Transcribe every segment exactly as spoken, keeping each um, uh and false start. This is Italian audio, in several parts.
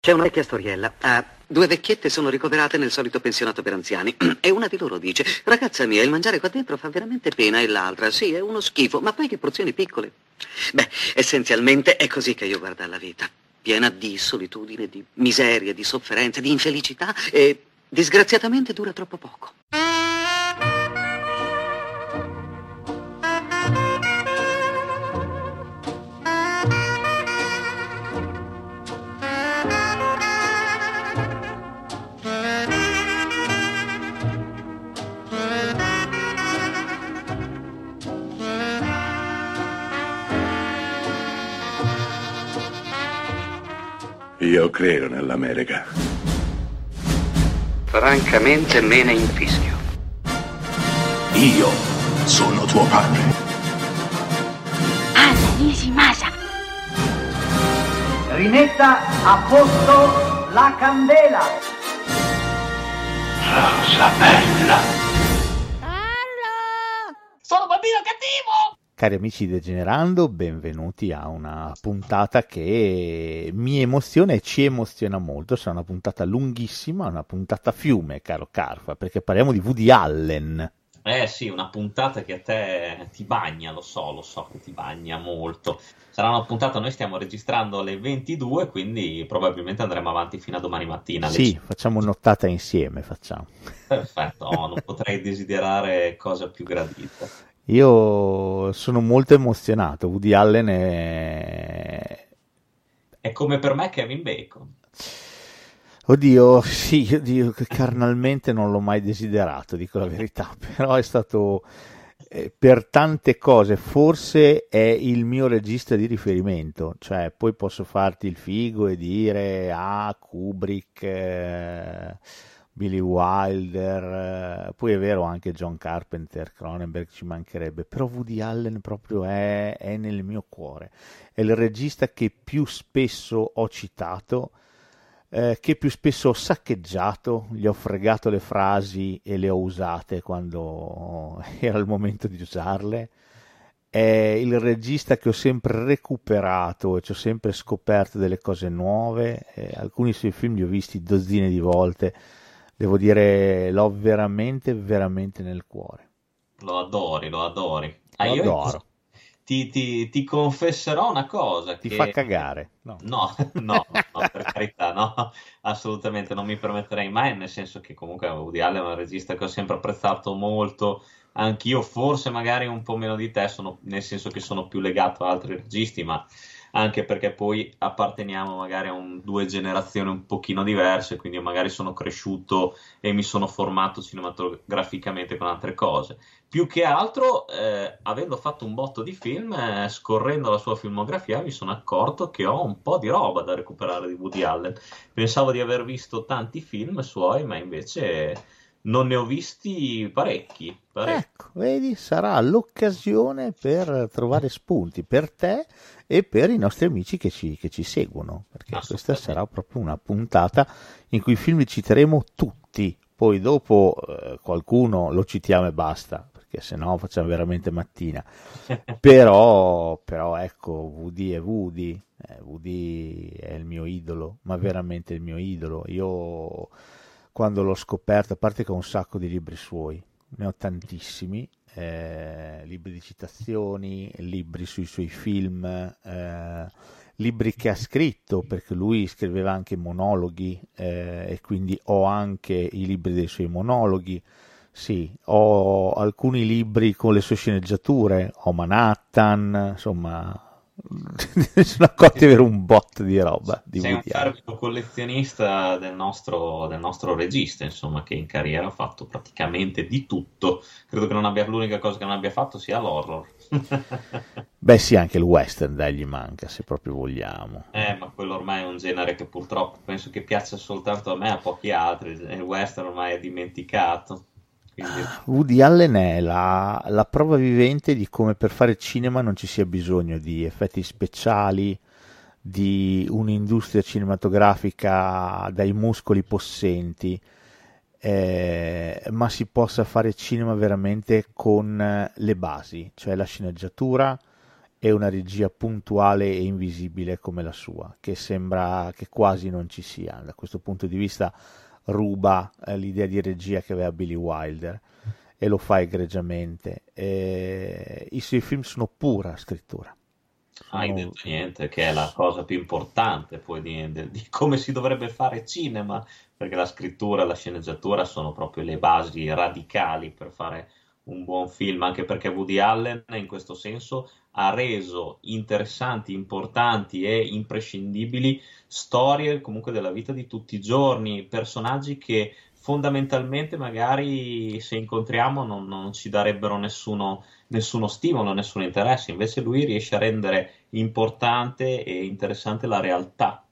C'è una vecchia storiella. Ah, due vecchiette sono ricoverate nel solito pensionato per anziani e una di loro dice: ragazza mia, il mangiare qua dentro fa veramente pena, e l'altra: sì, è uno schifo, ma poi che porzioni piccole. Beh, essenzialmente è così che io guardo la vita, piena di solitudine, di miseria, di sofferenza, di infelicità, e disgraziatamente dura troppo poco. Io credo nell'America. Francamente me ne infischio. Io sono tuo padre. Anna Nishimasa. Rimetta a posto la candela. Rosa bella. Carlo! Sono bambino cattivo! Cari amici di Degenerando, benvenuti a una puntata che mi emoziona e ci emoziona molto. Sarà una puntata lunghissima, una puntata fiume, caro Carfa, perché parliamo di Woody Allen. Eh sì, una puntata che a te ti bagna, lo so, lo so che ti bagna molto. Sarà una puntata, noi stiamo registrando alle ventidue, quindi probabilmente andremo avanti fino a domani mattina. alle Sì, cinque. facciamo nottata insieme, facciamo. Perfetto, oh, non potrei desiderare cosa più gradita. Io sono molto emozionato. Woody Allen è... È come per me Kevin Bacon. Oddio, sì, oddio, che carnalmente non l'ho mai desiderato, dico la verità, però è stato, eh, per tante cose, forse è il mio regista di riferimento, cioè poi posso farti il figo e dire, ah, Kubrick, eh, Billy Wilder, eh, poi è vero anche John Carpenter, Cronenberg, ci mancherebbe, però Woody Allen proprio è, è nel mio cuore, è il regista che più spesso ho citato, eh, che più spesso ho saccheggiato, gli ho fregato le frasi e le ho usate quando era il momento di usarle. È il regista che ho sempre recuperato e ci ho sempre scoperto delle cose nuove. Eh, alcuni suoi film li ho visti dozzine di volte. Devo dire, l'ho veramente, veramente nel cuore. Lo adori, lo adori. Ah, Lo io adoro. Ti, ti- ti confesserò una cosa Ti che... fa cagare? No. No, no, no, per carità, no, assolutamente non mi permetterei mai, nel senso che comunque Woody Allen è un regista che ho sempre apprezzato molto, anch'io forse magari un po' meno di te, sono, nel senso che sono più legato a altri registi, ma anche perché poi apparteniamo magari a un- due generazioni un pochino diverse, quindi io magari sono cresciuto e mi sono formato cinematograficamente con altre cose. Più che altro, eh, avendo fatto un botto di film, eh, scorrendo la sua filmografia, mi sono accorto che ho un po' di roba da recuperare di Woody Allen. Pensavo di aver visto tanti film suoi, ma invece non ne ho visti parecchi. parecchi. Ecco, vedi, sarà l'occasione per trovare spunti per te e per i nostri amici che ci, che ci seguono, perché questa Assolutamente. sarà proprio una puntata in cui i film li citeremo tutti, poi dopo eh, qualcuno lo citiamo e basta, perché sennò facciamo veramente mattina. Però, però ecco, Woody è Woody, eh, Woody è il mio idolo, ma veramente il mio idolo. Io quando l'ho scoperto, a parte che ho un sacco di libri suoi, ne ho tantissimi, eh, libri di citazioni, libri sui suoi film, eh, libri che ha scritto, perché lui scriveva anche monologhi, eh, e quindi ho anche i libri dei suoi monologhi. Sì, ho alcuni libri con le sue sceneggiature, ho Manhattan, insomma, mi sono accorto di avere un botto di roba di Sei un Woody Allen. fervido collezionista del nostro, del nostro regista, insomma, che in carriera ha fatto praticamente di tutto. Credo che non abbia, l'unica cosa che non abbia fatto sia l'horror. Beh sì, anche il western, dai, gli manca, se proprio vogliamo. Eh, ma quello ormai è un genere che purtroppo penso che piaccia soltanto a me e a pochi altri. Il western ormai è dimenticato. Quindi... Woody Allen è la, la prova vivente di come per fare cinema non ci sia bisogno di effetti speciali, di un'industria cinematografica dai muscoli possenti, eh, ma si possa fare cinema veramente con le basi, cioè la sceneggiatura e una regia puntuale e invisibile come la sua, che sembra che quasi non ci sia. Da questo punto di vista ruba eh, l'idea di regia che aveva Billy Wilder e lo fa egregiamente. E i suoi film sono pura scrittura. Hai Sono- detto niente, che è la cosa più importante poi di, di- di come si dovrebbe fare cinema, perché la scrittura e la sceneggiatura sono proprio le basi radicali per fare un buon film, anche perché Woody Allen in questo senso ha reso interessanti, importanti e imprescindibili storie comunque della vita di tutti i giorni, personaggi che fondamentalmente magari se incontriamo non, non ci darebbero nessuno, nessuno stimolo, nessun interesse, invece lui riesce a rendere importante e interessante la realtà.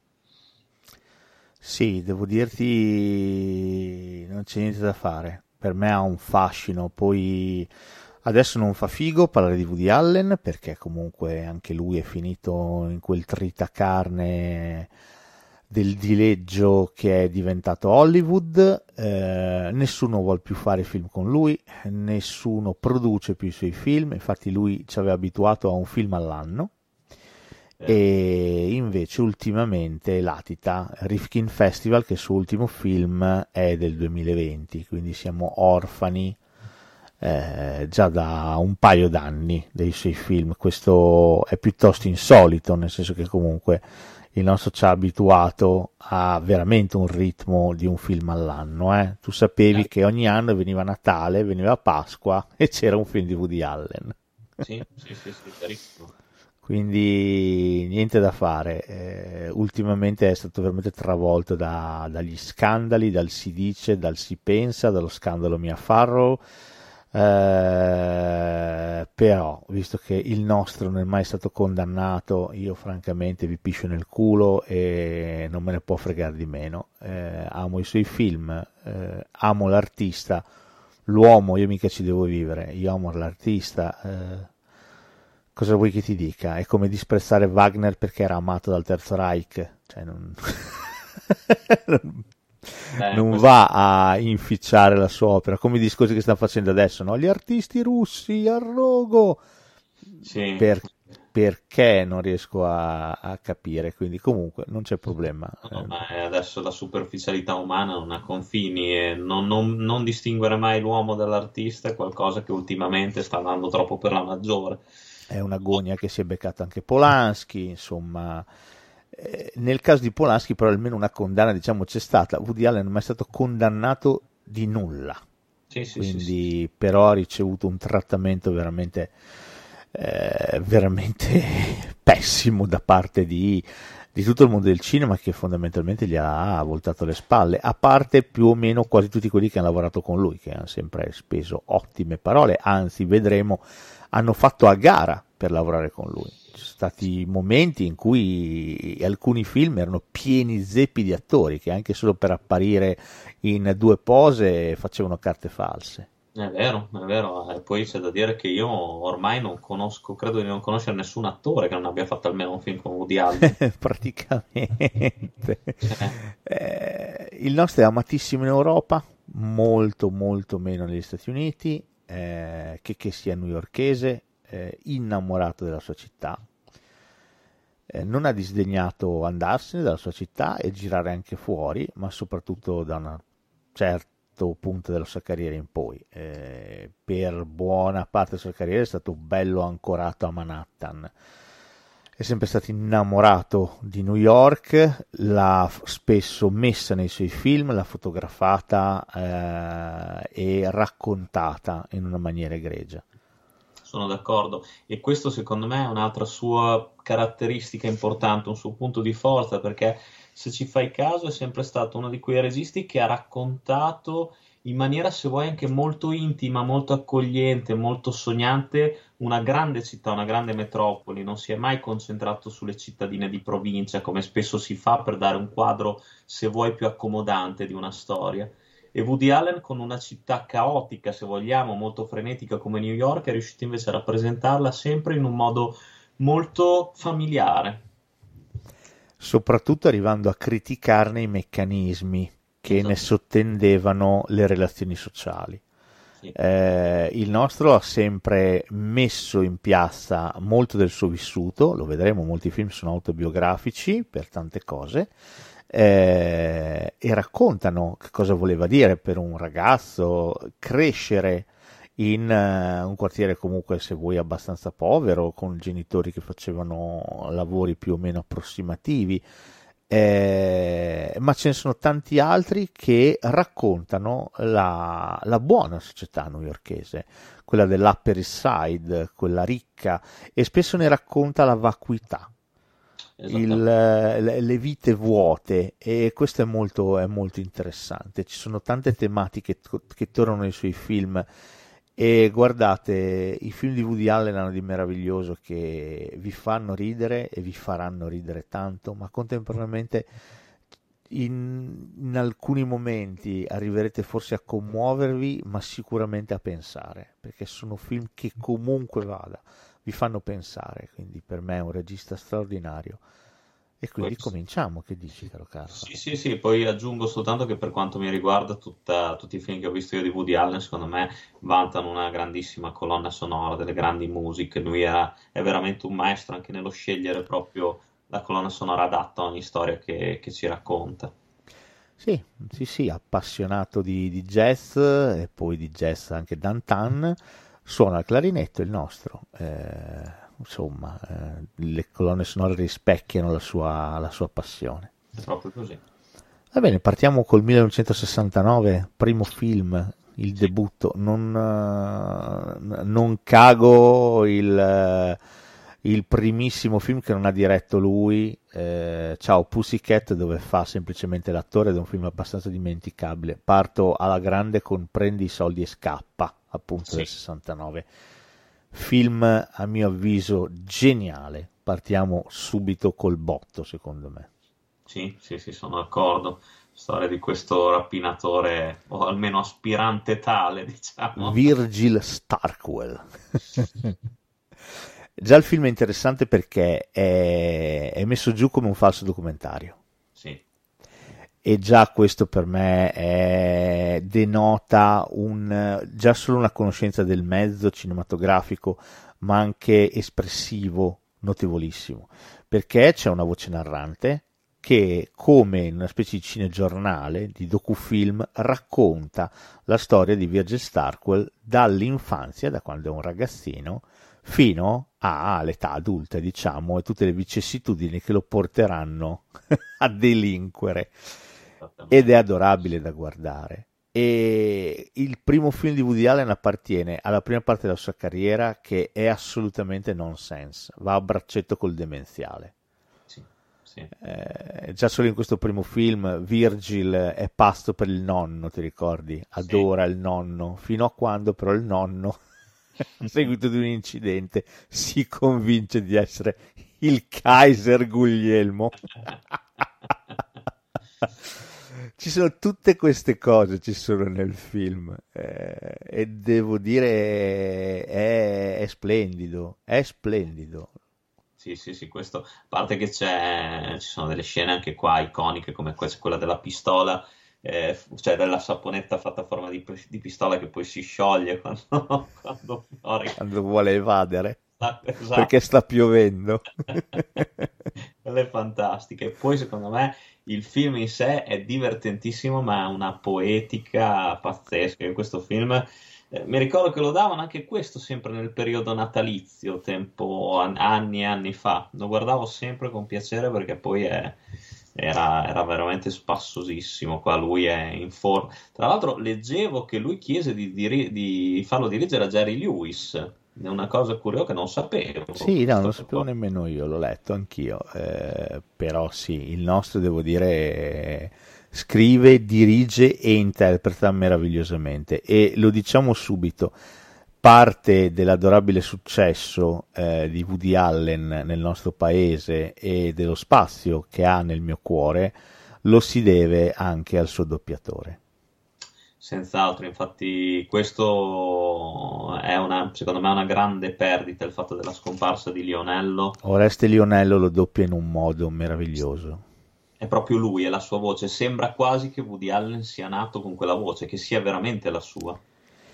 Sì, devo dirti, non c'è niente da fare. Per me ha un fascino. Poi adesso non fa figo parlare di Woody Allen perché comunque anche lui è finito in quel tritacarne del dileggio che è diventato Hollywood. Eh, nessuno vuole più fare film con lui, nessuno produce più i suoi film. Infatti lui ci aveva abituato a un film all'anno. E invece ultimamente latita Rifkin Festival, che il suo ultimo film è del duemilaventi, quindi siamo orfani eh, già da un paio d'anni dei suoi film. Questo è piuttosto insolito, nel senso che comunque il nostro ci ha abituato a veramente un ritmo di un film all'anno. Eh. Tu sapevi che ogni anno veniva Natale, veniva Pasqua e c'era un film di Woody Allen. Sì, sì, sì, sì, chiarissimo. Quindi niente da fare. Eh, ultimamente è stato veramente travolto da- dagli scandali, dal si dice, dal si pensa, dallo scandalo Mia Farrow. Eh, però, visto che il nostro non è mai stato condannato, io francamente vi piscio nel culo e non me ne può fregare di meno. Eh, amo i suoi film, eh, amo l'artista, l'uomo, io mica ci devo vivere, io amo l'artista. eh, Cosa vuoi che ti dica? È come disprezzare Wagner perché era amato dal Terzo Reich, cioè non, non- Eh, non questo- va a inficiare la sua opera, come i discorsi che stanno facendo adesso, no? Gli artisti russi al rogo, sì. Per- perché non riesco a, a capire, quindi comunque non c'è problema. No, Eh, ma è- adesso la superficialità umana non ha confini e non, non- non distinguere mai l'uomo dall'artista è qualcosa che ultimamente sta andando troppo per la maggiore. È una gogna che si è beccata anche Polanski, insomma. Eh, nel caso di Polanski però almeno una condanna, diciamo, c'è stata. Woody Allen non è mai stato condannato di nulla, Sì, sì, sì, sì. quindi però ha ricevuto un trattamento veramente, eh, veramente pessimo da parte di, di tutto il mondo del cinema, che fondamentalmente gli ha voltato le spalle, a parte più o meno quasi tutti quelli che hanno lavorato con lui, che hanno sempre speso ottime parole, anzi vedremo, hanno fatto a gara per lavorare con lui. Ci sono stati momenti in cui alcuni film erano pieni zeppi di attori che anche solo per apparire in due pose facevano carte false. È vero, è vero. E poi c'è da dire che io ormai non conosco, credo di non conoscere nessun attore che non abbia fatto almeno un film con Woody Allen. Praticamente. Cioè, Eh, il nostro è amatissimo in Europa, molto molto meno negli Stati Uniti, eh, che, che sia newyorkese, eh, innamorato della sua città. Eh, non ha disdegnato andarsene dalla sua città e girare anche fuori, ma soprattutto da un certo punto della sua carriera in poi. Eh, per buona parte della sua carriera è stato bello ancorato a Manhattan. È sempre stato innamorato di New York, l'ha f- spesso messa nei suoi film, l'ha fotografata eh, e raccontata in una maniera egregia. sono d'accordo. E questo secondo me è un'altra sua caratteristica importante, un suo punto di forza, perché se ci fai caso è sempre stato uno di quei registi che ha raccontato in maniera, se vuoi, anche molto intima, molto accogliente, molto sognante, una grande città, una grande metropoli. Non si è mai concentrato sulle cittadine di provincia, come spesso si fa per dare un quadro, se vuoi, più accomodante di una storia. E Woody Allen, con una città caotica, se vogliamo, molto frenetica come New York, è riuscito invece a rappresentarla sempre in un modo molto familiare. Soprattutto arrivando a criticarne i meccanismi che Esatto. ne sottendevano le relazioni sociali. Sì. Eh, il nostro ha sempre messo in piazza molto del suo vissuto, lo vedremo, molti film sono autobiografici per tante cose, eh, e raccontano che cosa voleva dire per un ragazzo crescere in uh, un quartiere comunque, se vuoi, abbastanza povero, con genitori che facevano lavori più o meno approssimativi. Eh, ma ce ne sono tanti altri che raccontano la, la buona società newyorkese, quella dell'Upper East Side, quella ricca, e spesso ne racconta la vacuità, il, le, le vite vuote, e questo è molto, è molto interessante. Ci sono tante tematiche che tornano nei suoi film. E guardate, i film di Woody Allen hanno di meraviglioso che vi fanno ridere e vi faranno ridere tanto, ma contemporaneamente in, in alcuni momenti arriverete forse a commuovervi, ma sicuramente a pensare, perché sono film che comunque vada, vi fanno pensare, quindi per me è un regista straordinario. E quindi Poi- cominciamo, che dici, caro Carlo? Sì, sì, sì, poi aggiungo soltanto che per quanto mi riguarda, tutta- tutti i film che ho visto io di Woody Allen, secondo me, vantano una grandissima colonna sonora, delle grandi musiche. Lui era- è veramente un maestro anche nello scegliere proprio la colonna sonora adatta a ogni storia che, che ci racconta. Sì, sì, sì, appassionato di, di jazz, e poi di jazz anche d'antan, suona il clarinetto il nostro, eh, insomma, eh, le colonne sonore rispecchiano la sua, la sua passione. È proprio così. Va bene, partiamo col millenovecentosessantanove, primo film, il Sì. debutto. Non, eh, non cago il, eh, il primissimo film che non ha diretto lui, eh, Ciao Pussycat, dove fa semplicemente l'attore, ed è un film abbastanza dimenticabile. Parto alla grande con Prendi i soldi e scappa, appunto, Sì. del sessantanove. Film, a mio avviso, geniale. Partiamo subito col botto, secondo me. Sì, sì, sì, sono d'accordo. Storia di questo rapinatore, o almeno aspirante tale, diciamo. Virgil Starkwell. Già il film è interessante perché è, è messo giù come un falso documentario, Sì, e già questo per me è- denota un, già solo una conoscenza del mezzo cinematografico, ma anche espressivo, notevolissimo, perché c'è una voce narrante che, come in una specie di cinegiornale, di docufilm, racconta la storia di Virgil Starkwell dall'infanzia, da quando è un ragazzino, fino all'età adulta, diciamo, e tutte le vicissitudini che lo porteranno a delinquere. esattamente. Ed è adorabile da guardare. E il primo film di Woody Allen appartiene alla prima parte della sua carriera, che è assolutamente nonsense, va a braccetto col demenziale. Sì, sì. Eh, già solo in questo primo film Virgil è pasto per il nonno, ti ricordi? Adora il nonno, fino a quando però il nonno, a seguito di un incidente, si convince di essere il Kaiser Guglielmo. Ci sono tutte queste cose, ci sono nel film, eh, e devo dire è, è splendido, è splendido. Sì, sì, sì, questo, a parte che c'è, ci sono delle scene anche qua iconiche come que- quella della pistola, eh, f- cioè della saponetta fatta a forma di, pi- di pistola che poi si scioglie quando, quando Fiori Quando vuole evadere, sta, perché esatto. sta piovendo. Quella è fantastica. E poi secondo me il film in sé è divertentissimo, ma ha una poetica pazzesca. In questo film eh, mi ricordo che lo davano anche questo sempre nel periodo natalizio, tempo an- anni e anni fa. Lo guardavo sempre con piacere perché poi è- era, era veramente spassosissimo. Qua lui è in forma. Tra l'altro, leggevo che lui chiese di, diri- di farlo dirigere a Jerry Lewis. È una cosa curiosa che non sapevo. Sì, no, non lo Questa sapevo qua. nemmeno io, l'ho letto anch'io, eh, però sì, il nostro, devo dire, eh, scrive, dirige e interpreta meravigliosamente, e lo diciamo subito, parte dell'adorabile successo eh, di Woody Allen nel nostro paese e dello spazio che ha nel mio cuore lo si deve anche al suo doppiatore. Senz'altro, infatti questo è una, secondo me, una grande perdita, il fatto della scomparsa di Lionello. Oreste Lionello lo doppia in un modo meraviglioso. È proprio lui, è la sua voce. Sembra quasi che Woody Allen sia nato con quella voce, che sia veramente la sua.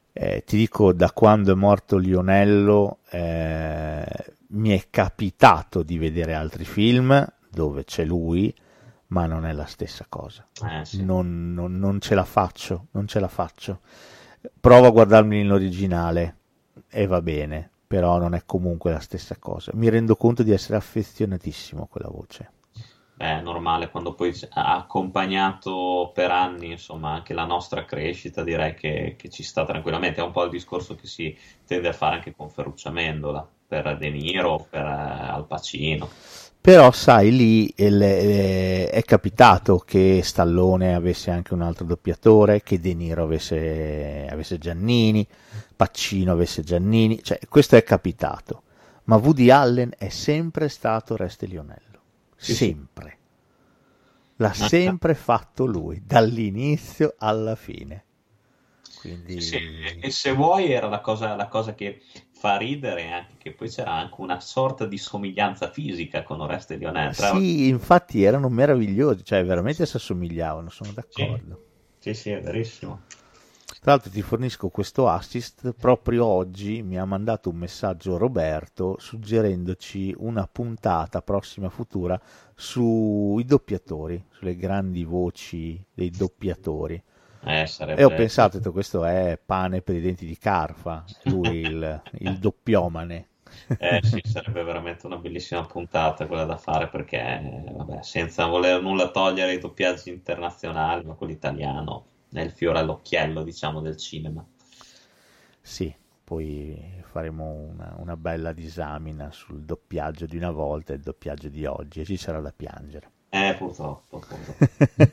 Eh, ti dico, da quando è morto Lionello eh, mi è capitato di vedere altri film dove c'è lui, ma non è la stessa cosa. Eh, sì. Non, non, non ce la faccio, non ce la faccio. Provo a guardarmi in originale e va bene, però non è comunque la stessa cosa. Mi rendo conto di essere affezionatissimo a quella voce. È normale, quando poi ha accompagnato per anni, insomma, anche la nostra crescita, direi che, che ci sta tranquillamente. È un po' il discorso che si tende a fare anche con Ferruccio Amendola, per De Niro, per eh, Al Pacino. Però sai, lì il- eh, è capitato che Stallone avesse anche un altro doppiatore, che De Niro avesse, avesse Giannini, Pacino avesse Giannini, cioè questo è capitato. Ma Woody Allen è sempre stato Oreste Lionello, Sì, sì. sempre. L'ha sempre fatto lui, dall'inizio alla fine. Quindi Sì, e e se vuoi era la cosa, la cosa che fa ridere anche che poi c'era anche una sorta di somiglianza fisica con Oreste Lionel. Tra... sì, infatti erano meravigliosi, cioè veramente si assomigliavano, sono Sì, d'accordo. sì, sì, è verissimo. Tra l'altro ti fornisco questo assist, proprio oggi mi ha mandato un messaggio Roberto suggerendoci una puntata prossima futura sui doppiatori, sulle grandi voci dei doppiatori. Eh, E ho sarebbe... pensato, ho detto, questo è pane per i denti di Carfa, lui il, il doppiomane. Eh sì, sarebbe veramente una bellissima puntata quella da fare perché, eh, vabbè, senza voler nulla togliere ai doppiaggi internazionali, ma quello italiano è il fiore all'occhiello, diciamo, del cinema. Sì, poi faremo una, una bella disamina sul doppiaggio di una volta e il doppiaggio di oggi e ci sarà da piangere. Eh, purtroppo, purtroppo.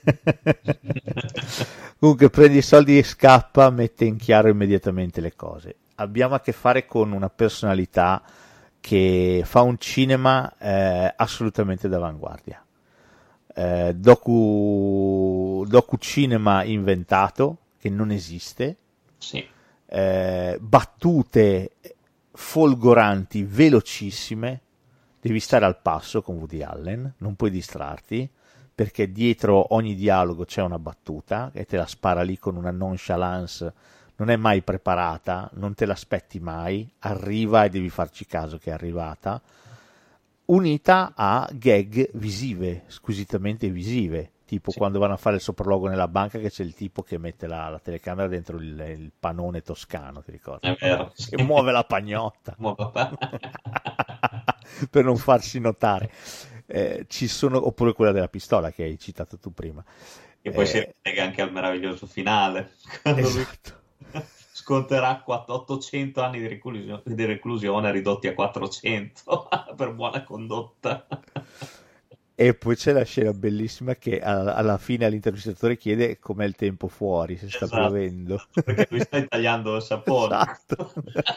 Comunque prendi i soldi e scappa, mette in chiaro immediatamente le cose. Abbiamo a che fare con una personalità che fa un cinema eh, assolutamente d'avanguardia. Eh, docu, docu cinema inventato, che non esiste, Sì, eh, battute folgoranti, velocissime, devi stare al passo con Woody Allen, non puoi distrarti, perché dietro ogni dialogo c'è una battuta e te la spara lì con una nonchalance, non è mai preparata, non te l'aspetti mai, arriva e devi farci caso che è arrivata, unita a gag visive, squisitamente visive, tipo sì. quando vanno a fare il sopralluogo nella banca che c'è il tipo che mette la, la telecamera dentro il, il panone toscano, ti ricordi? È vero. Sì. E muove la pagnotta Mo- vabbè. per non farsi notare. Eh, ci sono, oppure quella della pistola che hai citato tu prima. Che poi si Eh, rilega anche al meraviglioso finale, quando lui esatto. sconterà quatt- ottocento anni di reclusio- di reclusione ridotti a quattrocento per buona condotta. E poi c'è la scena bellissima che alla, alla fine all'intervistatore chiede com'è il tempo fuori, se sta Esatto, piovendo. perché lui sta tagliando il sapone. Esatto.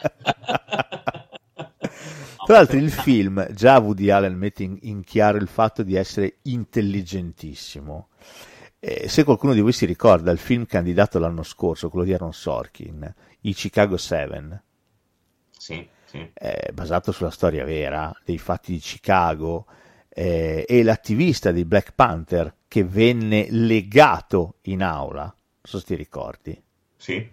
No, Tra l'altro per- il film, già Woody Allen mette in, in chiaro il fatto di essere intelligentissimo. Eh, se qualcuno di voi si ricorda il film candidato l'anno scorso, quello di Aaron Sorkin, i Chicago Seven, Sì, sì. eh, basato sulla storia vera dei fatti di Chicago, eh, e l'attivista dei Black Panther che venne legato in aula, non so se ti ricordi. Sì.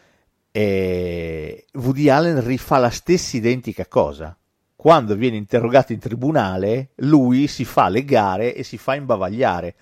E Woody Allen rifà la stessa identica cosa. Quando viene interrogato in tribunale, lui si fa legare e si fa imbavagliare.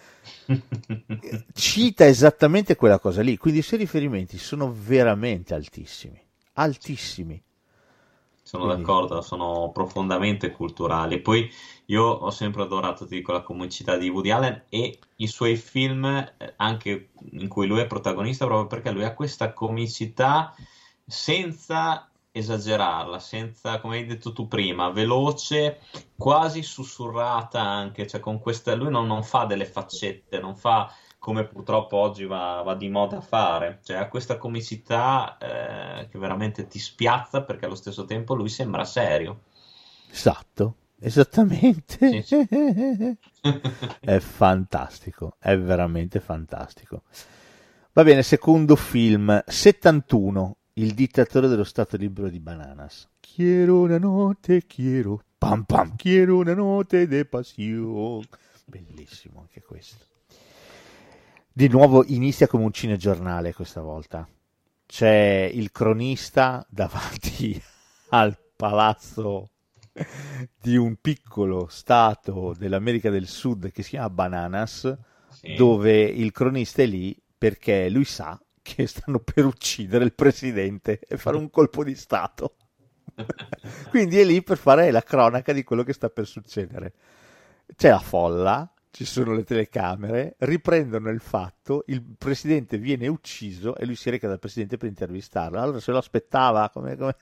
Cita esattamente quella cosa lì, quindi i suoi riferimenti sono veramente altissimi, altissimi. Sono Quindi- d'accordo, sono profondamente culturali. Poi io ho sempre adorato, ti dico, la comicità di Woody Allen e i suoi film, eh, anche in cui lui è protagonista, proprio perché lui ha questa comicità senza esagerarla, senza, come hai detto tu prima, veloce, quasi sussurrata anche, cioè con questa, lui non, non fa delle faccette, non fa come purtroppo oggi va, va di moda a fare, cioè ha questa comicità eh, che veramente ti spiazza perché allo stesso tempo lui sembra serio. Esatto, esattamente. Sì, sì. È fantastico, è veramente fantastico. Va bene, secondo film, settantuno, Il dittatore dello Stato libero di Bananas. Quiero una notte, quiero, pam pam, quiero una notte de pasión. Bellissimo anche questo. Di nuovo inizia come un cinegiornale questa volta. c'è il cronista davanti al palazzo di un piccolo stato dell'America del Sud che si chiama Bananas, sì. Dove il cronista è lì perché lui sa che stanno per uccidere il presidente e fare un colpo di stato. Quindi è lì per fare la cronaca di quello che sta per succedere. C'è la folla, ci sono le telecamere, riprendono il fatto, il presidente viene ucciso e lui si reca dal presidente per intervistarlo. Allora se lo aspettava, come... come...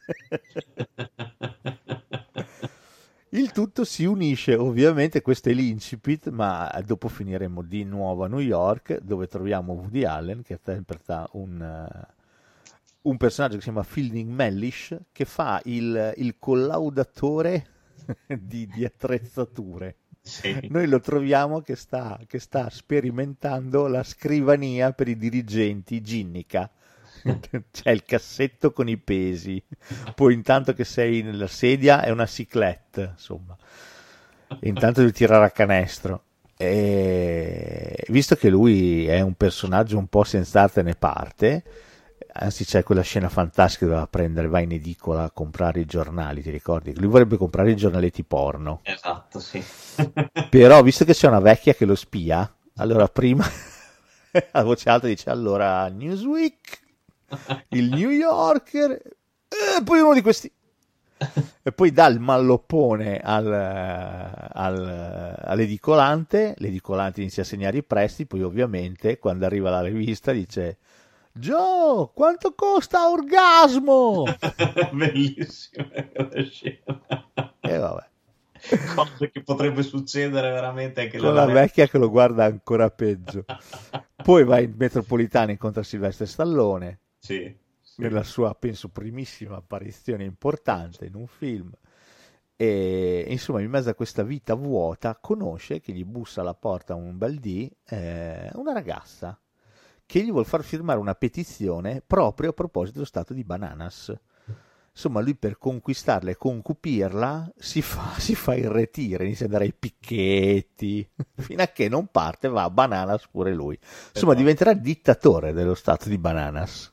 Il tutto si unisce, ovviamente, questo è l'incipit, ma dopo finiremo di nuovo a New York, dove troviamo Woody Allen, che interpreta un, uh, un personaggio che si chiama Fielding Mellish, che fa il, il collaudatore di, di attrezzature. Sì. Noi lo troviamo che sta, che sta sperimentando la scrivania per i dirigenti ginnica. C'è il cassetto con i pesi, poi intanto che sei nella sedia è una cyclette, insomma, e intanto devi tirare a canestro. E visto che lui è un personaggio un po' senza arte né parte, anzi c'è quella scena fantastica dove va a prendere, va in edicola a comprare i giornali, ti ricordi? Lui vorrebbe comprare i giornaletti porno. Esatto, sì. Però visto che c'è una vecchia che lo spia, allora prima a voce alta dice allora Newsweek, il New Yorker, e poi uno di questi, e poi dà il malloppone al, al, all'edicolante, l'edicolante inizia a segnare i prezzi, poi ovviamente quando arriva la rivista dice Joe, quanto costa Orgasmo? Bellissima quella scena. E vabbè, cosa che potrebbe succedere veramente anche con la vecchia che lo guarda ancora peggio. Poi va in metropolitana, incontra Sylvester Stallone. Sì, sì. Nella sua, penso, primissima apparizione importante in un film, e insomma in mezzo a questa vita vuota conosce, che gli bussa alla porta un bel dì, eh, una ragazza che gli vuol far firmare una petizione proprio a proposito dello stato di Bananas. Insomma, lui per conquistarla e concupirla si fa, si fa irretire, inizia ad andare ai picchetti, fino a che non parte, va a Bananas pure lui. Insomma, esatto. Diventerà dittatore dello stato di Bananas.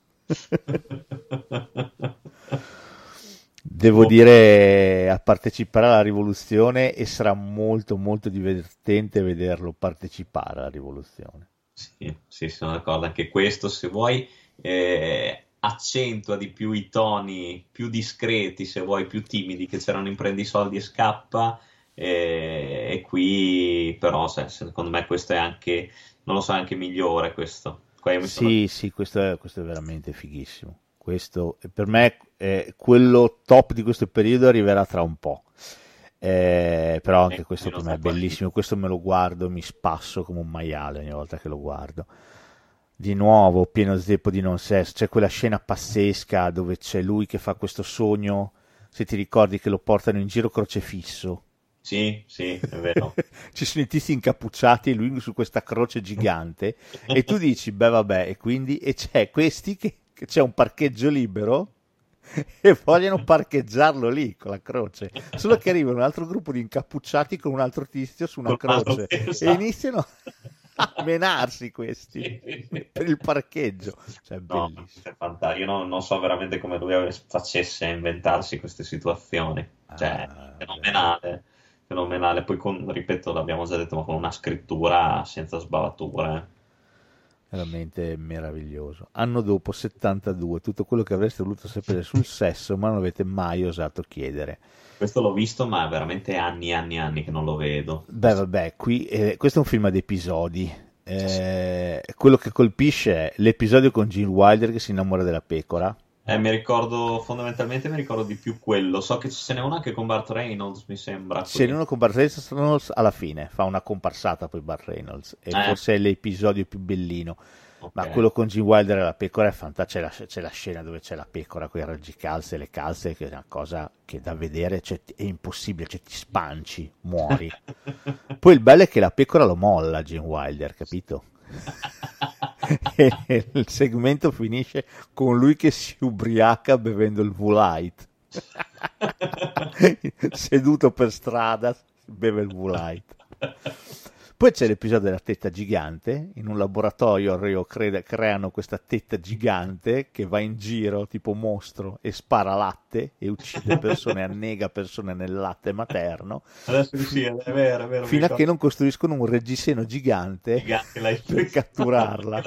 Devo dire, a partecipare alla rivoluzione, e sarà molto molto divertente vederlo partecipare alla rivoluzione. Sì, sì, sono d'accordo, anche questo, se vuoi, eh, accentua di più i toni più discreti, se vuoi più timidi, che c'erano in Prendi i soldi e scappa, eh, e qui però se, secondo me questo è anche, non lo so, anche migliore questo. Sì, sono... sì, questo è, questo è veramente fighissimo. Questo per me è quello top di questo periodo, arriverà tra un po'. Eh, però anche eh, questo per me è bellissimo. Questo me lo guardo e mi spasso come un maiale ogni volta che lo guardo. Di nuovo, pieno zeppo di non sesso. C'è quella scena pazzesca dove c'è lui che fa questo sogno, se ti ricordi, che lo portano in giro crocefisso. Sì, sì, è vero. Ci sono i tizi incappucciati e lui su questa croce gigante e tu dici, beh vabbè, e quindi e c'è questi che, che c'è un parcheggio libero e vogliono parcheggiarlo lì con la croce, solo che arriva un altro gruppo di incappucciati con un altro tizio su una con croce e iniziano a menarsi questi sì, sì. per il parcheggio. Cioè, no, bellissimo. È io non, non so veramente come lui facesse a inventarsi queste situazioni, cioè ah, fenomenale. Fenomenale, poi con, ripeto, l'abbiamo già detto, ma con una scrittura senza sbavature. Veramente meraviglioso. Anno dopo, settantadue, tutto quello che avreste voluto sapere sul sesso, ma non avete mai osato chiedere. Questo l'ho visto, ma è veramente anni e anni e anni che non lo vedo. Beh, vabbè, qui eh, questo è un film ad episodi. Eh, quello che colpisce è l'episodio con Gene Wilder che si innamora della pecora. Eh, mi ricordo, fondamentalmente mi ricordo di più quello. So che ce n'è una anche con Burt Reynolds, mi sembra. Ce n'è una con Burt Reynolds alla fine, fa una comparsata poi Burt Reynolds, e eh. forse è l'episodio più bellino. Okay. Ma quello con Gene Wilder e la pecora è fantastico. C'è la, c'è la scena dove c'è la pecora con i raggi calze e le calze, che è una cosa che da vedere, cioè, è impossibile, cioè ti spanci, muori. Poi il bello è che la pecora lo molla Gene Wilder, capito? E il segmento finisce con lui che si ubriaca bevendo il V-Light seduto per strada, beve il V-Light. Poi c'è l'episodio della tetta gigante, in un laboratorio Rio cre- creano questa tetta gigante che va in giro tipo mostro e spara latte e uccide persone, annega persone nel latte materno. Adesso sì, è vero, è vero. Fino a che non costruiscono un reggiseno gigante, gigante per catturarla.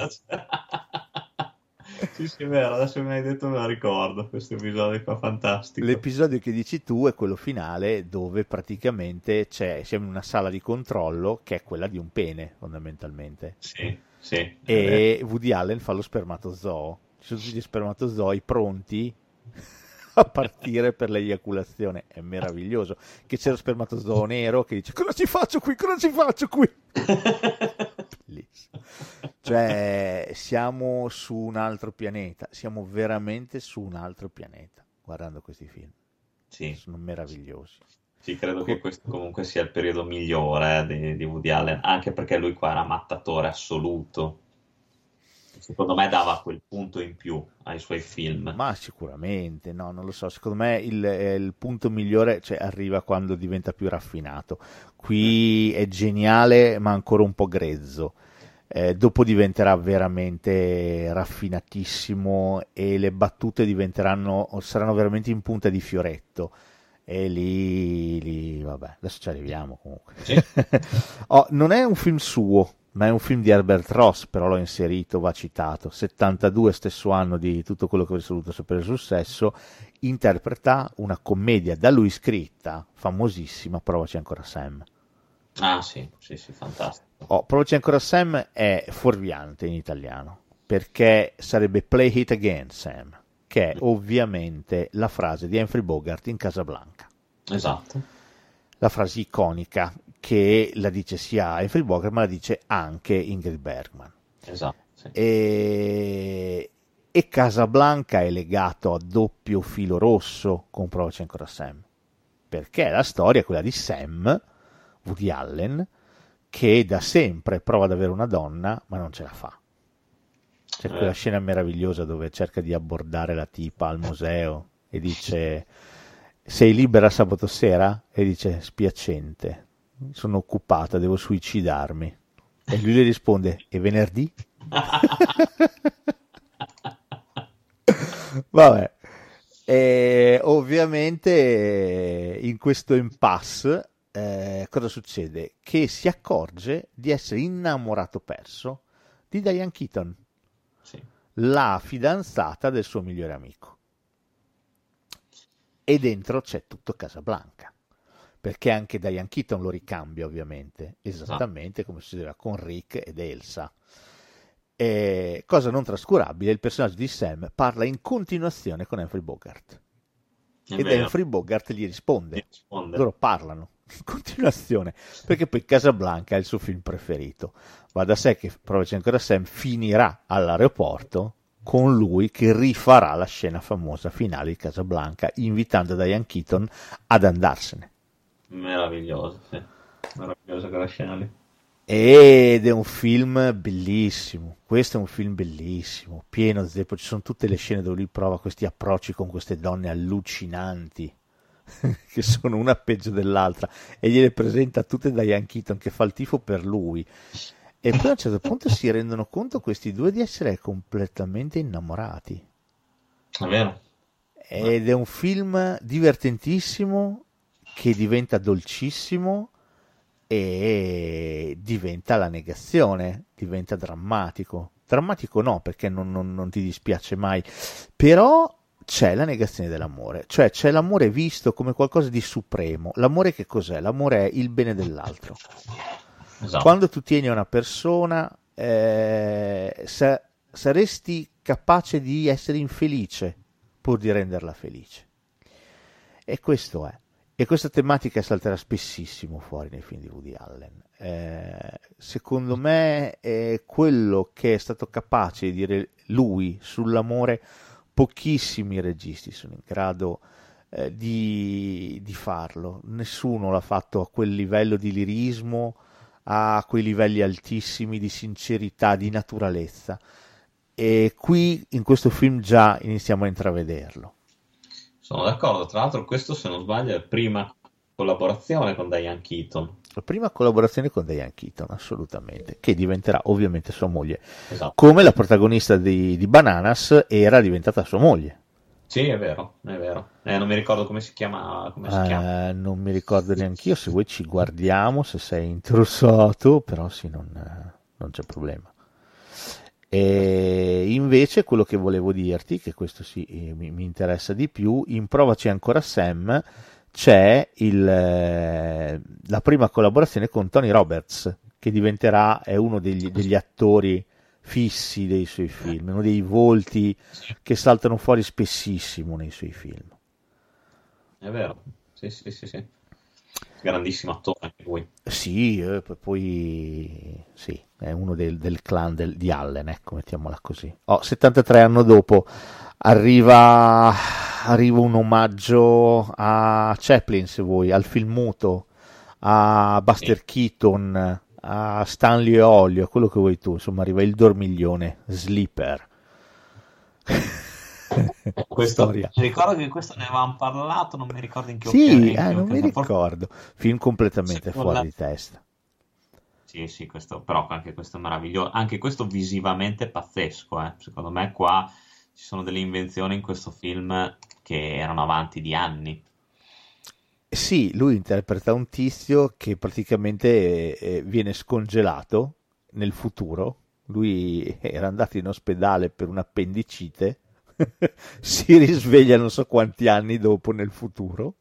Sì, sì, è vero, adesso mi hai detto, me lo ricordo, questo episodio qua fantastico. L'episodio che dici tu è quello finale dove praticamente c'è, siamo in una sala di controllo che è quella di un pene, fondamentalmente. Sì, sì. E Woody Allen fa lo spermatozoo. Ci sono tutti gli spermatozoi pronti a partire per l'eiaculazione. È meraviglioso. Che c'è lo spermatozoo nero che dice: cosa ci faccio qui? Cosa ci faccio qui? Bellissimo. Cioè, siamo su un altro pianeta, siamo veramente su un altro pianeta guardando questi film. Sì. Sono meravigliosi. Sì, credo che questo comunque sia il periodo migliore eh, di, di Woody Allen, anche perché lui qua era mattatore assoluto. Secondo me dava quel punto in più ai suoi film. Ma sicuramente, no, non lo so, secondo me il, il punto migliore, cioè, arriva quando diventa più raffinato. Qui è geniale, ma ancora un po' grezzo. Eh, dopo diventerà veramente raffinatissimo e le battute diventeranno, saranno veramente in punta di fioretto. E lì, lì vabbè, adesso ci arriviamo comunque. Sì. Oh, non è un film suo, ma è un film di Herbert Ross, però l'ho inserito, va citato. settantadue, stesso anno di Tutto quello che avresti voluto sapere sul sesso, interpreta una commedia da lui scritta, famosissima, Provaci ancora Sam. Ah sì, sì, sì, fantastico. Oh, Provaci ancora Sam è fuorviante in italiano, perché sarebbe Play It Again Sam, che è ovviamente la frase di Humphrey Bogart in Casablanca. Esatto. La frase iconica che la dice sia Humphrey Bogart, ma la dice anche Ingrid Bergman. Esatto. Sì. E... e Casablanca è legato a doppio filo rosso con Provaci ancora Sam, perché la storia è quella di Sam, Woody Allen, che da sempre prova ad avere una donna, ma non ce la fa. C'è quella Eh. scena meravigliosa dove cerca di abbordare la tipa al museo e dice: sei libera sabato sera? E dice: spiacente, sono occupata, devo suicidarmi. E lui le risponde: e venerdì? Vabbè. E ovviamente in questo impasse eh, cosa succede? Che si accorge di essere innamorato perso di Diane Keaton, Sì. la fidanzata del suo migliore amico. E dentro c'è tutto Casablanca, perché anche Diane Keaton lo ricambia, ovviamente, esattamente ah. come succedeva con Rick ed Elsa. E, cosa non trascurabile, il personaggio di Sam parla in continuazione con Humphrey Bogart. È ed vero. Humphrey Bogart gli risponde. Gli risponde. Loro parlano in continuazione, perché poi Casablanca è il suo film preferito. Va da sé che Provaci ancora Sam finirà all'aeroporto con lui che rifarà la scena famosa finale di Casablanca, invitando Diane Keaton ad andarsene. Meraviglioso, sì. Meravigliosa quella scena lì. Ed è un film bellissimo, questo è un film bellissimo, pieno zeppo, ci sono tutte le scene dove lui prova questi approcci con queste donne allucinanti, che sono una peggio dell'altra, e gliele presenta tutte Diane Keaton che fa il tifo per lui. E poi a un certo punto si rendono conto questi due di essere completamente innamorati. È vero. Ed è un film divertentissimo che diventa dolcissimo e diventa la negazione, diventa drammatico. Drammatico no, perché non, non, non ti dispiace mai, però c'è la negazione dell'amore, cioè c'è l'amore visto come qualcosa di supremo. L'amore che cos'è? L'amore è il bene dell'altro. Esatto. Quando tu tieni una persona, eh, sa- saresti capace di essere infelice pur di renderla felice. E questo è. E questa tematica salterà spessissimo fuori nei film di Woody Allen. Eh, secondo me è quello che è stato capace di dire lui sull'amore. Pochissimi registi sono in grado eh, di, di farlo. Nessuno l'ha fatto a quel livello di lirismo, a quei livelli altissimi di sincerità, di naturalezza, e qui in questo film già iniziamo a intravederlo. Sono d'accordo, tra l'altro questo, se non sbaglio, è la prima collaborazione con Diane Keaton. La prima collaborazione con Diane Keaton, assolutamente, che diventerà ovviamente sua moglie, Esatto. come la protagonista di, di Bananas era diventata sua moglie. Sì, è vero, è vero. Eh, non mi ricordo come si chiama. Come si chiama. Eh, non mi ricordo neanche io, se vuoi ci guardiamo, se sei interessato, però sì, non, non c'è problema. E invece quello che volevo dirti, che questo sì eh, mi, mi interessa di più, in Provaci ancora Sam c'è il, eh, la prima collaborazione con Tony Roberts, che diventerà, è uno degli, degli attori fissi dei suoi film, uno dei volti che saltano fuori spessissimo nei suoi film. È vero, sì, sì, sì, sì. Grandissimo attore anche lui. Sì, eh, p- poi sì, è uno del, del clan del- di Allen, ecco, mettiamola così. Oh, settantatré anni dopo arriva, arriva un omaggio a Chaplin, se vuoi, al film muto, a Buster Sì. Keaton, a Stanley e Olio, quello che vuoi tu, insomma, arriva il dormiglione, Sleeper. Questo, Storia. mi ricordo che questo ne avevamo parlato, non mi ricordo in che Sì, occasione. In eh, che non mi occasione. Forse- ricordo. Film completamente se con fuori la- di testa. Sì, sì, questo, però anche questo è meraviglioso. Anche questo visivamente pazzesco, eh. Secondo me qua ci sono delle invenzioni in questo film che erano avanti di anni. Sì, lui interpreta un tizio che praticamente eh, eh, viene scongelato nel futuro. Lui era andato in ospedale per un'appendicite, si risveglia non so quanti anni dopo nel futuro.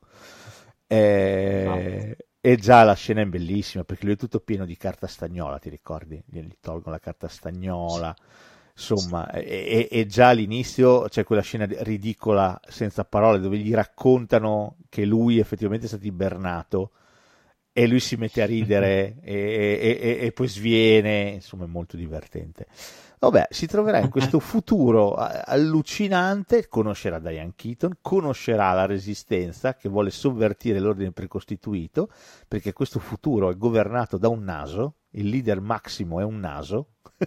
Eh, e già la scena è bellissima perché lui è tutto pieno di carta stagnola, ti ricordi? Gli tolgono la carta stagnola, insomma, e, e- e già all'inizio c'è quella scena ridicola senza parole dove gli raccontano che lui effettivamente è stato ibernato e lui si mette a ridere e, e- e- e poi sviene, insomma è molto divertente. Vabbè, si troverà in questo futuro a- allucinante, conoscerà Diane Keaton, conoscerà la Resistenza che vuole sovvertire l'ordine precostituito, perché questo futuro è governato da un naso, il leader massimo è un naso,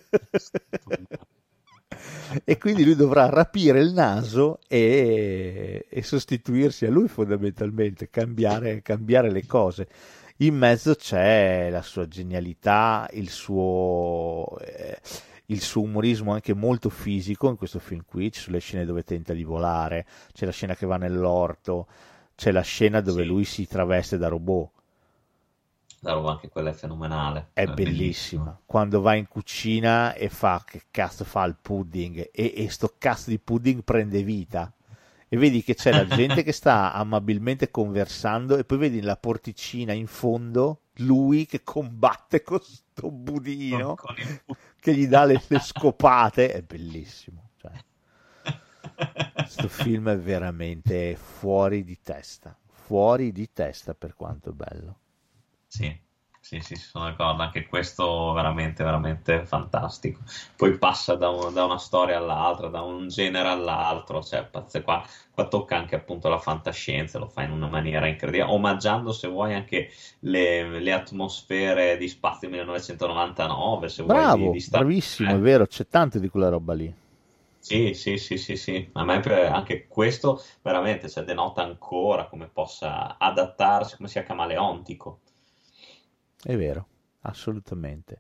e quindi lui dovrà rapire il naso e, e sostituirsi a lui fondamentalmente, cambiare, cambiare le cose. In mezzo c'è la sua genialità, il suo, eh, il suo umorismo anche molto fisico in questo film qui, ci sono le scene dove tenta di volare, c'è la scena che va nell'orto, c'è la scena dove Sì. lui si traveste da robot. La roba anche quella è fenomenale. È bellissima. Quando va in cucina e fa, che cazzo fa il pudding e, e sto cazzo di pudding prende vita. E vedi che c'è la gente che sta amabilmente conversando e poi vedi nella porticina in fondo lui che combatte con sto budino Con il- che gli dà le, le scopate. È bellissimo. Cioè, questo film è veramente fuori di testa. Fuori di testa per quanto è bello. Sì, sì, sì, sono d'accordo, anche questo veramente, veramente fantastico. Poi passa da, un- da una storia all'altra, da un genere all'altro, cioè pazze, qua, qua tocca anche appunto la fantascienza, lo fa in una maniera incredibile, omaggiando se vuoi anche le, le atmosfere di Spazio millenovecentonovantanove, se vuoi, di, Bravo, di Star bravissimo, è Trek. vero, c'è tanto di quella roba lì. Sì, sì, sì, sì, sì, a me per- anche questo veramente, cioè, denota ancora come possa adattarsi, come sia camaleontico. È vero, assolutamente.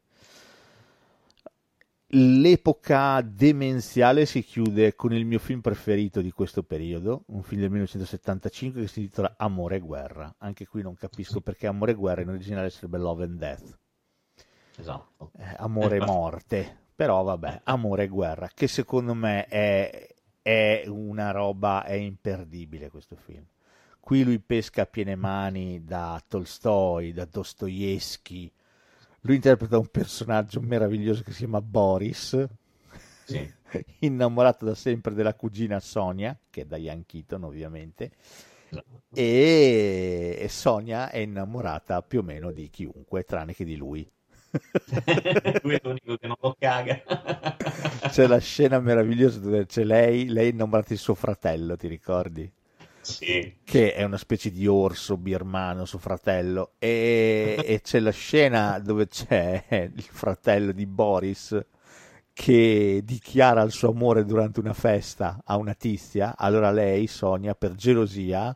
L'epoca demenziale si chiude con il mio film preferito di questo periodo, un film del millenovecentosettantacinque che si intitola Amore e guerra. Anche qui non capisco perché Amore e guerra in originale sarebbe Love and Death. Esatto. Eh, amore e morte, però vabbè, Amore e guerra, che secondo me è, è una roba, è imperdibile questo film. Qui lui pesca a piene mani da Tolstoi, da Dostoevsky. Lui interpreta un personaggio meraviglioso che si chiama Boris, Sì. innamorato da sempre della cugina Sonia, che è Diane Keaton ovviamente, Esatto. e, e Sonia è innamorata più o meno di chiunque, tranne che di lui. Lui è l'unico che non lo caga. C'è la scena meravigliosa dove c'è lei, lei è innamorata di suo fratello, ti ricordi? Sì. Che è una specie di orso birmano, suo fratello, e, e c'è la scena dove c'è il fratello di Boris che dichiara il suo amore durante una festa a una tizia, allora lei, Sonia, per gelosia,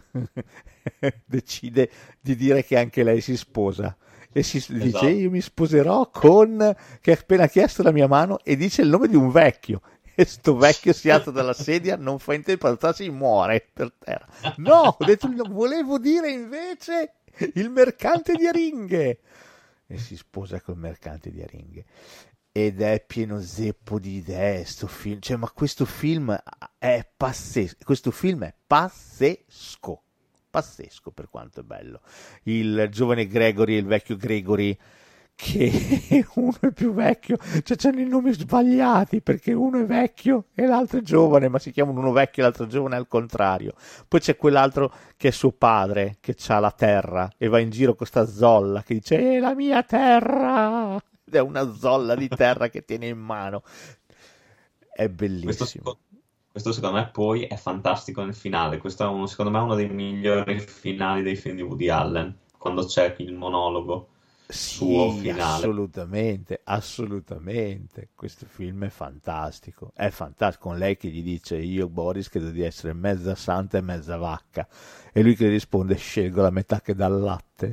decide di dire che anche lei si sposa e si Esatto. dice io mi sposerò con, che ha appena chiesto la mia mano, e dice il nome di un vecchio, e sto vecchio si alza dalla sedia, non fa in tempo ad alzarsi, muore per terra. No, ho detto, volevo dire invece il mercante di aringhe, e si sposa col mercante di aringhe. Ed è pieno zeppo di idee sto film, cioè, ma questo film è pazzesco, questo film è pazzesco, pazzesco per quanto è bello. Il giovane Gregory e il vecchio Gregory, che uno è più vecchio, cioè c'hanno i nomi sbagliati, perché uno è vecchio e l'altro è giovane, ma si chiamano uno vecchio e l'altro giovane al contrario. Poi c'è quell'altro che è suo padre, che ha la terra e va in giro con sta zolla che dice è la mia terra, ed è una zolla di terra che tiene in mano. È bellissimo. Questo, questo secondo me poi è fantastico nel finale. Questo è uno, secondo me uno dei migliori finali dei film di Woody Allen, quando c'è il monologo suo Sì, finale. assolutamente, assolutamente. Questo film è fantastico, è fantastico, con lei che gli dice io Boris credo di essere mezza santa e mezza vacca, e lui che risponde scelgo la metà che dà il latte.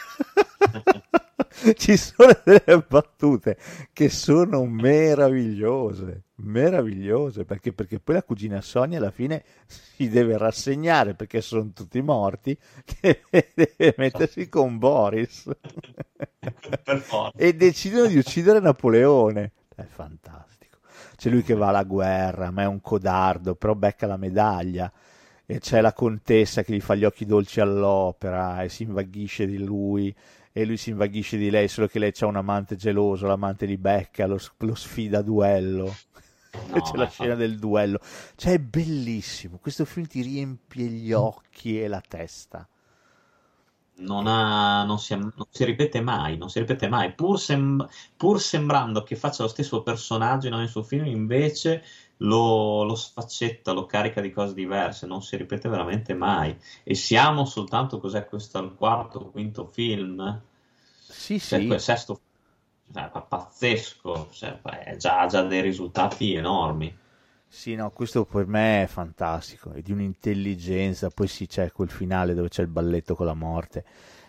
Ci sono delle battute che sono meravigliose, meravigliose, perché, perché poi la cugina Sonia alla fine si deve rassegnare perché sono tutti morti, che deve mettersi con Boris Per forza. e decidono di uccidere Napoleone. È fantastico. C'è lui che va alla guerra, ma è un codardo, però becca la medaglia, e c'è la contessa che gli fa gli occhi dolci all'opera e si invaghisce di lui, e lui si invaghisce di lei, solo che lei c'ha un amante geloso, l'amante li becca, lo, lo sfida a duello. No, C'è la scena del duello, cioè è bellissimo, questo film ti riempie gli occhi e la testa. Non, ha, non, si, non si ripete mai, non si ripete mai, pur, sem- pur sembrando che faccia lo stesso personaggio in ogni suo film, invece lo, lo sfaccetta, lo carica di cose diverse, non si ripete veramente mai. E siamo soltanto, cos'è questo, al quarto o quinto film? Sì, Cioè, sì, quel sesto, cioè, pa- pazzesco, cioè, è già, già dei risultati enormi. sì, no, questo per me è fantastico, è di un'intelligenza, poi sì, c'è quel finale dove c'è il balletto con la morte,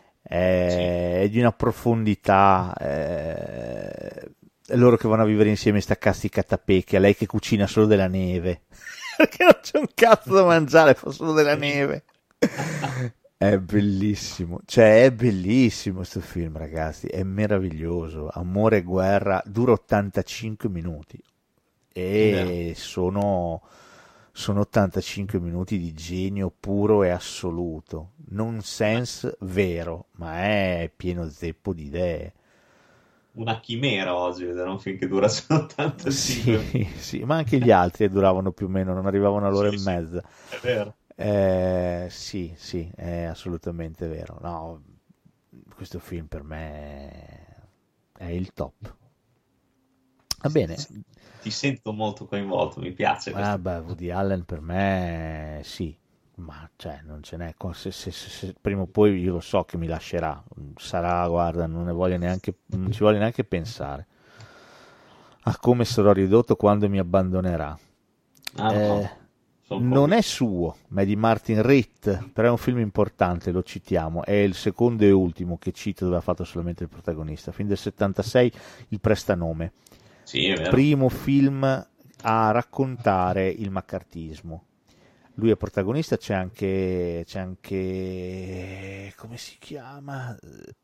è, Sì. è di una profondità, è... è loro che vanno a vivere insieme sta casticatapecchia, lei che cucina solo della neve, perché non c'è un cazzo da mangiare, fa solo della neve. È bellissimo, cioè è bellissimo questo film, ragazzi, è meraviglioso, amore e guerra, dura ottantacinque minuti e sono, sono ottantacinque minuti di genio puro e assoluto, nonsense vero, ma è pieno zeppo di idee. Una chimera oggi vedere un film che dura solo ottantacinque Sì, sì, ma anche gli altri duravano più o meno, non arrivavano all'ora Sì, e sì, mezza. è vero. Eh, sì, sì, è assolutamente vero. No, questo film per me è il top. Va bene. Ti sento molto coinvolto, mi piace Ah, questo. beh, Woody Allen per me sì, ma cioè non ce n'è. Se, se, se, se prima o poi io lo so che mi lascerà, sarà, guarda, non ne voglio neanche, non ci voglio neanche pensare a come sarò ridotto quando mi abbandonerà. Ah, Eh, no. Sono un po' non è suo, ma è di Martin Ritt, però è un film importante, lo citiamo, è il secondo e ultimo che cito dove ha fatto solamente il protagonista, film del settantasei, Il prestanome, Sì, è vero. primo film a raccontare il maccartismo. Lui è protagonista, c'è anche, c'è anche, come si chiama?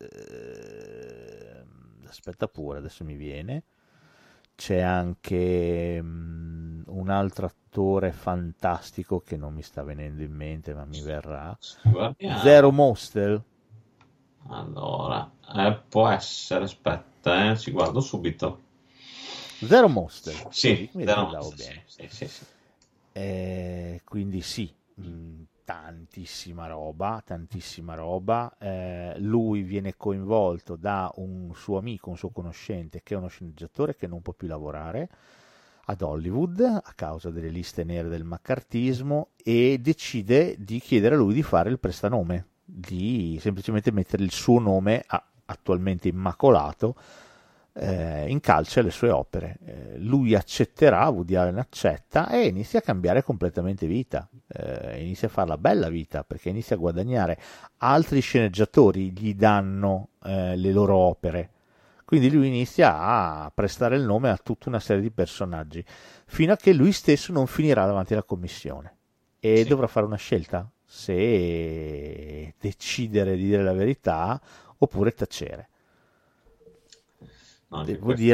Eh, aspetta pure, adesso mi viene. C'è anche um, un altro attore fantastico che non mi sta venendo in mente, ma mi verrà. Guardiamo. Zero Mostel. Allora, eh, può essere, aspetta, eh, ci guardo subito. Zero Mostel. Sì, mi Zero ricordavo Mostel, bene. sì, sì, sì. Eh, quindi sì, mh, tantissima roba, tantissima roba. Eh, lui viene coinvolto da un suo amico, un suo conoscente, che è uno sceneggiatore che non può più lavorare ad Hollywood a causa delle liste nere del maccartismo, e decide di chiedere a lui di fare il prestanome, di semplicemente mettere il suo nome, a, attualmente immacolato, eh, in calce alle sue opere. Eh, lui accetterà, Woody Allen accetta e inizia a cambiare completamente vita. eh, inizia a fare la bella vita perché inizia a guadagnare. Altri sceneggiatori gli danno eh, le loro opere, quindi lui inizia a prestare il nome a tutta una serie di personaggi fino a che lui stesso non finirà davanti alla commissione e Sì. dovrà fare una scelta se decidere di dire la verità oppure tacere. No, anche Devo questo.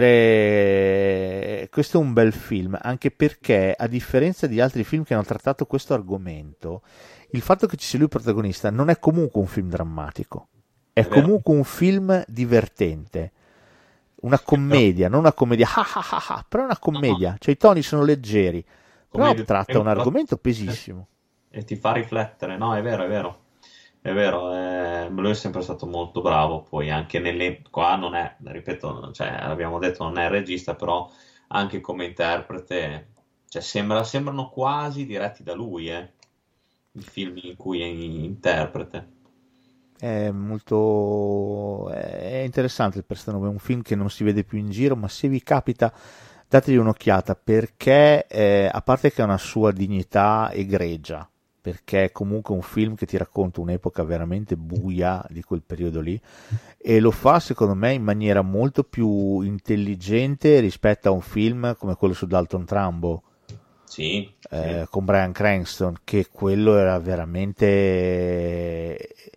dire, questo è un bel film, anche perché a differenza di altri film che hanno trattato questo argomento, il fatto che ci sia lui protagonista non è comunque un film drammatico, è È vero. comunque un film divertente, una commedia, non una commedia, ah ah ah ah, però è una commedia, cioè i toni sono leggeri, però Commedia- tratta un argomento pesissimo. E ti fa riflettere, no? È vero, è vero. È vero, eh, lui è sempre stato molto bravo, poi anche nelle... qua non è, ripeto, cioè, abbiamo detto non è il regista, però anche come interprete, cioè, sembra, sembrano quasi diretti da lui, eh, i film in cui è interprete. È molto è interessante il personaggio, è un film che non si vede più in giro, ma se vi capita dategli un'occhiata perché eh, a parte che ha una sua dignità egregia, perché è comunque un film che ti racconta un'epoca veramente buia di quel periodo lì e lo fa secondo me in maniera molto più intelligente rispetto a un film come quello su Dalton Trumbo. Sì, Eh, sì. con Bryan Cranston, che quello era veramente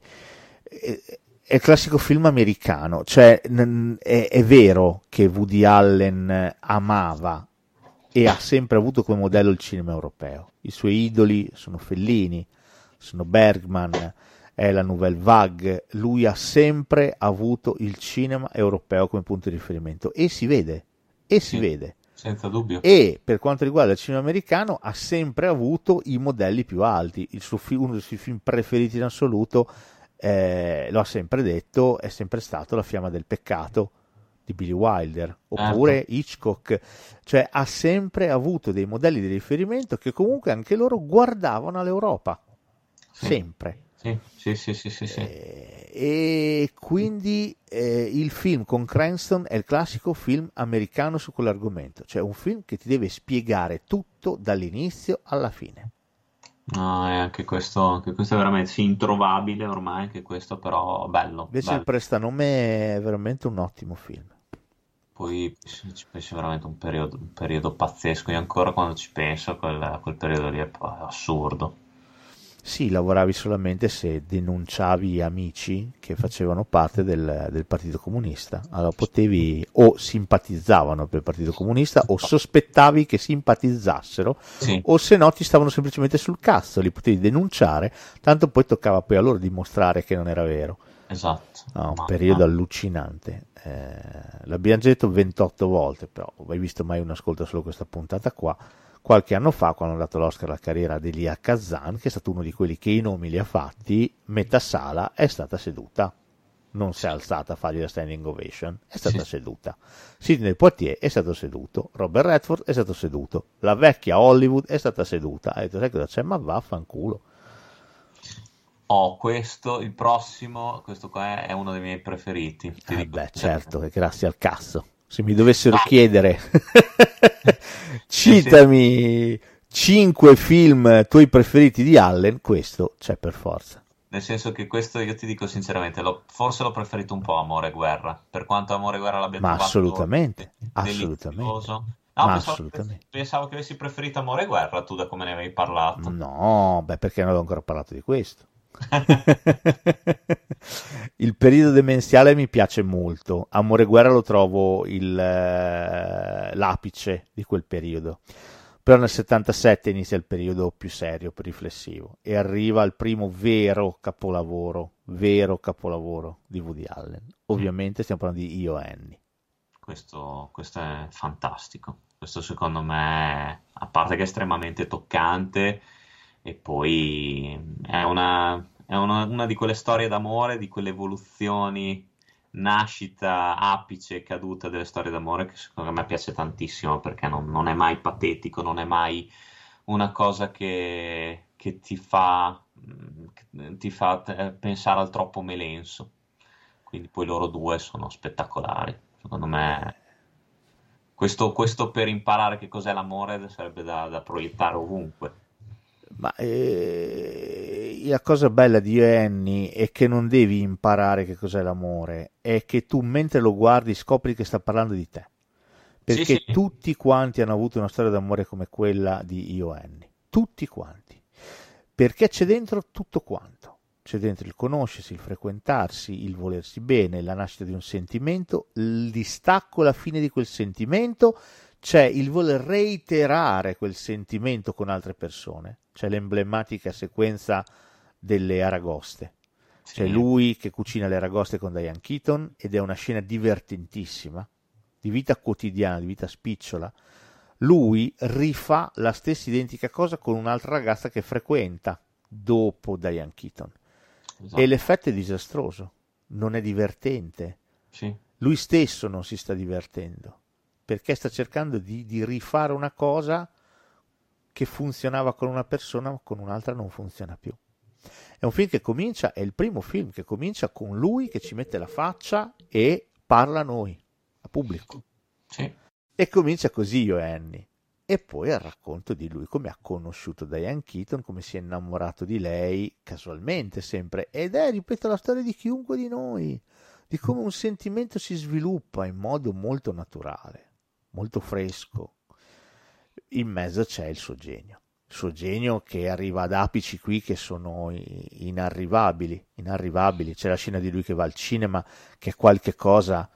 è, è il classico film americano, cioè n- è, è vero che Woody Allen amava e ha sempre avuto come modello il cinema europeo, i suoi idoli sono Fellini, sono Bergman, è la Nouvelle Vague, lui ha sempre avuto il cinema europeo come punto di riferimento e si vede, e si Sì, vede. senza dubbio. E per quanto riguarda il cinema americano ha sempre avuto i modelli più alti. Il suo fi- uno dei suoi film preferiti in assoluto, eh, lo ha sempre detto, è sempre stato La fiamma del peccato di Billy Wilder, oppure Certo. Hitchcock. Cioè ha sempre avuto dei modelli di riferimento che comunque anche loro guardavano all'Europa, Sì, sempre. sì, sì, sì, sì, sì, sì. Eh, e quindi eh, il film con Cranston è il classico film americano su quell'argomento, cioè un film che ti deve spiegare tutto dall'inizio alla fine. No, è anche questo, anche questo è veramente sì, introvabile ormai, anche questo, però bello, Invece il bello. prestanome è veramente un ottimo film. Poi ci ci penso veramente un periodo, un periodo pazzesco. Io ancora quando ci penso, a quel, a quel periodo lì è po- assurdo. Sì, lavoravi solamente se denunciavi amici che facevano parte del, del Partito Comunista. Allora potevi o simpatizzavano per il Partito Comunista o sospettavi che simpatizzassero Sì, o se no ti stavano semplicemente sul cazzo, li potevi denunciare, tanto poi toccava poi a loro dimostrare che non era vero. esatto. No, un Ma, periodo ma- allucinante. Eh, l'abbiamo già detto ventotto volte, però hai visto mai uno ascolta solo questa puntata qua? Qualche anno fa, quando hanno dato l'Oscar alla carriera di Elia Kazan, che è stato uno di quelli che i nomi li ha fatti, metà sala è stata seduta. Non si è alzata a fargli la standing ovation, è stata sì. seduta. Sidney Poitier è stato seduto, Robert Redford è stato seduto, la vecchia Hollywood è stata seduta. Ha detto, sai cosa c'è? Ma vaffanculo. Oh, questo, il prossimo, questo qua è uno dei miei preferiti. Ti Ah, dico beh, sinceramente. certo, che grazie al cazzo. Se mi dovessero No, chiedere, nel senso, citami cinque film tuoi preferiti di Allen, questo c'è per forza. nel senso che questo io ti dico sinceramente, l'ho- forse l'ho preferito un po' Amore e Guerra, per quanto Amore e Guerra l'abbia Ma trovato assolutamente, de- assolutamente, delizioso. No, ma pensavo che, assolutamente. pensavo che avessi preferito Amore e Guerra, tu da come ne avevi parlato. No, beh, perché non avevo ancora parlato di questo. Il periodo demenziale mi piace molto. Amore e Guerra lo trovo il, eh, l'apice di quel periodo. Però nel settantasette inizia il periodo più serio, più riflessivo e arriva il primo vero capolavoro, vero capolavoro di Woody Allen. Ovviamente stiamo parlando di Io e Annie. Questo, questo è fantastico. Questo secondo me, a parte che è estremamente toccante, e poi è una, è una, una di quelle storie d'amore, di quelle evoluzioni, nascita, apice, caduta delle storie d'amore che secondo me piace tantissimo perché non, non è mai patetico, non è mai una cosa che, che ti fa, mm, ti fa eh, pensare al troppo melenso. Quindi poi loro due sono spettacolari. Secondo me questo, questo per imparare che cos'è l'amore sarebbe da, da proiettare ovunque. Ma eh, la cosa bella di Annie è che non devi imparare che cos'è l'amore, è che tu mentre lo guardi scopri che sta parlando di te. Perché Sì, sì. tutti quanti hanno avuto una storia d'amore come quella di Io e Annie. Tutti quanti. Perché c'è dentro tutto quanto. C'è dentro il conoscersi, il frequentarsi, il volersi bene, la nascita di un sentimento, il distacco, la fine di quel sentimento, c'è il voler reiterare quel sentimento con altre persone. C'è l'emblematica sequenza delle aragoste. Sì. C'è lui che cucina le aragoste con Diane Keaton ed è una scena divertentissima, di vita quotidiana, di vita spicciola. Lui rifà la stessa identica cosa con un'altra ragazza che frequenta dopo Diane Keaton. Esatto. E l'effetto è disastroso, non è divertente. Sì. Lui stesso non si sta divertendo, perché sta cercando di, di rifare una cosa che funzionava con una persona, ma con un'altra non funziona più. È un film che comincia, è il primo film che comincia con lui che ci mette la faccia e parla a noi, a pubblico. Sì. E comincia così Io e Annie. E poi il racconto di lui, come ha conosciuto Diane Keaton, come si è innamorato di lei, casualmente sempre. Ed è, ripeto, la storia di chiunque di noi, di come un sentimento si sviluppa in modo molto naturale, molto fresco. In mezzo c'è il suo genio. Il suo genio che arriva ad apici qui che sono inarrivabili, inarrivabili. C'è la scena di lui che va al cinema, che è qualche cosa...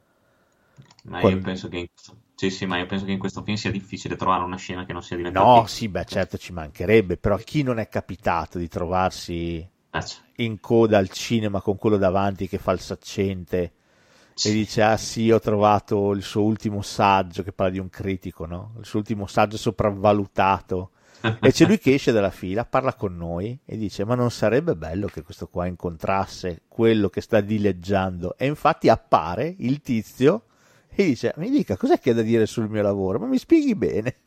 Ma Qual- io penso che in questo... Sì, sì, ma io penso che in questo film sia difficile trovare una scena che non sia diventata... No, sì, beh, certo ci mancherebbe, però a chi non è capitato di trovarsi Eh, cioè, in coda al cinema con quello davanti che fa il saccente sì. e dice, ah sì, ho trovato il suo ultimo saggio, che parla di un critico, no? Il suo ultimo saggio sopravvalutato. E c'è lui che esce dalla fila, parla con noi e dice, ma non sarebbe bello che questo qua incontrasse quello che sta dileggiando? E infatti appare il tizio e dice, mi dica, cos'è che ha da dire sul mio lavoro? Ma mi spieghi bene.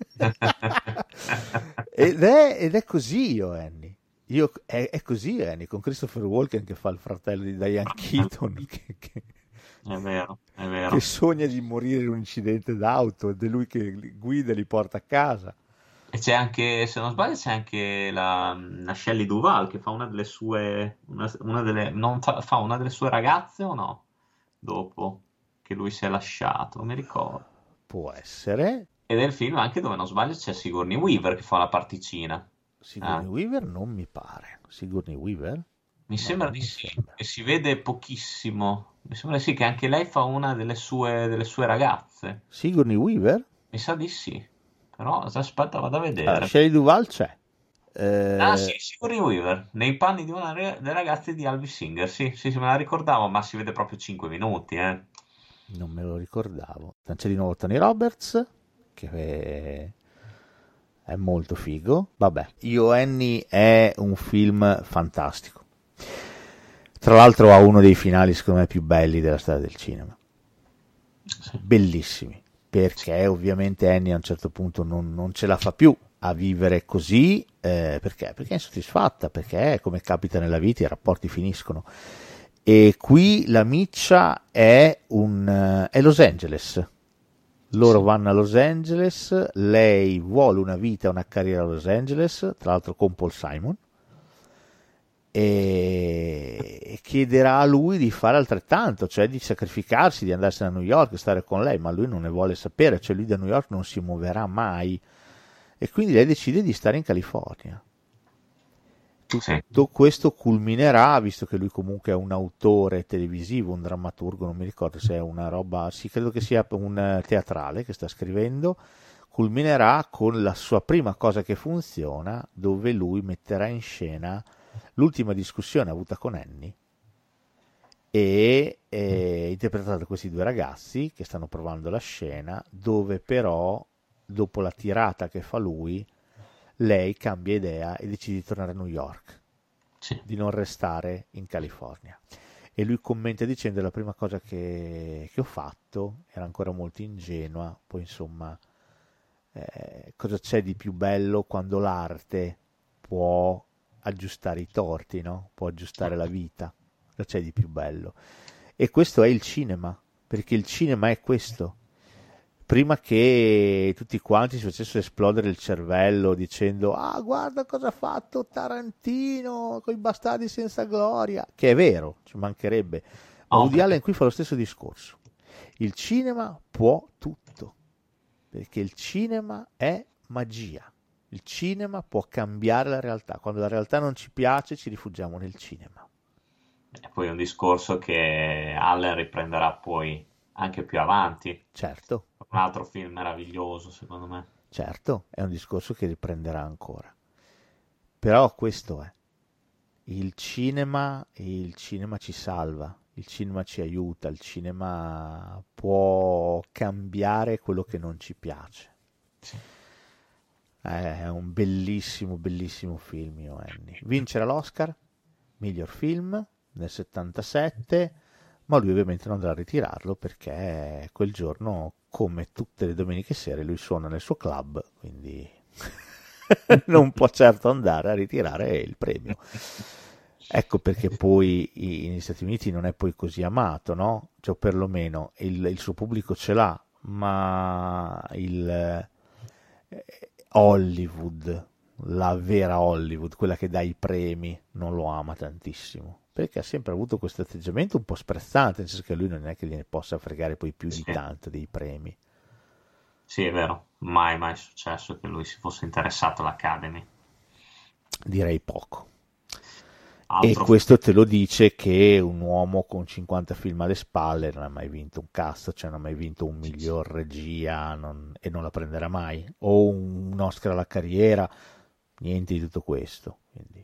ed, è, ed è così Io e Annie. Io, è, è così Annie, con Christopher Walken che fa il fratello di Diane Keaton, che, che, È vero, è vero. che sogna di morire in un incidente d'auto ed è lui che li guida e li porta a casa. E c'è anche, se non sbaglio, c'è anche la, la Shelley Duvall che fa una delle sue, una, una delle, non fa, fa una delle sue ragazze o no? Dopo che lui si è lasciato, non mi ricordo. Può essere. Ed è il film anche dove non sbaglio c'è Sigourney Weaver che fa la particina. Sigourney Ah. Weaver non mi pare. Sigourney Weaver? Mi No, sembra non di mi sì, sembra. e si vede pochissimo. Mi sembra di sì che anche lei fa una delle sue, delle sue ragazze. Sigourney Weaver? Mi sa di sì. Però aspetta, vado a Ah, vedere. Shelley Duvall c'è. Eh, Ah sì, Sigourney Weaver, nei panni di una re- delle ragazze di Alvy Singer. Sì, sì, sì, me la ricordavo, ma si vede proprio cinque minuti, eh. Non me lo ricordavo. C'è di nuovo Tony Roberts, che è, è molto figo. Vabbè, Io e Annie è un film fantastico. Tra l'altro ha uno dei finali, secondo me, più belli della storia del cinema. Sì. Bellissimi, perché ovviamente Annie a un certo punto non, non ce la fa più a vivere così, eh, perché? Perché è insoddisfatta, perché come capita nella vita i rapporti finiscono. E qui la miccia è, un, è Los Angeles. Loro Sì. vanno a Los Angeles, lei vuole una vita, una carriera a Los Angeles, tra l'altro con Paul Simon, e chiederà a lui di fare altrettanto, cioè di sacrificarsi, di andarsene a New York, stare con lei, ma lui non ne vuole sapere, cioè lui da New York non si muoverà mai, e quindi lei decide di stare in California. Sì. Tutto questo culminerà, visto che lui comunque è un autore televisivo, un drammaturgo, non mi ricordo se è una roba, sì, credo che sia un teatrale che sta scrivendo, culminerà con la sua prima cosa che funziona, dove lui metterà in scena l'ultima discussione avuta con Annie e è interpretata da questi due ragazzi che stanno provando la scena, dove però dopo la tirata che fa lui lei cambia idea e decide di tornare a New York, Sì. di non restare in California, e lui commenta dicendo la prima cosa che, che ho fatto era ancora molto ingenua, poi insomma eh, cosa c'è di più bello quando l'arte può aggiustare i torti, no? Può aggiustare la vita, cosa c'è di più bello? E questo è il cinema, perché il cinema è questo, prima che tutti quanti si facessero esplodere il cervello dicendo ah guarda cosa ha fatto Tarantino con i Bastardi senza gloria, che è vero, ci mancherebbe, ma Oh, Woody perché- Allen qui fa lo stesso discorso. Il cinema può tutto, perché il cinema è magia. Il cinema può cambiare la realtà. Quando la realtà non ci piace, ci rifugiamo nel cinema. E poi è un discorso che Allen riprenderà poi anche più avanti. Certo, Un altro film meraviglioso, secondo me. certo, è un discorso che riprenderà ancora. Però questo è. Il cinema, il cinema ci salva, il cinema ci aiuta, il cinema può cambiare quello che non ci piace. Sì. È un bellissimo, bellissimo film, io Annie. Vincerà l'Oscar, miglior film nel settantasette, ma lui ovviamente non andrà a ritirarlo perché quel giorno, come tutte le domeniche sere, lui suona nel suo club, quindi non può certo andare a ritirare il premio. Ecco perché poi negli Stati Uniti non è poi così amato, no? Cioè, perlomeno il, il suo pubblico ce l'ha, ma il eh, Hollywood, la vera Hollywood, quella che dà i premi, non lo ama tantissimo, perché ha sempre avuto questo atteggiamento un po' sprezzante, nel senso che lui non è che gliene possa fregare poi più di Sì. tanto dei premi. Sì, è vero, mai mai è successo che lui si fosse interessato all'Academy. Direi poco. Altro E questo te lo dice che un uomo con cinquanta film alle spalle non ha mai vinto un cast, cioè non ha mai vinto un miglior regia non- e non la prenderà mai, o un, un Oscar alla carriera, niente di tutto questo. Quindi,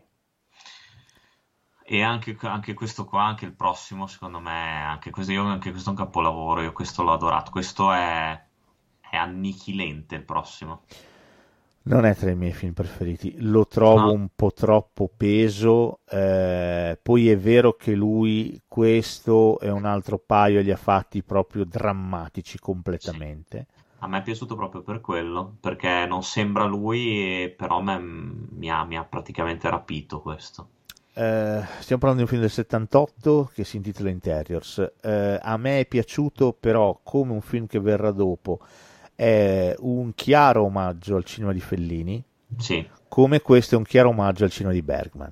E anche, anche questo qua, anche il prossimo, secondo me, anche questo, io, anche questo è un capolavoro, io questo l'ho adorato. Questo è, è annichilente il prossimo. non è tra i miei film preferiti, lo trovo No, un po' troppo peso, eh, poi è vero che lui questo e un altro paio li ha fatti proprio drammatici sì. completamente. A me è piaciuto proprio per quello, perché non sembra lui, e però me- mi ha, mi ha praticamente rapito questo. Eh, stiamo parlando di un film del settantotto che si intitola Interiors. Eh, a me è piaciuto, però, come un film che verrà dopo, è un chiaro omaggio al cinema di Fellini, Sì, come questo è un chiaro omaggio al cinema di Bergman.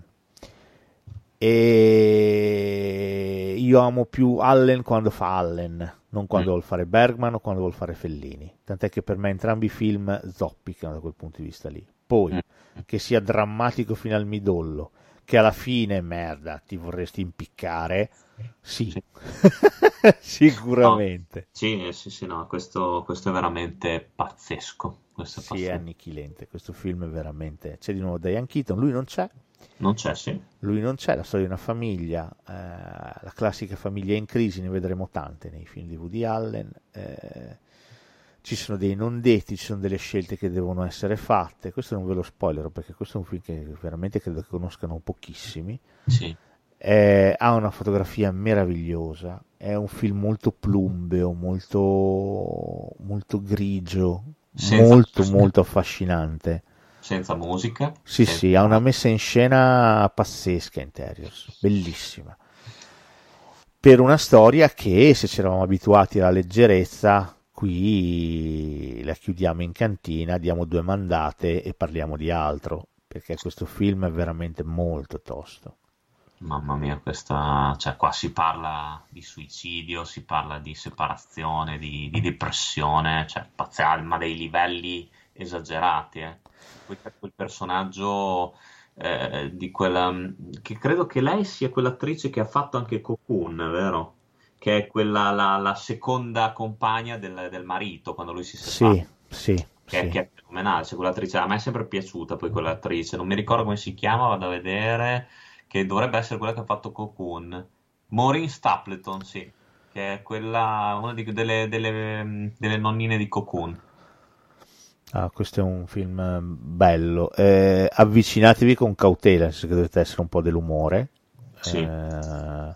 E io amo più Allen quando fa Allen, non quando mm, vuol fare Bergman o quando vuol fare Fellini. Tant'è che per me entrambi i film zoppicano da quel punto di vista lì. Poi, mm. che sia drammatico fino al midollo, che alla fine, merda, ti vorresti impiccare, sì, Sì. No, sicuramente. sì, sì, sì, no, questo, questo è veramente pazzesco. Questo è Sì, è pazzesco. annichilente, questo film è veramente... C'è di nuovo Diane Keaton, lui non c'è, Non c'è, sì. lui non c'è, la storia di una famiglia, eh, la classica famiglia in crisi, ne vedremo tante nei film di Woody Allen, eh, ci sono dei non detti, ci sono delle scelte che devono essere fatte, questo non ve lo spoilerò perché questo è un film che veramente credo che conoscano pochissimi. Sì, Eh, ha una fotografia meravigliosa, è un film molto plumbeo, molto, molto grigio, senza molto musica, molto affascinante. senza musica, Sì, sì, ha una senza... messa in scena pazzesca Interiors, bellissima. Per una storia che, se ci eravamo abituati alla leggerezza, qui la chiudiamo in cantina, diamo due mandate e parliamo di altro, perché questo film è veramente molto tosto. Mamma mia, questa... cioè qua si parla di suicidio, si parla di separazione, di, di depressione, cioè pazzesco, ma dei livelli esagerati, eh. Poi c'è quel personaggio eh, di quella... che credo che lei sia quell'attrice che ha fatto anche Cocoon, vero? Che è quella, la, la seconda compagna del, del marito quando lui si separa, Sì, sì, che, è- sì. che è fenomenale, cioè quell'attrice, a me è sempre piaciuta poi quell'attrice, non mi ricordo come si chiama, vado a vedere, che dovrebbe essere quella che ha fatto Cocoon. Maureen Stapleton, sì, che è quella, una di- delle, delle, delle nonnine di Cocoon. Ah, questo è un film eh, bello. Eh, avvicinatevi con cautela, nel senso che dovete essere un po' dell'umore. Sì, Eh,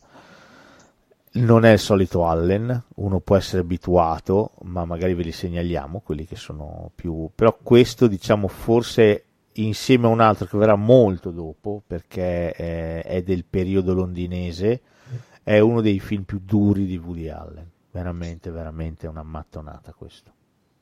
non è il solito Allen, uno può essere abituato, ma magari ve li segnaliamo, quelli che sono più... Però questo, diciamo, forse insieme a un altro che verrà molto dopo, perché eh, è del periodo londinese, è uno dei film più duri di Woody Allen. Veramente, veramente una mattonata questo.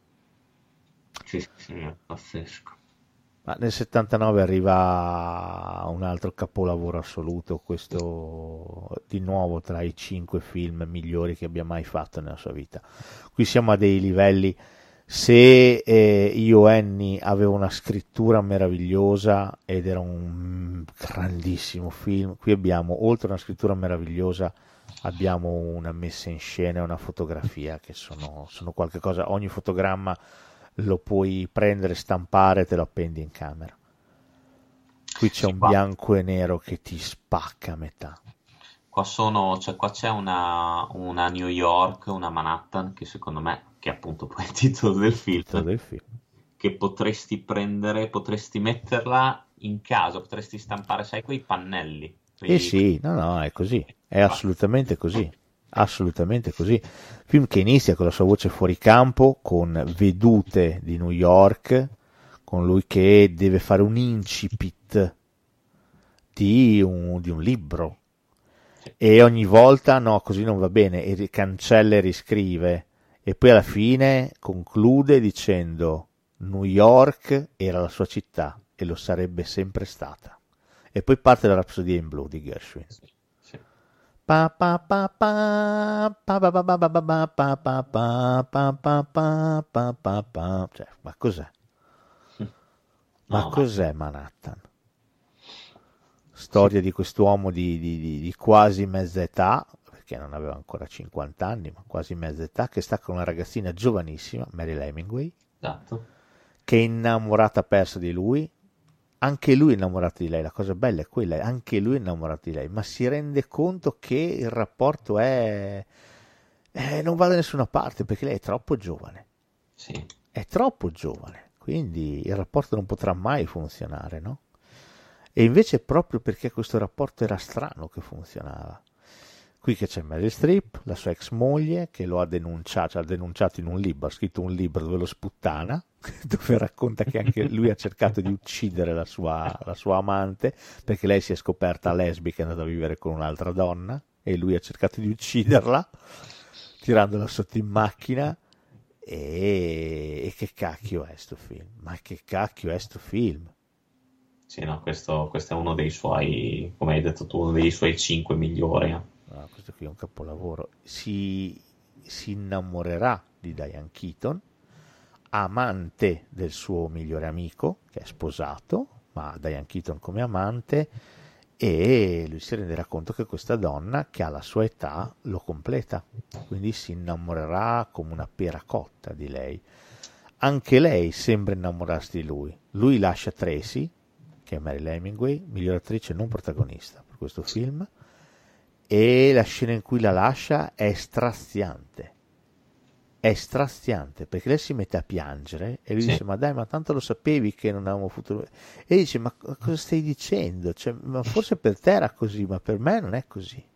Sì, sì, sì, è pazzesco. Ma nel settantanove arriva un altro capolavoro assoluto, questo di nuovo tra i cinque film migliori che abbia mai fatto nella sua vita. Qui siamo a dei livelli. Se eh, io Annie avevo una scrittura meravigliosa ed era un grandissimo film, qui abbiamo, oltre a una scrittura meravigliosa, abbiamo una messa in scena e una fotografia che sono, sono qualche cosa. Ogni fotogramma lo puoi prendere, stampare e te lo appendi in camera. Qui c'è Sì, un qua, bianco e nero che ti spacca a metà. qua sono, cioè qua c'è una, una New York, una Manhattan, che secondo me, che è appunto poi il titolo del Il titolo film, del film. che potresti prendere, potresti metterla in casa, potresti stampare, sai, quei pannelli, Eh quei, sì, no, no, è così, è qua. assolutamente così, assolutamente così. Film che inizia con la sua voce fuori campo, con vedute di New York, con lui che deve fare un incipit di un, di un libro Sì, e ogni volta no, così non va bene, e ri- cancella e riscrive e poi alla fine conclude dicendo New York era la sua città e lo sarebbe sempre stata. E poi parte la Rapsodia in blu di Gershwin. sì, sì. Pa pa pa pa pa pa pa pa pa pa pa pa pa pa pa pa pa pa pa. Cioè, ma cos'è? Ma No, ma cos'è Manhattan? Storia di quest'uomo di, di, di, di quasi mezza età, perché non aveva ancora cinquanta anni, ma quasi mezza età, che sta con una ragazzina giovanissima, Mary Hemingway, esatto. che è innamorata persa di lui. Anche lui è innamorato di lei, la cosa bella è quella, anche lui è innamorato di lei, ma si rende conto che il rapporto è, eh, non va da nessuna parte perché lei è troppo giovane, Sì. è troppo giovane, quindi il rapporto non potrà mai funzionare, no? E invece è proprio perché questo rapporto era strano che funzionava. Qui che c'è Meryl Streep, la sua ex moglie, che lo ha denunciato, ha denunciato in un libro, ha scritto un libro dove lo sputtana, dove racconta che anche lui ha cercato di uccidere la sua, la sua amante, perché lei si è scoperta lesbica e è andata a vivere con un'altra donna, e lui ha cercato di ucciderla, tirandola sotto in macchina, e, e che cacchio è sto film? Ma che cacchio è sto film? Sì, no, questo, questo è uno dei suoi, come hai detto tu, uno dei suoi cinque migliori. eh. Ah, questo qui è un capolavoro. Si, si innamorerà di Diane Keaton, amante del suo migliore amico, che è sposato, ma Diane Keaton come amante, e lui si renderà conto che questa donna, che ha la sua età, lo completa. Quindi si innamorerà come una pera cotta di lei. Anche lei sembra innamorarsi di lui. Lui lascia Tracy, che è Mary Hemingway, miglior attrice non protagonista per questo film, e la scena in cui la lascia è straziante, è straziante perché lei si mette a piangere e lui Sì. dice ma dai, ma tanto lo sapevi che non avevamo futuro, e dice ma cosa stai dicendo, cioè, ma forse per te era così ma per me non è così.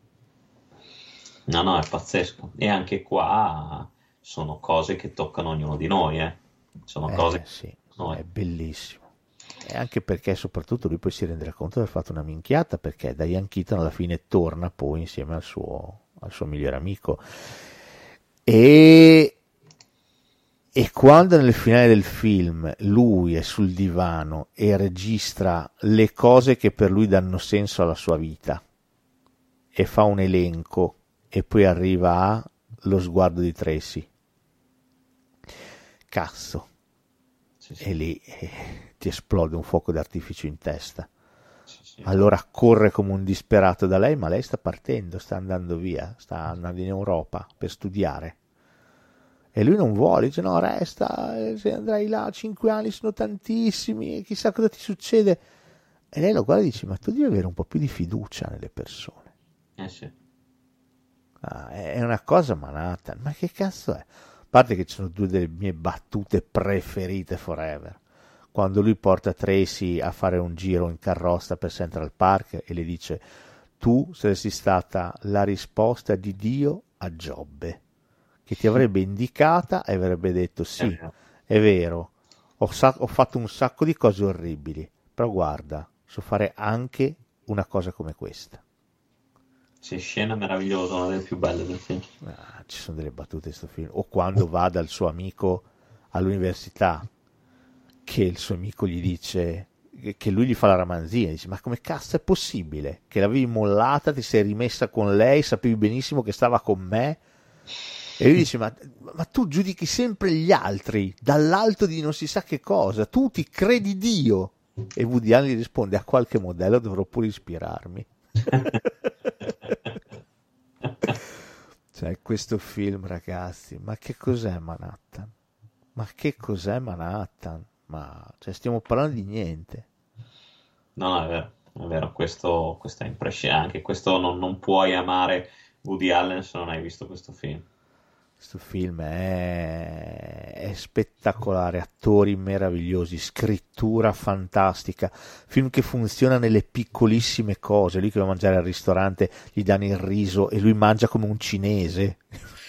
No, no, è pazzesco. E anche qua sono cose che toccano ognuno di noi, eh. Sono cose Eh che sì, toccano è noi. bellissimo. E anche perché soprattutto lui poi si renderà conto di aver fatto una minchiata, perché Diane Keaton alla fine torna poi insieme al suo, al suo migliore amico. E, e quando nel finale del film lui è sul divano e registra le cose che per lui danno senso alla sua vita e fa un elenco e poi arriva allo sguardo di Tracy, cazzo, Sì, e sì, lì eh, ti esplode un fuoco d'artificio in testa. sì, sì. Allora corre come un disperato da lei, ma lei sta partendo, sta andando via, sta andando in Europa per studiare. E lui non vuole, dice no, resta, eh, se andrai là, cinque anni sono tantissimi, chissà cosa ti succede. E lei lo guarda e dice, ma tu devi avere un po' più di fiducia nelle persone. Eh sì. Ah, è una cosa Manhattan, ma che cazzo è? A parte che ci sono due delle mie battute preferite forever. Quando lui porta Tracy a fare un giro in carrozza per Central Park e le dice tu saresti stata la risposta di Dio a Giobbe, che ti avrebbe indicata e avrebbe detto È sì, vero. è vero, ho, sa- ho fatto un sacco di cose orribili, però guarda, so fare anche una cosa come questa. Sì, scena meravigliosa, una delle più belle del film. Ah, ci sono delle battute in questo film. O quando va dal suo amico all'università che il suo amico gli dice, che lui gli fa la ramanzina, dice: ma come cazzo è possibile che l'avevi mollata, ti sei rimessa con lei, sapevi benissimo che stava con me? E lui dice: ma, ma tu giudichi sempre gli altri dall'alto di non si sa che cosa, tu ti credi Dio? E Woody Allen gli risponde: a qualche modello dovrò pure ispirarmi. Cioè, questo film, ragazzi, ma che cos'è Manhattan? Ma che cos'è Manhattan? Ma cioè, stiamo parlando di niente. No, no, è vero, è vero, questo, questo è impressionante, anche questo non, non puoi amare Woody Allen se non hai visto questo film. Questo film è, è spettacolare, attori meravigliosi, scrittura fantastica, film che funziona nelle piccolissime cose. Lui che va a mangiare al ristorante, gli danno il riso e lui mangia come un cinese,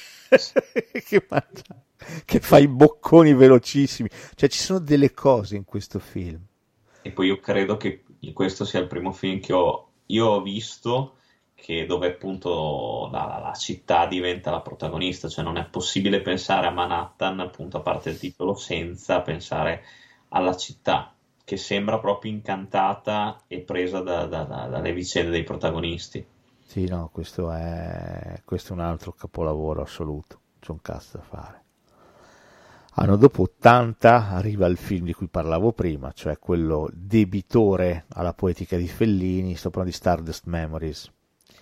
che, mangia, che fa i bocconi velocissimi. Cioè, ci sono delle cose in questo film. E poi io credo che questo sia il primo film che ho, io ho visto che dove appunto la, la città diventa la protagonista, cioè non è possibile pensare a Manhattan, appunto, a parte il titolo, senza pensare alla città, che sembra proprio incantata e presa da, da, da, dalle vicende dei protagonisti. Sì, no, questo è, questo è un altro capolavoro assoluto, c'è un cazzo da fare. Anno dopo ottanta arriva il film di cui parlavo prima, cioè quello debitore alla poetica di Fellini, sto parlando di Stardust Memories.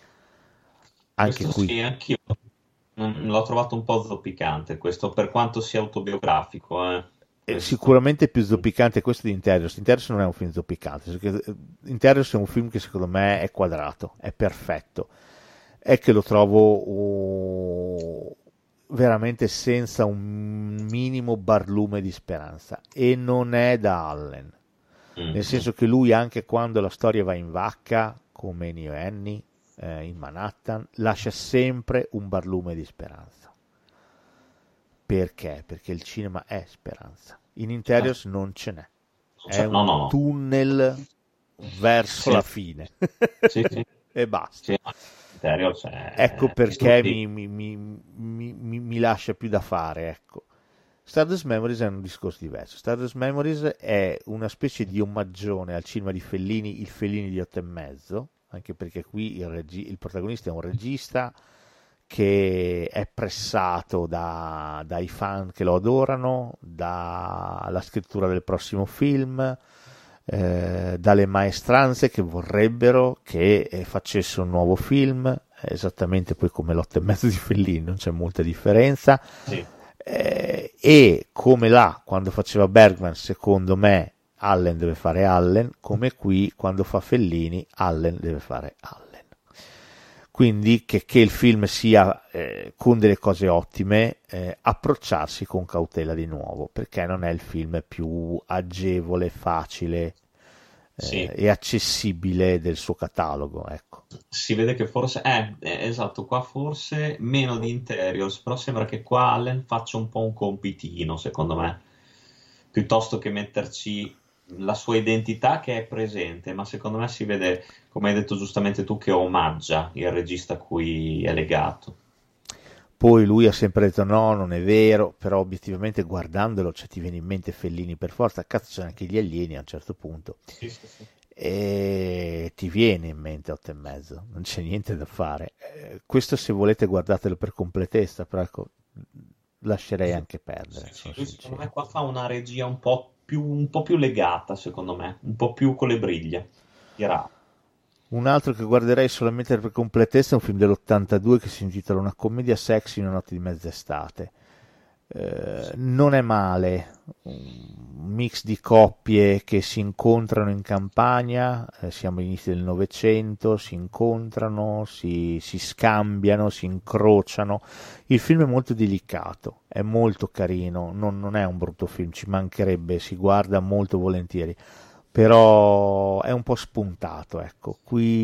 Anche questo qui. Sì, anch'io l'ho trovato un po' zoppicante, questo, per quanto sia autobiografico. Eh. È sicuramente più zoppicante questo di Interiors. Interiors non è un film zoppicante, Interiors è un film che secondo me è quadrato, è perfetto. È che lo trovo uh, veramente senza un minimo barlume di speranza, e non è da Allen, mm-hmm. nel senso che lui, anche quando la storia va in vacca, come Neo e Annie, Eh, in Manhattan, lascia sempre un barlume di speranza. Perché? Perché il cinema è speranza. In Interiors no. non ce n'è. È un no, no, no. tunnel verso sì. la fine. Sì, sì. E basta. Sì. Interiors è... Ecco perché mi, mi, mi, mi, mi, mi lascia più da fare. Ecco. Stardust Memories è un discorso diverso. Stardust Memories è una specie di omaggione al cinema di Fellini, il Fellini di otto e mezzo, anche perché qui il, regi- il protagonista è un regista che è pressato da, dai fan che lo adorano, dalla scrittura del prossimo film, eh, dalle maestranze che vorrebbero che eh, facesse un nuovo film, esattamente poi come l'otto e mezzo di Fellini, non c'è molta differenza. Sì. Eh, e come là, quando faceva Bergman, secondo me Allen deve fare Allen, come qui quando fa Fellini Allen deve fare Allen. Quindi che, che il film sia eh, con delle cose ottime, eh, approcciarsi con cautela di nuovo, perché non è il film più agevole, facile eh, sì. e accessibile del suo catalogo, ecco. Si vede che forse eh, esatto, qua forse meno di Interiors, però sembra che qua Allen faccia un po' un compitino, secondo me, piuttosto che metterci la sua identità, che è presente, ma secondo me si vede, come hai detto giustamente tu, che omaggia il regista a cui è legato. Poi lui ha sempre detto no, non è vero, però obiettivamente guardandolo, cioè, ti viene in mente Fellini per forza, cazzo, c'è anche gli alieni a un certo punto, sì, sì, sì. E ti viene in mente otto e mezzo, non c'è niente da fare. Eh, questo, se volete, guardatelo per completezza, però ecco, lascerei anche perdere. Sì, sì, lui, secondo me qua fa una regia un po' più, un po' più legata, secondo me, un po' più con le briglie. Dirà. Un altro che guarderei solamente per completezza è un film dell'ottantadue che si intitola Una commedia sexy in una notte di mezz'estate. Eh, non è male, un mix di coppie che si incontrano in campagna, eh, siamo all'inizio del Novecento, si incontrano, si, si scambiano, si incrociano. Il film è molto delicato, è molto carino, non, non è un brutto film, ci mancherebbe, si guarda molto volentieri, però è un po' spuntato, ecco.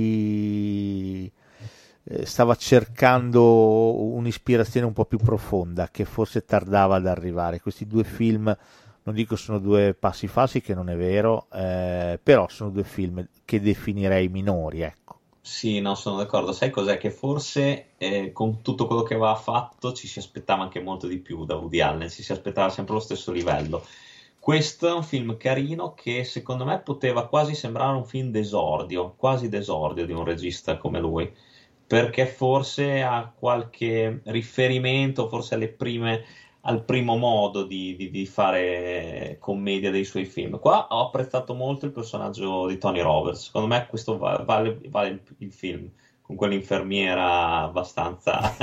Qui stava cercando un'ispirazione un po' più profonda che forse tardava ad arrivare. Questi due film, non dico sono due passi falsi, che non è vero, eh, però sono due film che definirei minori, ecco. Sì, no, sono d'accordo. Sai cos'è? Che forse eh, con tutto quello che aveva fatto ci si aspettava anche molto di più da Woody Allen, ci si aspettava sempre lo stesso livello. Questo è un film carino che secondo me poteva quasi sembrare un film d'esordio, quasi d'esordio di un regista come lui, perché forse ha qualche riferimento, forse alle prime, al primo modo di, di- di fare commedia dei suoi film. Qua ho apprezzato molto il personaggio di Tony Roberts, secondo me questo va- vale, vale il, il film, con quell'infermiera abbastanza...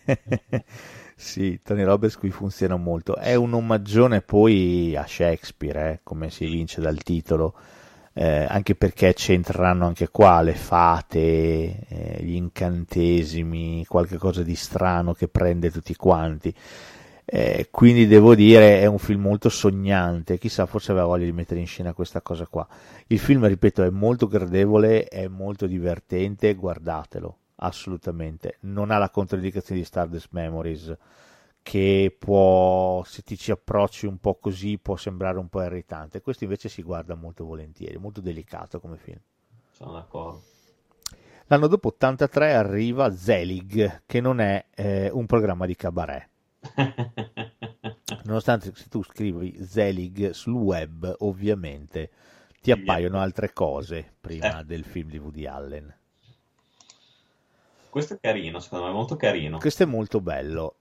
Sì, Tony Roberts qui funziona molto. È un omaggione poi a Shakespeare, eh, come si evince dal titolo, eh, anche perché c'entreranno anche qua le fate, eh, gli incantesimi, qualche cosa di strano che prende tutti quanti. Eh, quindi devo dire è un film molto sognante, chissà, forse aveva voglia di mettere in scena questa cosa qua. Il film, ripeto, è molto gradevole, è molto divertente, guardatelo. Assolutamente, non ha la controindicazione di Stardust Memories, che può, se ti ci approcci un po' così, può sembrare un po' irritante. Questo invece si guarda molto volentieri, molto delicato come film. Sono d'accordo. L'anno dopo, ottantatré, arriva Zelig, che non è eh, un programma di cabaret. Nonostante se tu scrivi Zelig sul web, ovviamente ti appaiono altre cose prima Eh. del film di Woody Allen. Questo è carino, secondo me, molto carino. Questo è molto bello,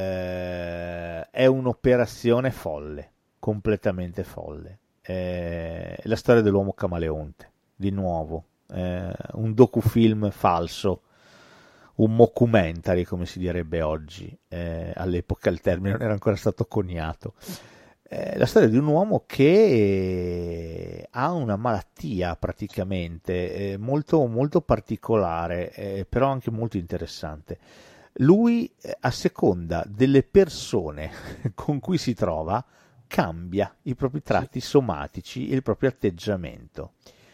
eh, è un'operazione folle, completamente folle. Eh, è la storia dell'uomo camaleonte, di nuovo, eh, un docufilm falso, un mockumentary come si direbbe oggi, eh, all'epoca il termine non era ancora stato coniato. Eh, la storia di un uomo che ha una malattia praticamente eh, molto, molto particolare, eh, però anche molto interessante. Lui, eh, a seconda delle persone con cui si trova, cambia i propri tratti somatici e il proprio atteggiamento.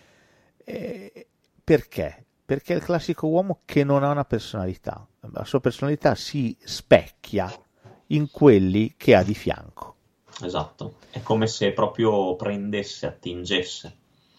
Eh, perché? Perché è il classico uomo che non ha una personalità. La sua personalità si specchia in quelli che ha di fianco. Esatto, è come se proprio prendesse, attingesse.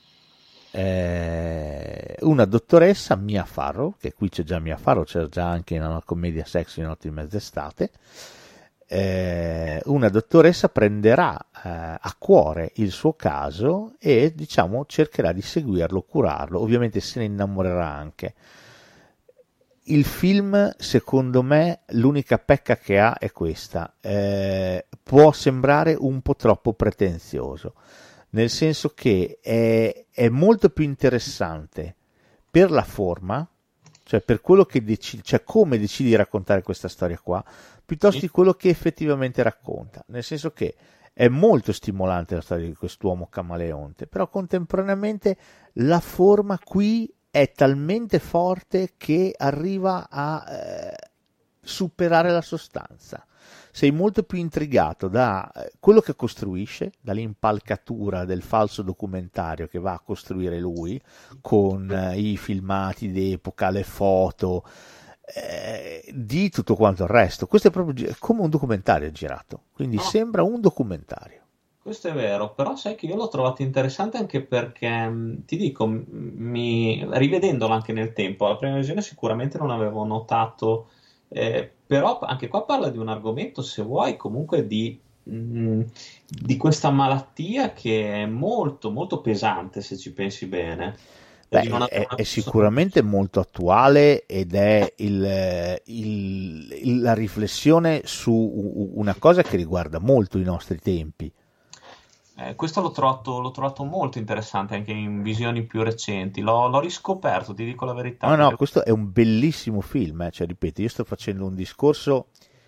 Eh, una dottoressa, Mia Farrow, che qui c'è già Mia Farrow, c'è già anche in una commedia sexy Notte di mezz'estate, eh, una dottoressa prenderà eh, a cuore il suo caso e, diciamo, cercherà di seguirlo, curarlo, ovviamente se ne innamorerà anche. Il film, secondo me, l'unica pecca che ha è questa, eh, può sembrare un po' troppo pretenzioso, nel senso che è, è molto più interessante per la forma, cioè per quello che decidi, cioè come decidi di raccontare questa storia qua, piuttosto di quello che effettivamente racconta, nel senso che è molto stimolante la storia di quest'uomo camaleonte, però contemporaneamente la forma qui è talmente forte che arriva a eh, superare la sostanza. Sei molto più intrigato da eh, quello che costruisce, dall'impalcatura del falso documentario che va a costruire lui, con eh, i filmati d'epoca, le foto, eh, di tutto quanto il resto. Questo è proprio gi- come un documentario girato, quindi No. sembra un documentario. Questo è vero, però sai che io l'ho trovato interessante anche perché, mh, ti dico, m- mi, rivedendolo anche nel tempo, alla prima visione sicuramente non avevo notato, eh, però anche qua parla di un argomento, se vuoi, comunque di, mh, di questa malattia che è molto, molto pesante, se ci pensi bene. Beh, Di non avere è, una è persona- sicuramente molto attuale ed è il- il- il- la riflessione su u- una cosa che riguarda molto i nostri tempi. Eh, questo l'ho trovato, l'ho trovato molto interessante anche in visioni più recenti, l'ho, l'ho riscoperto, ti dico la verità. No, no, perché- questo è un bellissimo film, eh. Cioè, ripeto, io sto facendo un discorso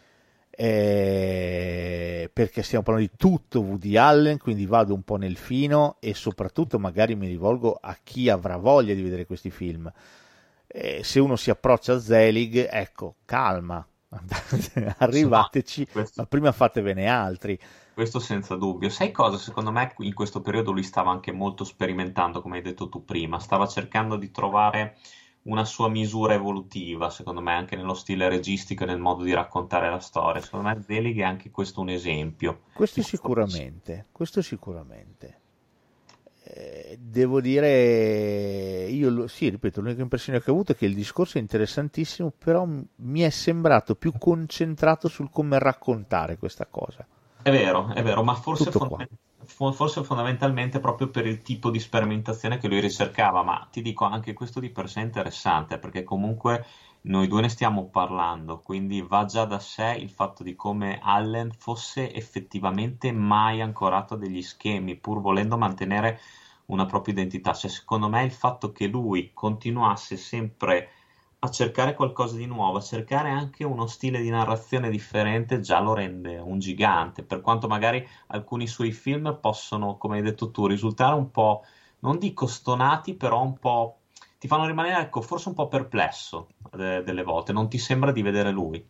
eh, perché stiamo parlando di tutto Woody Allen, quindi vado un po' nel fino e soprattutto magari mi rivolgo a chi avrà voglia di vedere questi film. Eh, se uno si approccia a Zelig, ecco, calma, arrivateci, questo- ma prima fatevene altri. Questo senza dubbio. Sai cosa? Secondo me in questo periodo lui stava anche molto sperimentando, come hai detto tu prima, stava cercando di trovare una sua misura evolutiva, secondo me, anche nello stile registico e nel modo di raccontare la storia. Secondo me Zelig è anche questo un esempio. Questo sicuramente, questo sicuramente. Eh, devo dire, io lo- sì, ripeto, l'unica impressione che ho avuto è che il discorso è interessantissimo, però m- mi è sembrato più concentrato sul come raccontare questa cosa. È vero, è vero, ma forse Tutto fonda- qua. forse fondamentalmente proprio per il tipo di sperimentazione che lui ricercava, ma ti dico anche questo di per sé è interessante, perché comunque noi due ne stiamo parlando, quindi va già da sé il fatto di come Allen fosse effettivamente mai ancorato a degli schemi, pur volendo mantenere una propria identità. Cioè, secondo me il fatto che lui continuasse sempre a cercare qualcosa di nuovo, a cercare anche uno stile di narrazione differente, già lo rende un gigante, per quanto magari alcuni suoi film possono, come hai detto tu, risultare un po', non dico stonati, però un po', ti fanno rimanere, ecco, forse un po' perplesso de- delle volte, non ti sembra di vedere lui.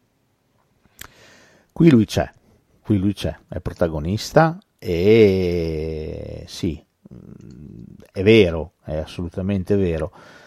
Qui lui c'è, qui lui c'è, è protagonista e sì, è vero, è assolutamente vero.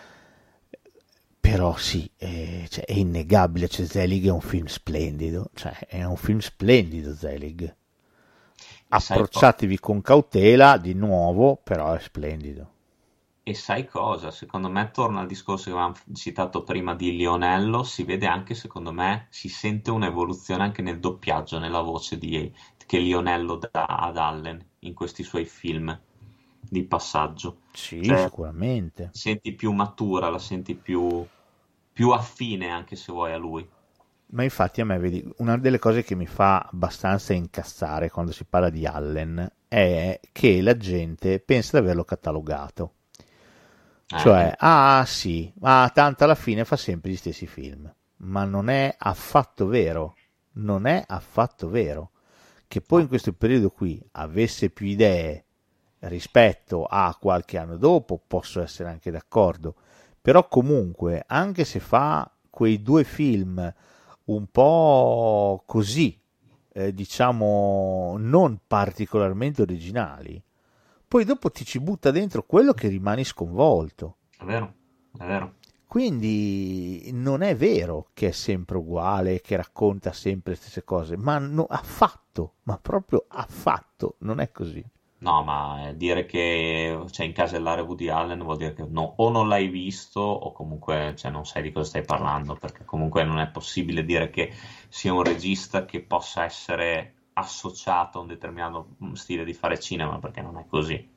Però sì, è, cioè, è innegabile, cioè, Zelig è un film splendido, cioè è un film splendido Zelig. Approcciatevi con cautela, di nuovo, però è splendido. E sai cosa? Secondo me torna al discorso che avevamo citato prima di Lionello, si vede anche, secondo me, si sente un'evoluzione anche nel doppiaggio, nella voce di, che Lionello dà ad Allen in questi suoi film di passaggio. Sì, cioè, sicuramente. Senti più matura, la senti più... più affine anche se vuoi a lui. Ma infatti a me, vedi, una delle cose che mi fa abbastanza incazzare quando si parla di Allen è che la gente pensa di averlo catalogato. Eh. Cioè, ah sì, ma tanto alla fine fa sempre gli stessi film. Ma non è affatto vero. Non è affatto vero. Che poi in questo periodo qui avesse più idee rispetto a qualche anno dopo, posso essere anche d'accordo. Però comunque, anche se fa quei due film un po' così, eh, diciamo, non particolarmente originali, poi dopo ti ci butta dentro quello che rimani sconvolto. È vero, è vero. Quindi non è vero che è sempre uguale, che racconta sempre le stesse cose, ma no, affatto, ma proprio affatto, non è così. No, ma dire che c'è in casellare Woody Allen vuol dire che no, o non l'hai visto o comunque cioè, non sai di cosa stai parlando, perché comunque non è possibile dire che sia un regista che possa essere associato a un determinato stile di fare cinema, perché non è così.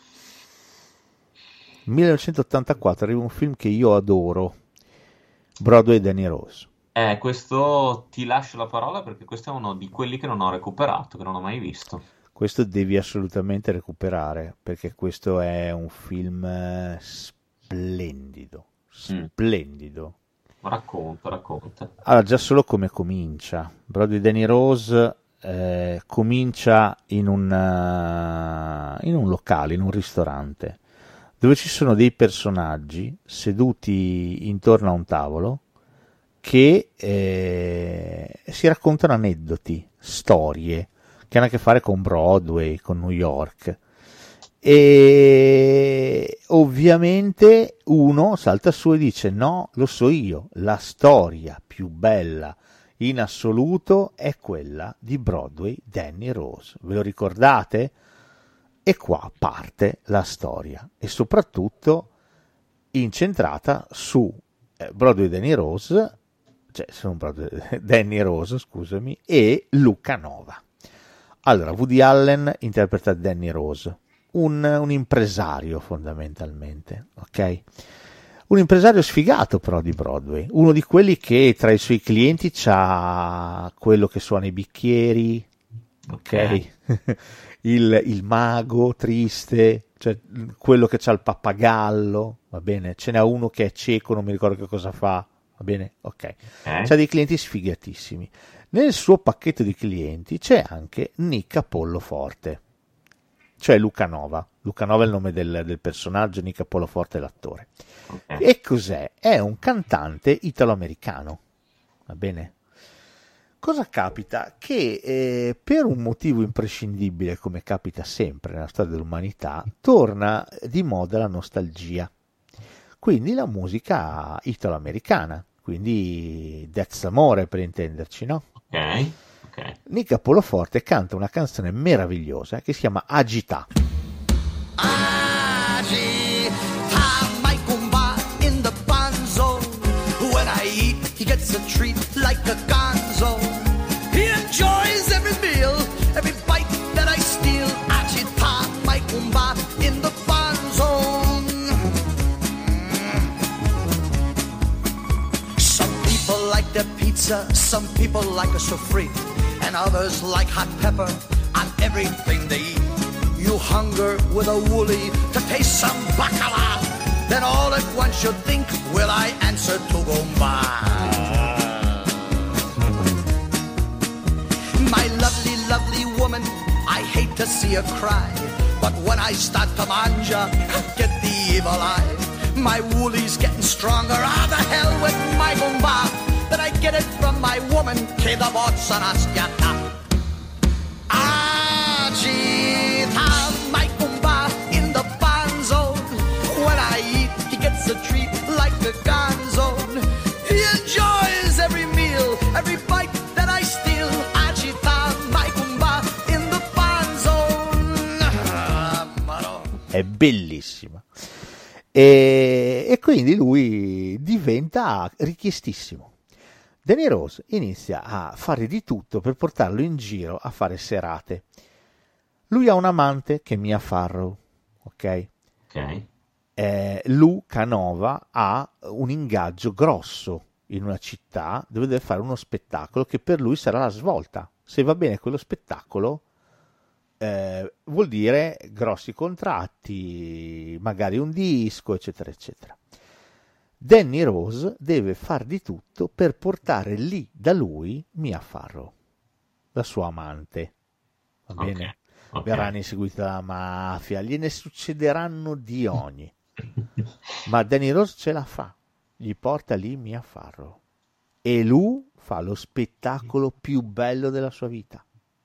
millenovecentottantaquattro arriva un film che io adoro, Broadway Danny Rose. Eh, questo ti lascio la parola perché questo è uno di quelli che non ho recuperato, che non ho mai visto. Questo devi assolutamente recuperare, perché questo è un film splendido, splendido. Mm. Racconta, racconta. Allora, già solo come comincia. Broadway Danny Rose eh, comincia in un, uh, in un locale, in un ristorante, dove ci sono dei personaggi seduti intorno a un tavolo che eh, si raccontano aneddoti, storie, che hanno a che fare con Broadway, con New York, e ovviamente uno salta su e dice no, lo so io, la storia più bella in assoluto è quella di Broadway Danny Rose, ve lo ricordate? E qua parte la storia, e soprattutto incentrata su eh, Broadway Danny Rose, cioè sono Broadway, Danny Rose, scusami, e Luca Nova. Allora, Woody Allen interpreta Danny Rose, un, un impresario fondamentalmente, ok? Un impresario sfigato però di Broadway, uno di quelli che tra i suoi clienti c'ha quello che suona i bicchieri, ok? il, il mago triste, cioè quello che c'ha il pappagallo, va bene? Ce n'è uno che è cieco, non mi ricordo che cosa fa, va bene? Ok. Eh? C'ha dei clienti sfigatissimi. Nel suo pacchetto di clienti c'è anche Nick Apolloforte, cioè Luca Nova. Luca Nova è il nome del, del personaggio, Nick Apolloforte è l'attore. Okay. E cos'è? È un cantante italo-americano, va bene? Cosa capita? Che eh, per un motivo imprescindibile, come capita sempre nella storia dell'umanità, torna di moda la nostalgia. Quindi la musica italo-americana, quindi That's Amore per intenderci, no? Ok, ok. Nick Apolloforte canta una canzone meravigliosa che si chiama Agita. Agita, my Goomba in the bonzo. When I eat, he gets a treat like a gonzo. He enjoys every meal, every bite that I steal. Agita. in the fun zone. Some people like their pizza, some people like a sofrito, and others like hot pepper on everything they eat. You hunger with a woolly to taste some bacala, then all at once you think, will I answer to go by? My lovely, lovely woman, I hate to see her cry, but when I start to manja, get the evil eye. My woolly's getting stronger, ah, the hell with my gumba, that I get it from my woman, che da bozza na schiatta. Agita my gumba in the fun zone, when I eat, he gets a treat like the gonzo. He enjoys every meal, every bite that I steal. È bellissima. E, e quindi lui diventa richiestissimo. Danny Rose inizia a fare di tutto per portarlo in giro a fare serate. Lui ha un amante che è Mia Farrow, ok? Ok. Eh, Lou Canova ha un ingaggio grosso in una città dove deve fare uno spettacolo che per lui sarà la svolta. Se va bene quello spettacolo, Eh, vuol dire grossi contratti, magari un disco, eccetera, eccetera. Danny Rose deve far di tutto per portare lì da lui Mia Farrow, la sua amante. Va Okay, bene? okay. Verranno inseguiti dalla mafia, gliene succederanno di ogni. Ma Danny Rose ce la fa, gli porta lì Mia Farrow e lui fa lo spettacolo più bello della sua vita.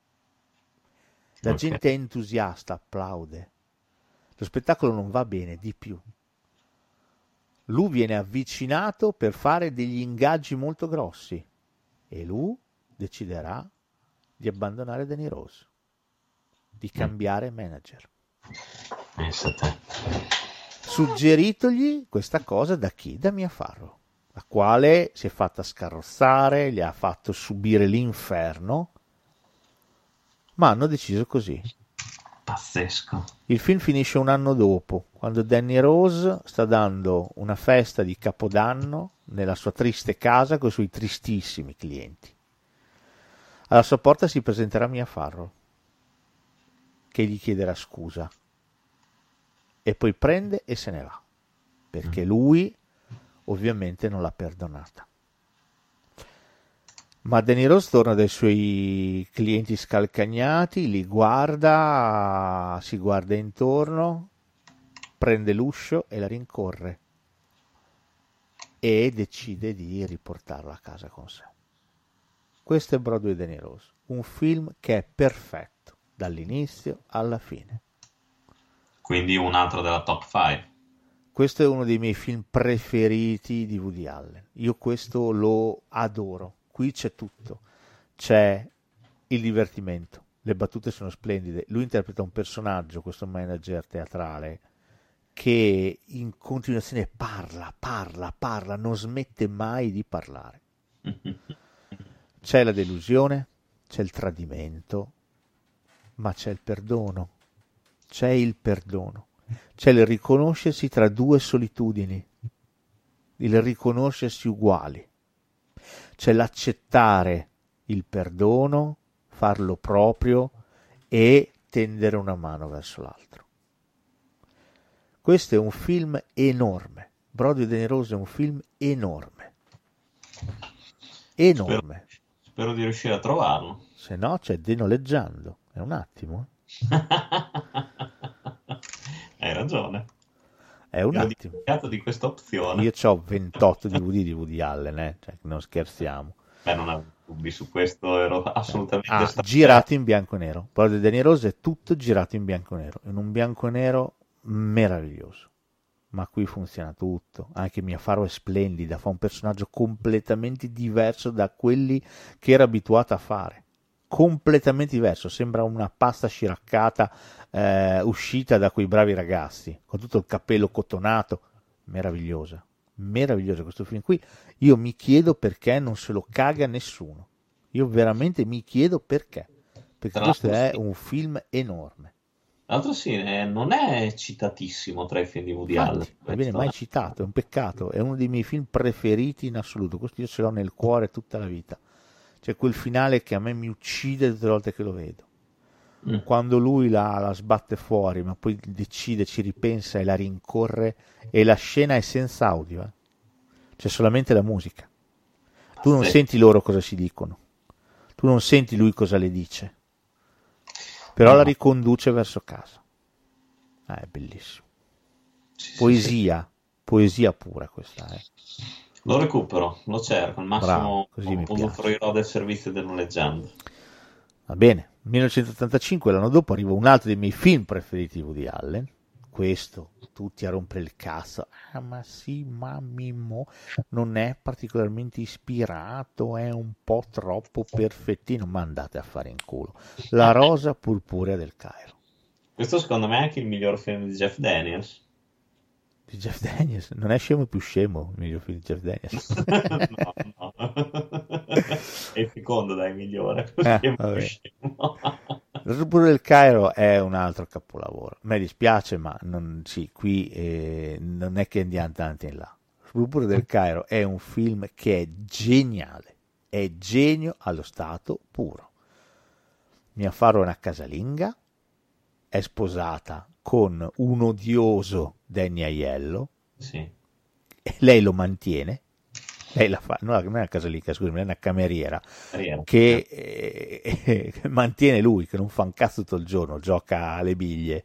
La Okay. gente è entusiasta, applaude. Lo spettacolo non va bene, di più. Lui viene avvicinato per fare degli ingaggi molto grossi e lui deciderà di abbandonare Danny Rose, di cambiare manager. Pensa a te. Suggeritogli questa cosa da chi? Da Mia Farrow, la quale si è fatta scarrozzare, gli ha fatto subire l'inferno, ma hanno deciso così. Pazzesco. Il film finisce un anno dopo, quando Danny Rose sta dando una festa di Capodanno nella sua triste casa con i suoi tristissimi clienti. Alla sua porta si presenterà Mia Farrow, che gli chiederà scusa. E poi prende e se ne va, perché lui ovviamente non l'ha perdonata. Ma Danny Rose torna dai suoi clienti scalcagnati, li guarda, si guarda intorno, prende l'uscio e la rincorre e decide di riportarla a casa con sé. Questo è Broadway Danny Rose, un film che è perfetto dall'inizio alla fine. Quindi un altro della top cinque. Questo è uno dei miei film preferiti di Woody Allen. Io questo lo adoro. Qui c'è tutto. C'è il divertimento. Le battute sono splendide. Lui interpreta un personaggio, questo manager teatrale, che in continuazione parla, parla, parla, non smette mai di parlare. C'è la delusione, c'è il tradimento, ma c'è il perdono. C'è il perdono. C'è il riconoscersi tra due solitudini, il riconoscersi uguali. C'è l'accettare il perdono, farlo proprio e tendere una mano verso l'altro. Questo è un film enorme. Broadway Danny Rose è un film enorme. Enorme. Spero, spero di riuscire a trovarlo. Se no c'è denoleggiando. È un attimo. Hai ragione. È un Mi ero attimo. dimenticato di questa opzione. Io ho ventotto D V D di Woody Allen, eh? Cioè, non scherziamo. Beh, non avevo dubbi su questo, ero assolutamente Ah, stato- girato in bianco e nero. Broadway Danny Rose è tutto girato in bianco e nero, in un bianco e nero meraviglioso. Ma qui funziona tutto. Anche Mia Farrow è splendida, fa un personaggio completamente diverso da quelli che era abituata a fare. Completamente diverso, sembra una pasta sciraccata eh, uscita da quei bravi ragazzi, con tutto il cappello cotonato. Meravigliosa, meraviglioso questo film qui. Io mi chiedo perché non se lo caga nessuno. Io veramente mi chiedo perché. Perché Tra questo è l'altro sì. un film enorme. L'altro sì, eh, non è citatissimo tra i film di Woody Allen. Infatti, non viene mai citato, è un peccato, è uno dei miei film preferiti in assoluto, questo io ce l'ho nel cuore tutta la vita. C'è quel finale che a me mi uccide tutte le volte che lo vedo. Mm. Quando lui la, la sbatte fuori, ma poi decide, ci ripensa e la rincorre, e la scena è senza audio, eh. C'è solamente la musica. Tu non Sì. senti loro cosa si dicono, tu non senti lui cosa le dice, però No. la riconduce verso casa. Ah, è bellissimo. Sì, sì, Poesia, poesia pura questa, eh. sì. Lo recupero, lo cerco, al Bravo, massimo così mi piace. usufruirò del servizio del noleggiando. Va bene, millenovecentottantacinque, l'anno dopo, arriva un altro dei miei film preferiti di Woody Allen, questo, tutti a rompere il cazzo, ah ma sì, ma Mimmo, non è particolarmente ispirato, è un po' troppo perfettino, ma andate a fare in culo. La rosa purpurea del Cairo, Questo secondo me è anche il miglior film di Jeff Daniels. di Jeff Daniels, non è Scemo più scemo, il miglior film di Jeff Daniels. No, no. È il secondo, dai, migliore. Eh, Scemo più vabbè. scemo. La rosa purpurea del Cairo è un altro capolavoro, a me dispiace, ma non, sì, qui eh, non è che andiamo tanto in là. La rosa purpurea del Cairo è un film che è geniale, è genio allo stato puro. Mia Farrow è una casalinga, è sposata con un odioso Danny Aiello, Sì. e lei lo mantiene, lei la fa, no, non è una casalinga, scusami, è una cameriera Carriera. che eh, mantiene lui, che non fa un cazzo tutto il giorno, gioca alle biglie,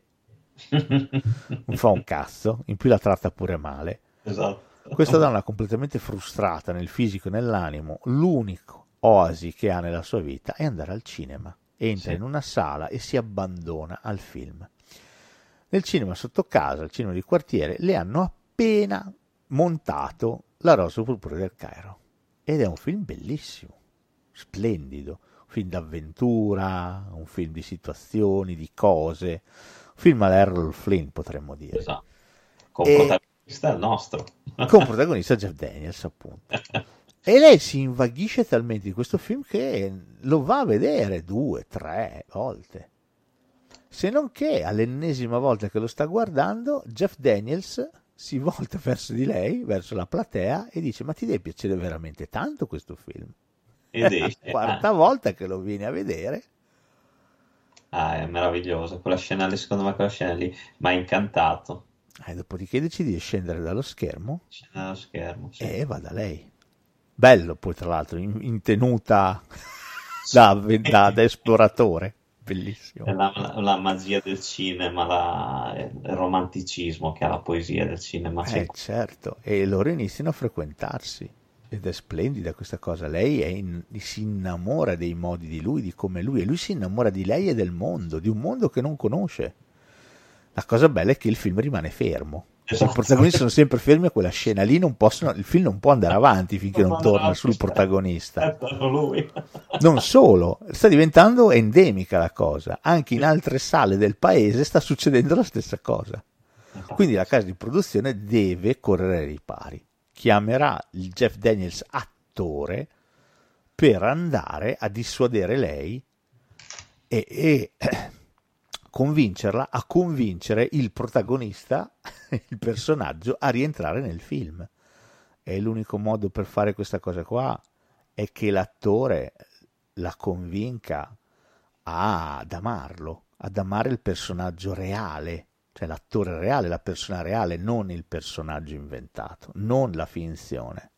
non fa un cazzo, in più la tratta pure male. Esatto. Questa donna completamente frustrata nel fisico e nell'animo, l'unico oasi che ha nella sua vita è andare al cinema. Entra Sì. in una sala e si abbandona al film. Nel cinema sotto casa, il cinema di quartiere, le hanno appena montato La rosa purpurea del Cairo. Ed è un film bellissimo, splendido, un film d'avventura, un film di situazioni, di cose, un film alla Errol Flynn, potremmo dire. Esatto. Con E- protagonista il nostro. Con protagonista Jeff Daniels, appunto. E lei si invaghisce talmente di questo film che lo va a vedere due, tre volte. Se non che all'ennesima volta che lo sta guardando, Jeff Daniels si volta verso di lei, verso la platea, e dice: ma ti deve piacere veramente tanto questo film? Ed È la esce. quarta Ah, volta che lo viene a vedere. ah, è meraviglioso. Quella scena lì, secondo me, quella scena lì mi ha incantato. E dopodiché decide di scendere dallo schermo Scena dallo schermo. Sì. e va da lei. Bello poi, tra l'altro, in, in tenuta da, da, da esploratore. Bellissimo. È la, la- la magia del cinema, la- il romanticismo che ha la poesia del cinema. Sì. Eh, certo, e loro iniziano a frequentarsi ed è splendida questa cosa. Lei è in- si innamora dei modi di lui, di come è lui, e lui si innamora di lei e del mondo, di un mondo che non conosce. La cosa bella è che il film rimane fermo. Esatto. I protagonisti sono sempre fermi a quella scena lì, non possono, il film non può andare avanti finché non Non torna avanti, sul certo. protagonista. È stato lui. Non solo, sta diventando endemica la cosa, anche in altre sale del paese sta succedendo la stessa cosa. Quindi la casa di produzione deve correre ai ripari, chiamerà il Jeff Daniels attore per andare a dissuadere lei e, e convincerla a convincere il protagonista, il personaggio, a rientrare nel film. E l'unico modo per fare questa cosa qua è che l'attore la convinca a- ad amarlo, ad amare il personaggio reale, cioè l'attore reale, la persona reale, non il personaggio inventato, non la finzione.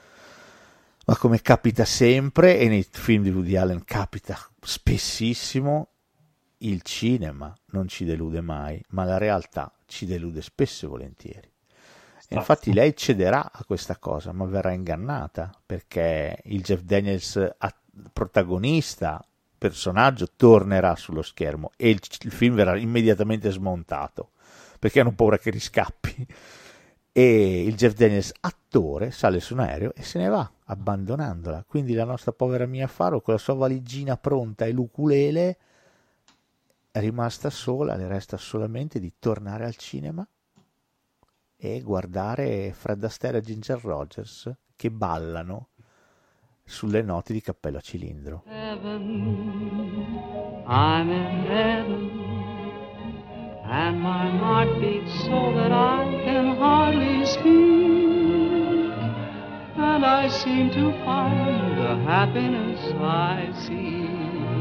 Ma come capita sempre, e nei film di Woody Allen capita spessissimo, il cinema non ci delude mai, ma la realtà ci delude spesso e volentieri. E infatti lei cederà a questa cosa, ma verrà ingannata, perché il Jeff Daniels a- protagonista, personaggio, tornerà sullo schermo e il, il film verrà immediatamente smontato, perché hanno paura che riscappi. E il Jeff Daniels attore sale su un aereo e se ne va, abbandonandola. Quindi la nostra povera Mia Farrow, con la sua valigina pronta e l'ukulele, è rimasta sola, le resta solamente di tornare al cinema e guardare Fred Astaire e Ginger Rogers che ballano sulle note di Cappello a cilindro. Heaven, I'm in heaven. and my heart beats so that I can hardly speak, and I seem to find the happiness I seek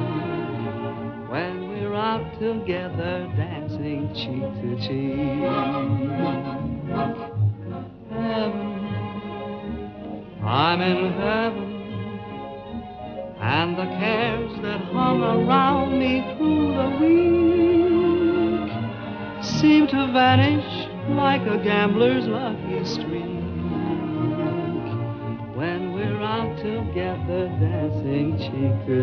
when we're out together dancing cheek to cheek. Heaven, I'm in heaven, and the cares that hung around me through the week seem to vanish like a gambler's lucky streak when we're out together dancing cheek to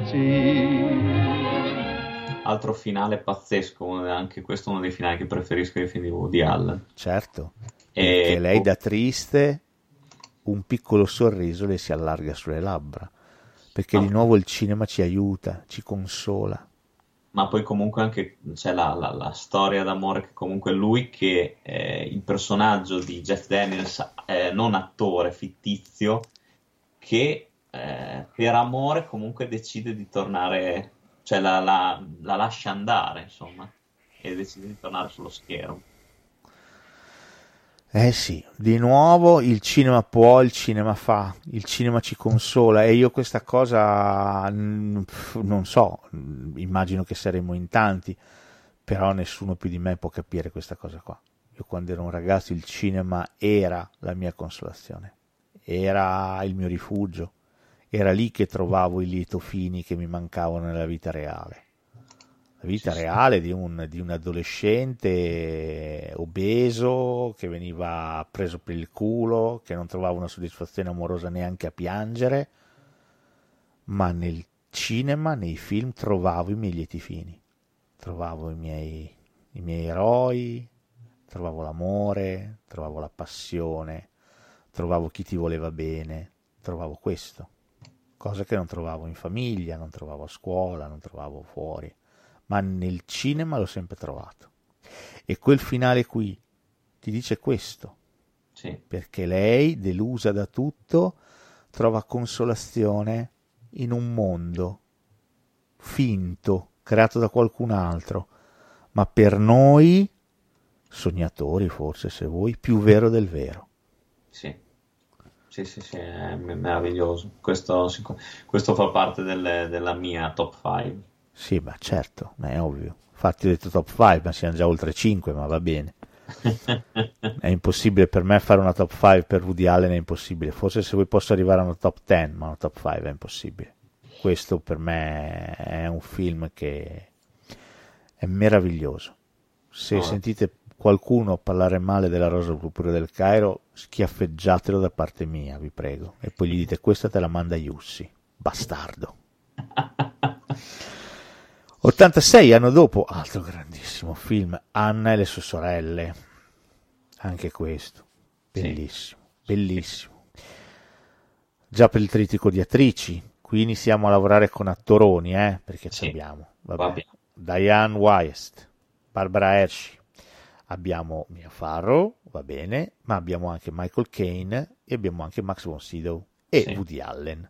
cheek. Altro finale pazzesco, anche questo è uno dei finali che preferisco ai film di Woody Allen. Certo, E- perché lei da triste un piccolo sorriso le si allarga sulle labbra, perché di nuovo il cinema ci aiuta, ci consola. Ma poi comunque anche c'è la, la- la storia d'amore che comunque lui che eh, il personaggio di Jeff Daniels, eh, non attore, fittizio, che eh, per amore comunque decide di tornare, cioè la, la- la lascia andare, insomma, e decide di tornare sullo schermo. Eh sì, di nuovo il cinema può, il cinema fa, il cinema ci consola, e io questa cosa mm, pff, non so, mm, immagino che saremo in tanti, però nessuno più di me può capire questa cosa qua. Io quando ero un ragazzo il cinema era la mia consolazione, era il mio rifugio, era lì che trovavo i lieto fini che mi mancavano nella vita reale. La vita Sì, sì. reale di un, di un adolescente obeso che veniva preso per il culo, che non trovava una soddisfazione amorosa neanche a piangere, ma nel cinema, nei film, trovavo i miei lieti fini, trovavo i miei, i miei eroi, trovavo l'amore, trovavo la passione, trovavo chi ti voleva bene, trovavo questo, cosa che non trovavo in famiglia, non trovavo a scuola, non trovavo fuori, ma nel cinema l'ho sempre trovato. E quel finale qui ti dice questo, Sì. perché lei, delusa da tutto, trova consolazione in un mondo finto, creato da qualcun altro, ma per noi, sognatori forse se vuoi, più vero del vero. Sì, sì, sì, sì, è me- meraviglioso. Questo, sicu- questo fa parte delle- della mia top cinque. Sì, ma certo, ma è ovvio. Infatti ho detto top cinque, ma siamo già oltre cinque, ma va bene. È impossibile per me fare una top cinque per Woody Allen, è impossibile. Forse se vuoi posso arrivare a una top dieci, ma una top cinque è impossibile. Questo per me è un film che è meraviglioso. Se No, sentite qualcuno parlare male della Rosa Purpura del Cairo, schiaffeggiatelo da parte mia, vi prego. E poi gli dite: questa te la manda Jussi, bastardo. ottantasei, anno dopo, altro grandissimo film, Anna e le sue sorelle. Anche questo, sì, bellissimo, bellissimo. Già per il trittico di attrici, qui iniziamo a lavorare con attoroni, eh, perché ci sì, abbiamo, va vabbè, bene. Diane Wiest, Barbara Hershey, abbiamo Mia Farrow, va bene, ma abbiamo anche Michael Caine e abbiamo anche Max von Sydow e Sì, Woody Allen.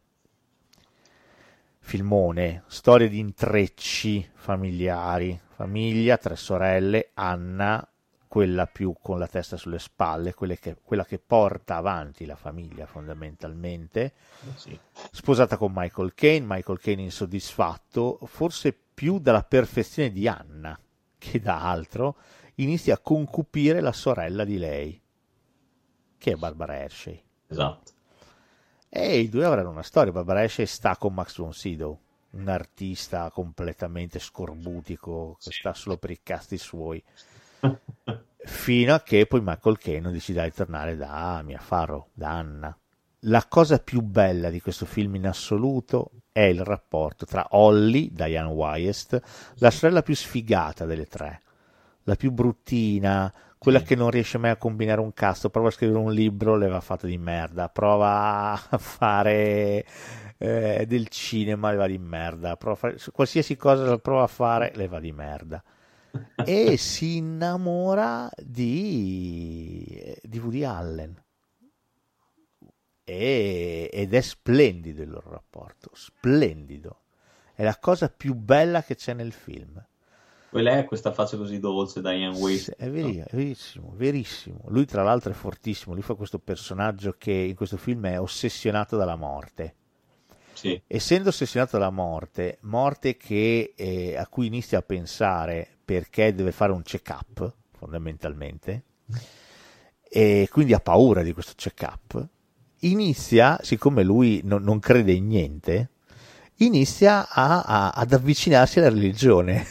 Filmone, storia di intrecci familiari, famiglia, tre sorelle, Anna, quella più con la testa sulle spalle, quelle che- quella che porta avanti la famiglia fondamentalmente, sì, sposata con Michael Caine, Michael Caine insoddisfatto, forse più dalla perfezione di Anna che da altro, inizia a concupire la sorella di lei, che è Barbara Hershey. esatto. E i due avranno una storia. Barbara Hershey sta con Max von Sydow, un artista completamente scorbutico che Sì. sta solo per i cazzi suoi, fino a che poi Michael Caine decide di tornare da Mia Farrow, da Anna. La cosa più bella di questo film in assoluto è il rapporto tra Holly, Diane Wiest, la sorella più sfigata delle tre, la più bruttina, quella Sì, che non riesce mai a combinare un cazzo, prova a scrivere un libro, le va fatta di merda, prova a fare eh, del cinema, le va di merda, prova a fare, qualsiasi cosa prova a fare, le va di merda. E si innamora di, di Woody Allen. E- ed è splendido il loro rapporto, splendido. È la cosa più bella che c'è nel film. Poi lei ha questa faccia così dolce, Diane West. È verissimo, è verissimo, verissimo. Lui tra l'altro è fortissimo, lui fa questo personaggio che in questo film è ossessionato dalla morte. Sì. Essendo ossessionato dalla morte, morte che, eh, a cui inizia a pensare perché deve fare un check-up, fondamentalmente, e quindi ha paura di questo check-up, inizia, siccome lui non, non crede in niente, inizia a, a, ad avvicinarsi alla religione.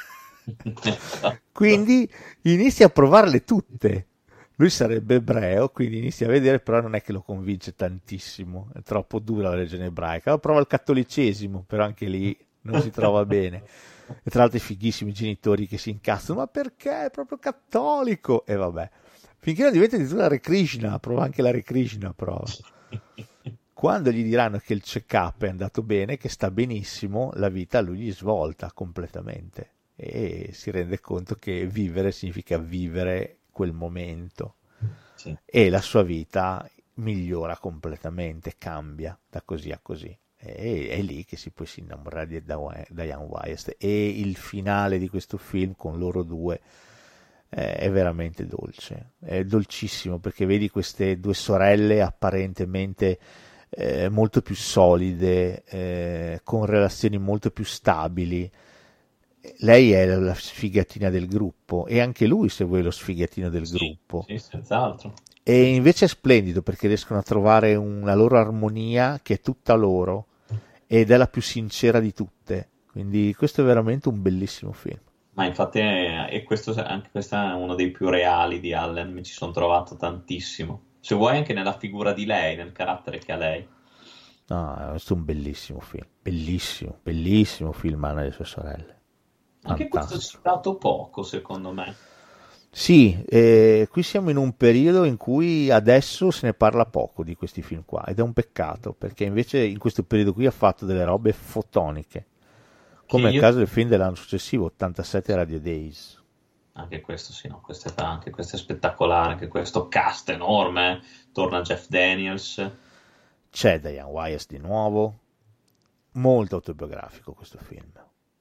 Quindi inizia a provarle tutte. Lui sarebbe ebreo, quindi inizia a vedere, però non è che lo convince tantissimo, è troppo dura la religione ebraica. Allora prova il cattolicesimo, però anche lì non si trova bene. E tra l'altro i fighissimi genitori che si incazzano, ma perché è proprio cattolico? E vabbè, finché non diventa addirittura Hare Krishna, prova anche l'Hare Krishna, prova. Quando gli diranno che il check-up è andato bene, che sta benissimo, la vita a lui gli svolta completamente e si rende conto che vivere significa vivere quel momento. Sì. E la sua vita migliora completamente, cambia da così a così. E è lì che si poi si innamora di Diane Wiest, e il finale di questo film con loro due eh, è veramente dolce, è dolcissimo, perché vedi queste due sorelle apparentemente eh, molto più solide, eh, con relazioni molto più stabili. Lei è la sfigatina del gruppo e anche lui, se vuoi, lo sfigatino del sì, gruppo. Sì, senz'altro. E invece è splendido perché riescono a trovare una loro armonia che è tutta loro ed è la più sincera di tutte. Quindi questo è veramente un bellissimo film. Ma infatti è, e questo, anche questo è uno dei più reali di Allen, mi ci sono trovato tantissimo. Se vuoi anche nella figura di lei, nel carattere che ha lei. No, questo è un bellissimo film, bellissimo, bellissimo film Anna e le sue sorelle. Anche questo è citato poco, secondo me. Sì, eh, qui siamo in un periodo in cui adesso se ne parla poco di questi film qua, ed è un peccato, perché invece in questo periodo qui ha fatto delle robe fotoniche, come io... il caso del film dell'anno successivo, ottantasette Radio Days. Anche questo sì, no, questo è, anche questo è spettacolare, anche questo cast enorme, torna Jeff Daniels. C'è Diane Wiest di nuovo, molto autobiografico questo film.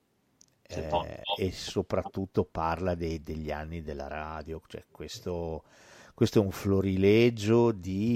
Eh, e soprattutto parla dei, degli anni della radio, cioè questo, questo è un florilegio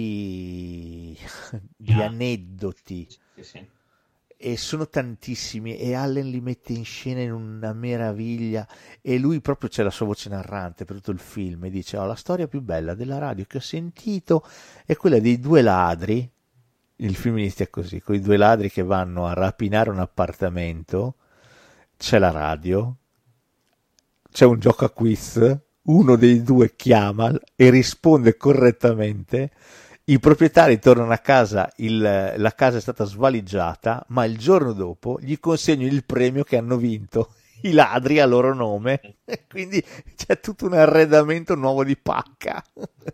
di, di yeah. aneddoti, sì, sì. E sono tantissimi, e Allen li mette in scena in una meraviglia, e lui proprio c'è la sua voce narrante per tutto il film e dice: oh, la storia più bella della radio che ho sentito è quella dei due ladri. Il film inizia così, con i due ladri che vanno a rapinare un appartamento. C'è la radio, c'è un gioco a quiz, uno dei due chiama e risponde correttamente, i proprietari tornano a casa, il, la casa è stata svaligiata, ma il giorno dopo gli consegnano il premio che hanno vinto i ladri a loro nome, quindi c'è tutto un arredamento nuovo di pacca.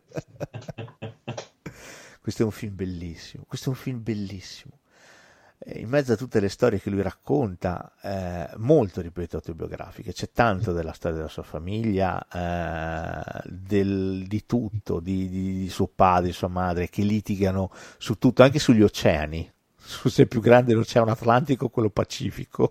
Questo è un film bellissimo, questo è un film bellissimo. In mezzo a tutte le storie che lui racconta, eh, molto, ripeto, autobiografiche, c'è tanto della storia della sua famiglia, eh, del, di tutto, di, di, di suo padre, di sua madre, che litigano su tutto, anche sugli oceani, su se è più grande l'oceano Atlantico o quello Pacifico.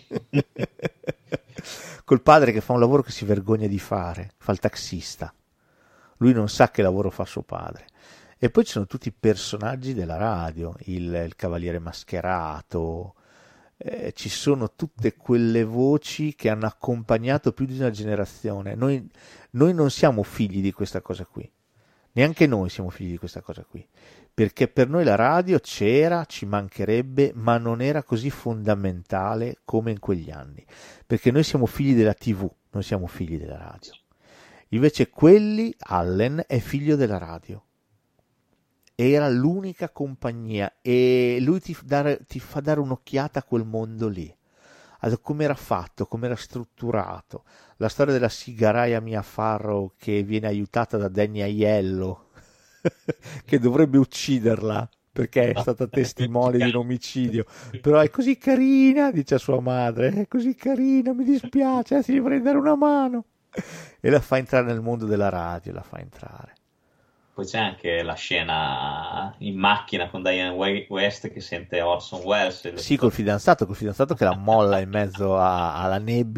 Col padre che fa un lavoro che si vergogna di fare, fa il taxista, lui non sa che lavoro fa suo padre. E poi ci sono tutti i personaggi della radio, il, il Cavaliere Mascherato, eh, ci sono tutte quelle voci che hanno accompagnato più di una generazione. Noi, noi non siamo figli di questa cosa qui, neanche noi siamo figli di questa cosa qui, perché per noi la radio c'era, ci mancherebbe, ma non era così fondamentale come in quegli anni, perché noi siamo figli della tivù, non siamo figli della radio. Invece quelli, Allen è figlio della radio. Era l'unica compagnia e lui ti, dare, ti fa dare un'occhiata a quel mondo lì, a come era fatto, come era strutturato, la storia della sigaraia Mia Farrow che viene aiutata da Danny Aiello che dovrebbe ucciderla perché è stata testimone di un omicidio, però è così carina, dice a sua madre, è così carina, mi dispiace, ti dovrei dare una mano, e la fa entrare nel mondo della radio, la fa entrare. Poi c'è anche la scena in macchina con Diane West che sente Orson Welles. Sì, col fidanzato, col fidanzato che la molla in mezzo a, alla nebbia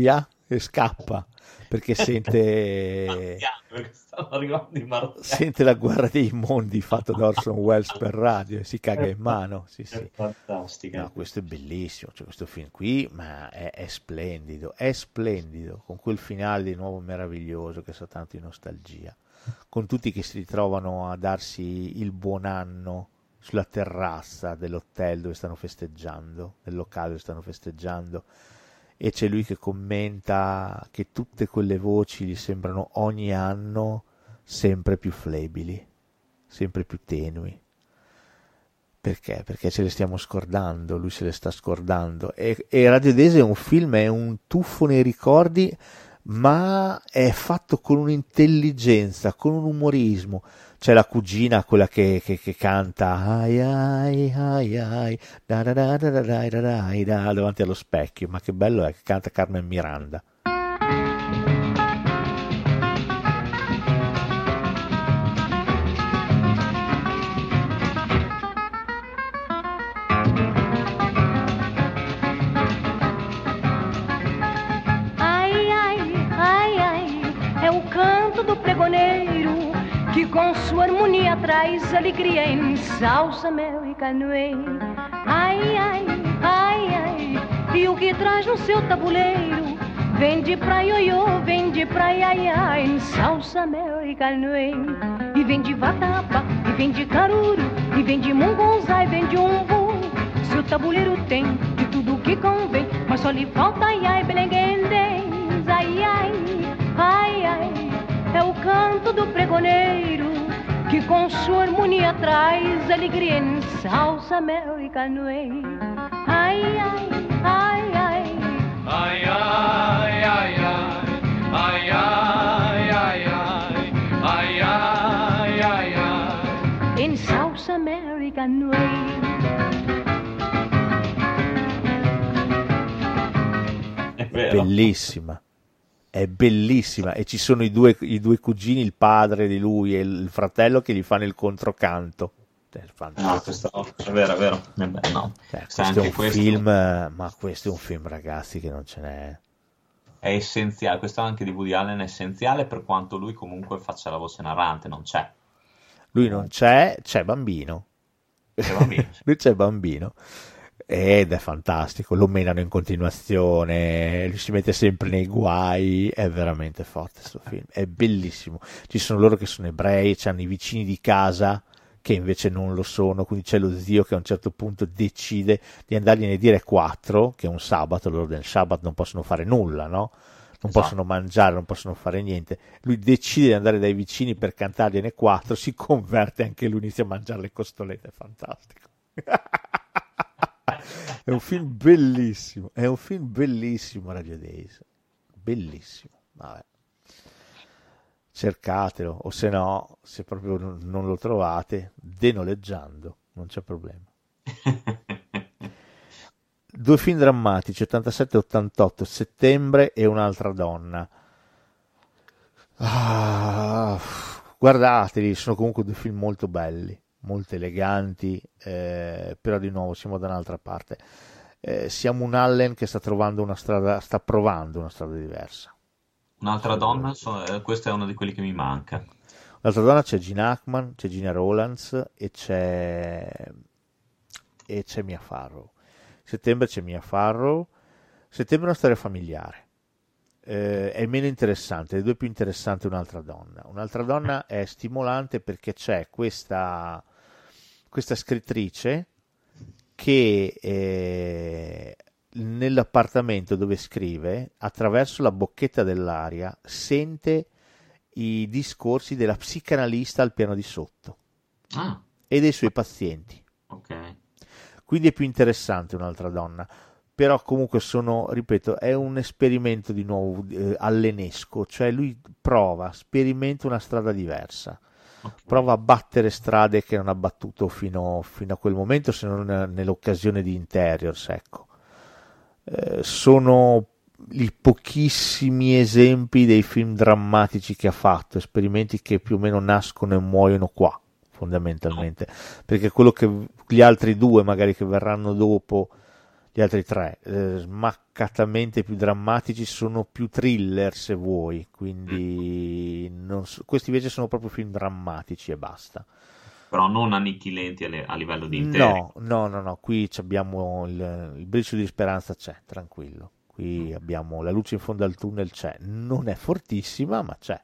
e scappa perché sente Marziani, perché stanno arrivando i marziani. sente la guerra dei mondi fatto da Orson Welles per radio e si caga in mano. Sì, È sì. fantastica. No, questo è bellissimo, cioè, questo film qui ma è, è splendido, è splendido, con quel finale di nuovo meraviglioso che sa tanto di nostalgia, con tutti che si ritrovano a darsi il buon anno sulla terrazza dell'hotel dove stanno festeggiando, del locale dove stanno festeggiando, e c'è lui che commenta che tutte quelle voci gli sembrano ogni anno sempre più flebili, sempre più tenui. Perché? Perché ce le stiamo scordando, lui se le sta scordando. E, e Radio Dese è un film, è un tuffo nei ricordi, ma è fatto con un'intelligenza, con un umorismo. C'è la cugina, quella che, che, che canta ai ai ai ai da da da da da da da da davanti allo specchio, ma che bello è che canta Carmen Miranda. Ai, ai, ai, ai, é o canto do pregoneiro que com sua harmonia traz alegria em salsa, mel e canoe. Ai, ai, ai, ai, e o que traz no seu tabuleiro vem de pra ioiô, vem de pra iaiá, em salsa, mel e canoe. E vem de vatapa, e vem de caruru, e vem de mungunzá, e vem de umbu. Seu tabuleiro tem de tudo que convém, mas só lhe falta ai, ai, belenguendens. Ai, ai, ai, ai, é o canto do pregoneiro que com sua harmonia traz alegria em salsa, mel e canoe. Ai, ai, ai, ai. Ai, ai, ai, ai. Ai, ai, ai, ai. Ai, ai, ai, ai. In salsa, mel e canoe. È vero. Bellissima, è bellissima, e ci sono i due, i due cugini, il padre di lui e il fratello che gli fanno il controcanto. È fantastico. No, questo è vero, è vero. Eh beh, no. Cioè, Sta questo è anche un questo. film, ma questo è un film, ragazzi, che non ce n'è. È essenziale, questo anche di Woody Allen è essenziale, per quanto lui comunque faccia la voce narrante, non c'è. Lui non c'è, c'è Bambino. C'è Bambino. Lui c'è Bambino. Ed è fantastico, lo menano in continuazione, lui si mette sempre nei guai, è veramente forte questo film, è bellissimo. Ci sono loro che sono ebrei, c'hanno i vicini di casa che invece non lo sono, quindi c'è lo zio che a un certo punto decide di andargliene dire quattro, che è un sabato, loro del sabato non possono fare nulla, no? Non Esatto. possono mangiare, non possono fare niente. Lui decide di andare dai vicini per cantargliene quattro, si converte anche lui, inizia a mangiare le costolette, è fantastico. È un film bellissimo, è un film bellissimo, Radio Days, bellissimo. Vabbè. Cercatelo, o se no, se proprio non, non lo trovate, denoleggiando, non c'è problema. Due film drammatici, ottantasette e ottantotto, Settembre e Un'altra donna. Ah, guardateli, sono comunque due film molto belli, molto eleganti, eh, però di nuovo siamo da un'altra parte. Eh, siamo un Allen che sta trovando una strada, sta provando una strada diversa. Un'altra donna, so- eh, questo è uno di quelli che mi manca. Un'altra donna c'è Gene Hackman, c'è Gina Rowlands e c'è e c'è Mia Farrow. Settembre c'è Mia Farrow. Settembre è una storia familiare. Eh, è meno interessante, le due più interessanti è Un'altra donna. Un'altra donna è stimolante perché c'è questa questa scrittrice che eh, nell'appartamento dove scrive, attraverso la bocchetta dell'aria, sente i discorsi della psicanalista al piano di sotto Ah, e dei suoi pazienti. ok. Quindi è più interessante Un'altra donna. Però comunque sono, ripeto, è un esperimento di nuovo eh, allenesco, cioè lui prova, sperimenta una strada diversa. Prova a battere strade che non ha battuto fino, fino a quel momento, se non nell'occasione di Interiors, ecco. Eh, sono i pochissimi esempi dei film drammatici che ha fatto, esperimenti che più o meno nascono e muoiono qua, fondamentalmente, perché quello che gli altri due magari che verranno dopo, gli Gli altri tre, eh, smaccatamente più drammatici, sono più thriller se vuoi, quindi non so- questi invece sono proprio film drammatici e basta. Però non annichilenti a, le- a livello di interi. No, no, no, no, qui ci abbiamo il, il briciolo di speranza, c'è, tranquillo. Qui abbiamo la luce in fondo al tunnel, c'è. Non è fortissima, ma c'è.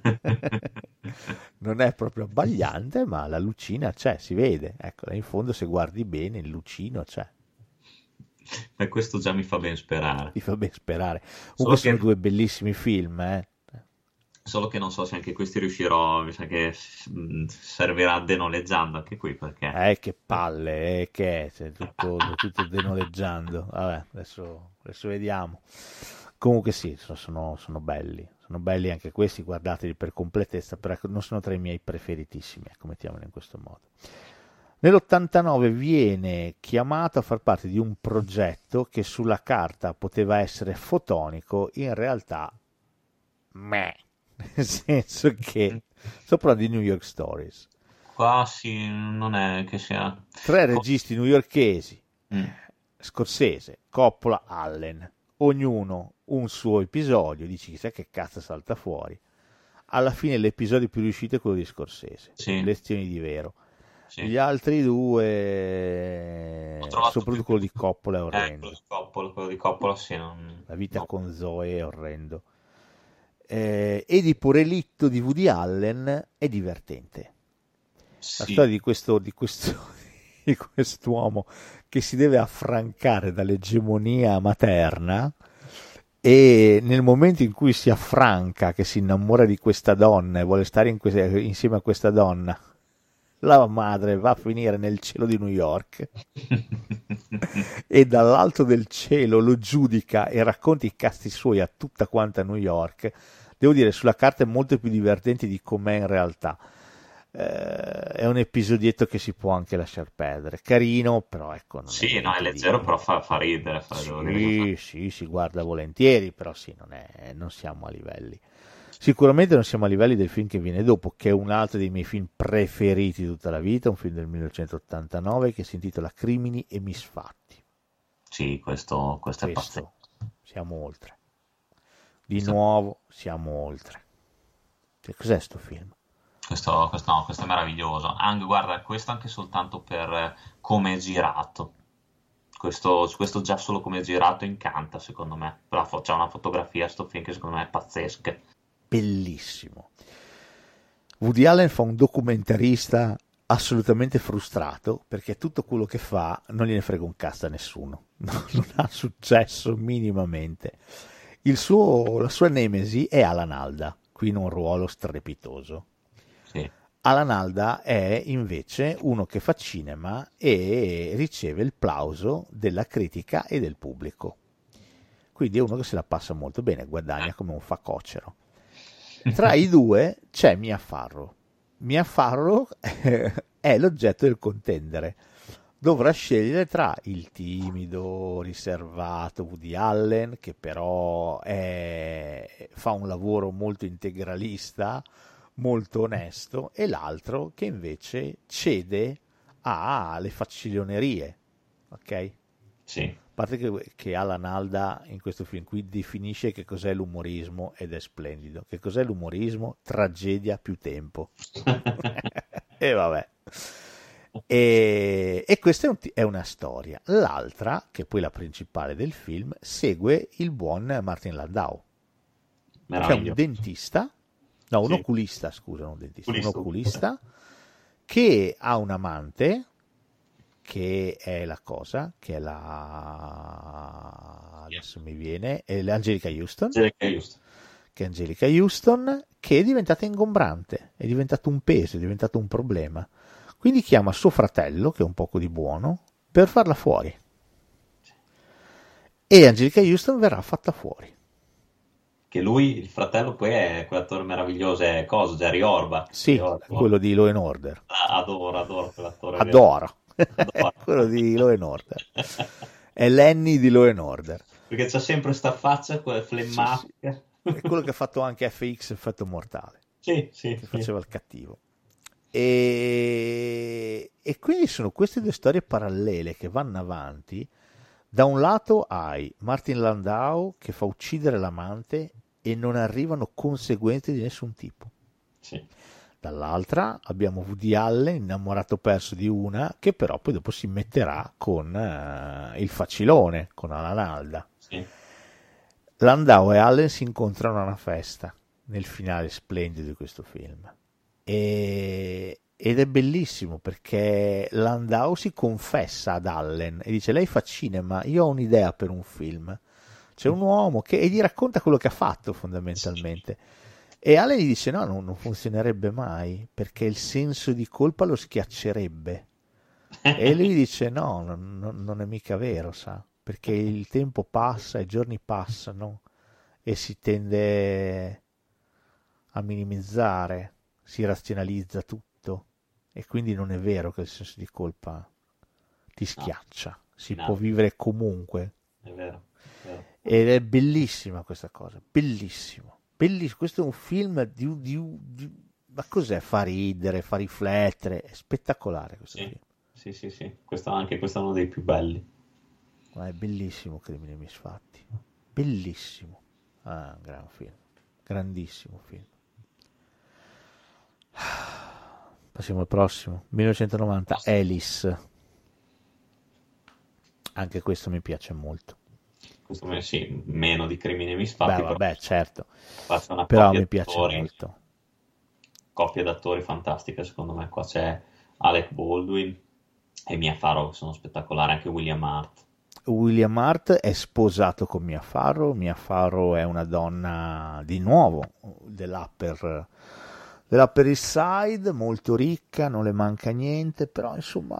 Non è proprio abbagliante, ma la lucina c'è, si vede. Ecco, là in fondo se guardi bene il lucino c'è. E questo già mi fa ben sperare. Ti fa ben sperare. Solo Comunque sono che, due bellissimi film, eh. solo che non so se anche questi riuscirò, mi sa che mh, servirà denoleggiando anche qui, perché Eh, che palle, eh, che è, c'è tutto, tutto denoleggiando. Vabbè, adesso, adesso vediamo. Comunque sì, sono, sono, sono belli, sono belli anche questi, guardateli per completezza, però non sono tra i miei preferitissimi, ecco, mettiamolo in questo modo. Nell'ottantanove viene chiamato a far parte di un progetto che sulla carta poteva essere fotonico, in realtà meh, nel senso che sto parlando di New York Stories. qua sì, non è che sia... Tre registi newyorkesi, Mm. Scorsese, Coppola, Allen, ognuno un suo episodio, dici chissà che cazzo salta fuori. Alla fine l'episodio più riuscito è quello di Scorsese, Sì. Lezioni di Vero. Sì. Gli altri due, Ho trovato soprattutto più- quello di Coppola è Eh, orrendo. quello di Coppola, quello di Coppola sì, non... La vita no. con Zoe è orrendo. Eh, Edipo Relitto di Woody Allen è divertente. La Sì. storia di questo, di questo di quest'uomo che si deve affrancare dall'egemonia materna e nel momento in cui si affranca, che si innamora di questa donna e vuole stare in questa- insieme a questa donna, la madre va a finire nel cielo di New York e dall'alto del cielo lo giudica e racconta i cazzi suoi a tutta quanta New York. Devo dire, sulla carta è molto più divertente di com'è in realtà. Eh, è un episodietto che si può anche lasciar perdere, carino, però ecco, non Sì, è no, è niente leggero, di- però fa, fa ridere. Fa, devo dire che Sì, sì, si guarda volentieri, però sì, non, è, non siamo a livelli. Sicuramente non siamo a livelli del film che viene dopo, che è un altro dei miei film preferiti di tutta la vita, un film del millenovecentottantanove che si intitola Crimini e misfatti. sì, questo, questo è pazzesco. Questo, siamo oltre. Di Questo- nuovo, siamo oltre. Cioè, cos'è sto film? Questo, questo, no, questo è meraviglioso. Anche, guarda, questo anche soltanto per eh, come è girato. Questo, questo già solo come è girato incanta, secondo me. Però fo- c'è una fotografia, sto film, che secondo me è pazzesca. Bellissimo. Woody Allen fa un documentarista assolutamente frustrato perché tutto quello che fa non gliene frega un cazzo a nessuno, non ha successo minimamente. Il suo, la sua nemesi è Alan Alda, qui in un ruolo strepitoso. Sì. Alan Alda è invece uno che fa cinema e riceve il plauso della critica e del pubblico. Quindi è uno che se la passa molto bene, guadagna come un facocero. Tra i due c'è Mia Farrow. Mia Farrow è l'oggetto del contendere. Dovrà scegliere tra il timido, riservato Woody Allen, che però è- fa un lavoro molto integralista, molto onesto, e l'altro che invece cede alle facilonerie. Ok? Sì. A parte che, che Alan Alda in questo film qui definisce che cos'è l'umorismo ed è splendido. Che cos'è l'umorismo? Tragedia più tempo. E vabbè. E, e questa è, un ti- è una storia. L'altra, che è poi la principale del film, segue il buon Martin Landau, che è un Meraviglioso. dentista, no, un Sì. oculista, scusa, non un dentista, un Oculista. oculista, che ha un amante, che è la cosa, che è la... adesso mi viene, è l'Angelica Houston, Angelica Houston. che è Angelica Houston, che è diventata ingombrante, è diventato un peso, è diventato un problema. Quindi chiama suo fratello, che è un poco di buono, per farla fuori. E Angelica Houston verrà fatta fuori. Che lui, il fratello, poi è quell'attore meraviglioso, è cosa? Jerry Orbach. Sì, Io adoro, quello di Law and Order. adoro, adoro quell'attore. Adoro. Adoro. Quello di Law and Order. È Lenny di Law and Order. Perché c'ha sempre sta faccia, quella flemmatica. È quello che ha fatto anche F X Effetto Mortale, Sì, sì, che sì. faceva il cattivo. E, e quindi sono queste due storie parallele che vanno avanti, Da un lato hai Martin Landau che fa uccidere l'amante e non arrivano conseguenze di nessun tipo. Sì. Dall'altra abbiamo Woody Allen, innamorato perso di una, che però poi dopo si metterà con uh, il facilone, con Alan Alda. Sì. Landau e Allen si incontrano a una festa, nel finale splendido di questo film. E... ed è bellissimo perché Landau si confessa ad Allen e dice: lei fa cinema, io ho un'idea per un film. C'è un uomo che e gli racconta quello che ha fatto fondamentalmente. E Allen gli dice: no, non, non funzionerebbe mai perché il senso di colpa lo schiaccerebbe. E lui dice: no, non, non è mica vero, sa, perché il tempo passa, i giorni passano e si tende a minimizzare, si razionalizza tutto e quindi non è vero che il senso di colpa ti schiaccia, no. Si no. può vivere comunque. È vero, è vero. Ed è bellissima questa cosa, bellissimo, bellissimo. Questo è un film di, di, di ma cos'è? Fa ridere, fa riflettere, è spettacolare questo sì. film. Sì, sì, sì, questo, anche questo è uno dei più belli. Ma è bellissimo Crimini Misfatti, bellissimo, ah, un gran film, grandissimo film. Passiamo al prossimo, millenovecentonovanta, Alice. Anche questo mi piace molto. Questo me, sì, meno di Crimini Misfatti. Beh, vabbè, certo, una però coppia mi piace d'attori, molto. Coppia d'attori fantastica, secondo me. Qua c'è Alec Baldwin e Mia Farrow, che sono spettacolari, anche William Hurt. William Hurt è sposato con Mia Farrow. Mia Farrow è una donna di nuovo dell'Upper, dell'Upper East Side, molto ricca, non le manca niente, però insomma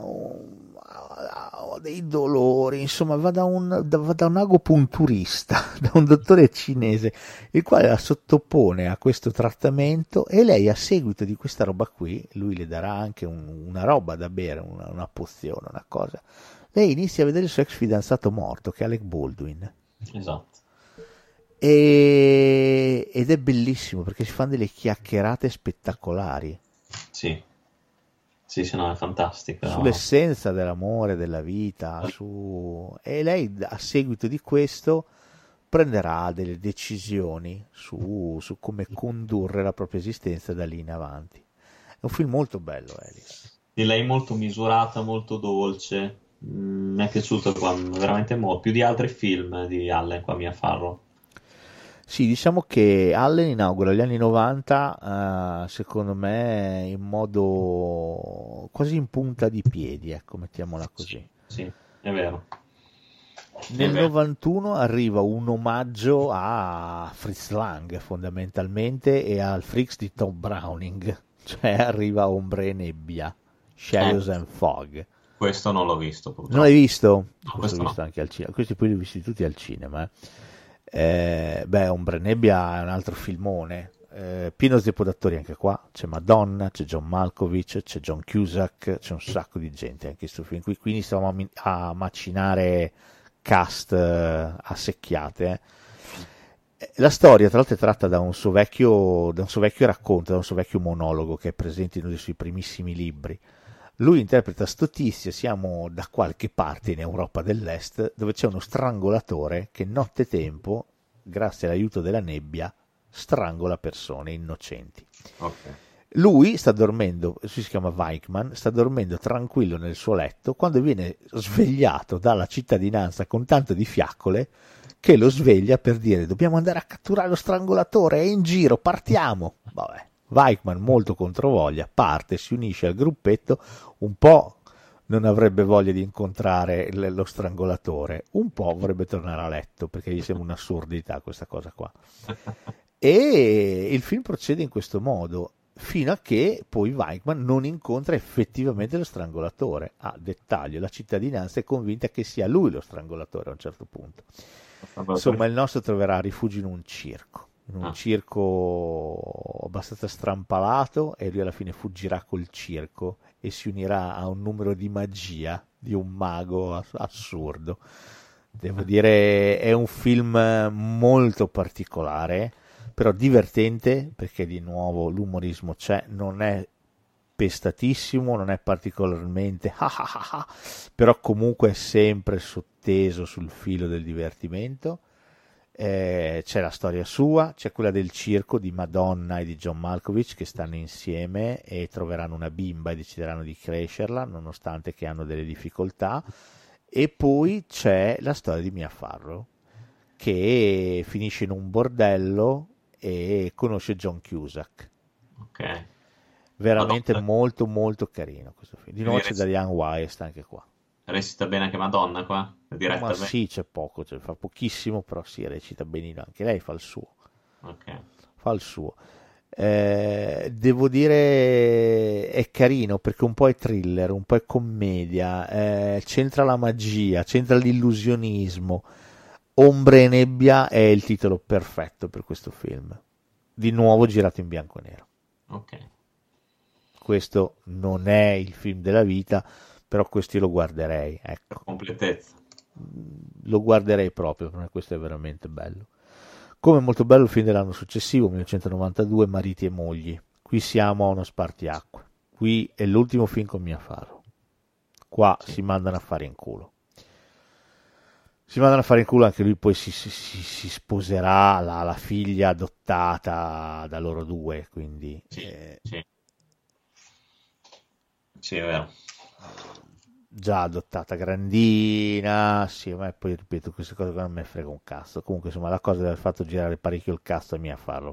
ha dei dolori, insomma va da un, va da un agopunturista, da un dottore cinese, il quale la sottopone a questo trattamento e lei a seguito di questa roba qui, lui le darà anche un, una roba da bere, una, una pozione, una cosa. Lei inizia a vedere il suo ex fidanzato morto, che è Alec Baldwin. Esatto. E... ed è bellissimo perché si fanno delle chiacchierate spettacolari. Sì, sì, sì, no, è fantastico. Sull'essenza dell'amore, della vita, su... e lei a seguito di questo prenderà delle decisioni su, su come condurre la propria esistenza da lì in avanti. È un film molto bello, Alice. Di lei molto misurata, molto dolce. Mm, mi è piaciuto qua, veramente molto, più di altri film di Allen qua, Mia Farrow. Sì, diciamo che Allen inaugura gli anni novanta, eh, secondo me, in modo quasi in punta di piedi, ecco, mettiamola così. Sì, sì, è vero. Nel è vero. novantuno arriva un omaggio a Fritz Lang, fondamentalmente, e al Freaks di Tom Browning, cioè arriva Ombre e Nebbia, Shadows Eh. and Fog. Questo non l'ho visto, purtroppo. Non l'hai visto? No, questo questo l'ho visto no. anche al cinema. Questi poi li ho visti tutti al cinema. Eh. Eh, beh, Ombre e Nebbia è un altro filmone. Eh, pieno zeppo d'attori anche qua. C'è Madonna, c'è John Malkovich, c'è John Cusack, c'è un sacco di gente anche in questo film qui. Quindi stavamo a, mi- a macinare cast eh, a secchiate. Eh. La storia, tra l'altro, è tratta da un suo vecchio, da un suo vecchio racconto, da un suo vecchio monologo che è presente in uno dei suoi primissimi libri. Lui interpreta sto tizio, siamo da qualche parte in Europa dell'Est, dove c'è uno strangolatore che nottetempo, grazie all'aiuto della nebbia, strangola persone innocenti. Okay. Lui sta dormendo, si chiama Weichmann, sta dormendo tranquillo nel suo letto quando viene svegliato dalla cittadinanza con tanto di fiaccole che lo sveglia per dire: dobbiamo andare a catturare lo strangolatore, è in giro, partiamo. Vabbè. Weichmann, molto controvoglia, parte, si unisce al gruppetto, un po' non avrebbe voglia di incontrare l- lo strangolatore, un po' vorrebbe tornare a letto, perché gli sembra un'assurdità questa cosa qua. E il film procede in questo modo, fino a che poi Weichmann non incontra effettivamente lo strangolatore. A dettaglio, la cittadinanza è convinta che sia lui lo strangolatore a un certo punto. Insomma, il nostro troverà rifugio in un circo. in un ah. circo abbastanza strampalato, e lui alla fine fuggirà col circo e si unirà a un numero di magia di un mago assurdo. Devo dire, è un film molto particolare, però divertente, perché di nuovo l'umorismo c'è, non è impestatissimo, non è particolarmente ah ah ah ah, però comunque è sempre sotteso sul filo del divertimento. Eh, c'è la storia sua, c'è quella del circo di Madonna e di John Malkovich che stanno insieme e troveranno una bimba e decideranno di crescerla nonostante che hanno delle difficoltà, e poi c'è la storia di Mia Farrow che finisce in un bordello e conosce John Cusack. Ok. Veramente Madonna. molto molto carino questo film. Di nuovo c'è Diane West anche qua. Recita bene anche Madonna qua? Ma Direttamente? sì, c'è poco, cioè, fa pochissimo, però sì, recita benino, anche lei fa il suo. Ok. Fa il suo. Eh, devo dire è carino perché un po' è thriller, un po' è commedia, eh, c'entra la magia, c'entra l'illusionismo. Ombre e nebbia è il titolo perfetto per questo film. Di nuovo girato in bianco e nero. Ok. Questo non è il film della vita, però questo io lo guarderei, ecco. Per completezza. Lo guarderei proprio, per me questo è veramente bello. Come molto bello il film dell'anno successivo, millenovecentonovantadue, Mariti e mogli. Qui siamo a uno spartiacque. Qui è l'ultimo film con Mia Farrow. Qua Sì. si mandano a fare in culo. Si mandano a fare in culo, anche lui poi si, si, si, si sposerà la, la figlia adottata da loro due, quindi... Sì, eh, sì. Sì, è vero. già adottata grandina, sì, ma poi ripeto, queste cose qua non me ne frega un cazzo. Comunque, insomma, la cosa di aver fatto girare parecchio il cast a Mia Farrow.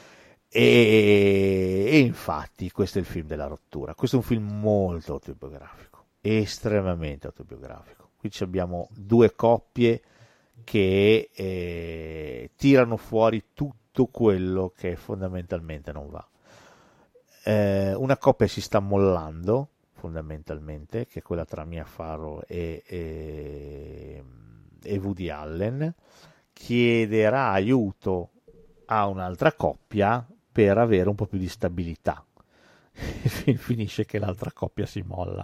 E, e infatti, questo è il film della rottura. Questo è un film molto autobiografico, estremamente autobiografico. Qui ci abbiamo due coppie che eh, tirano fuori tutto quello che fondamentalmente non va. Eh, una coppia si sta mollando fondamentalmente, che è quella tra Mia Farrow e, e, e Woody Allen, chiederà aiuto a un'altra coppia per avere un po' più di stabilità. Finisce che l'altra coppia si molla.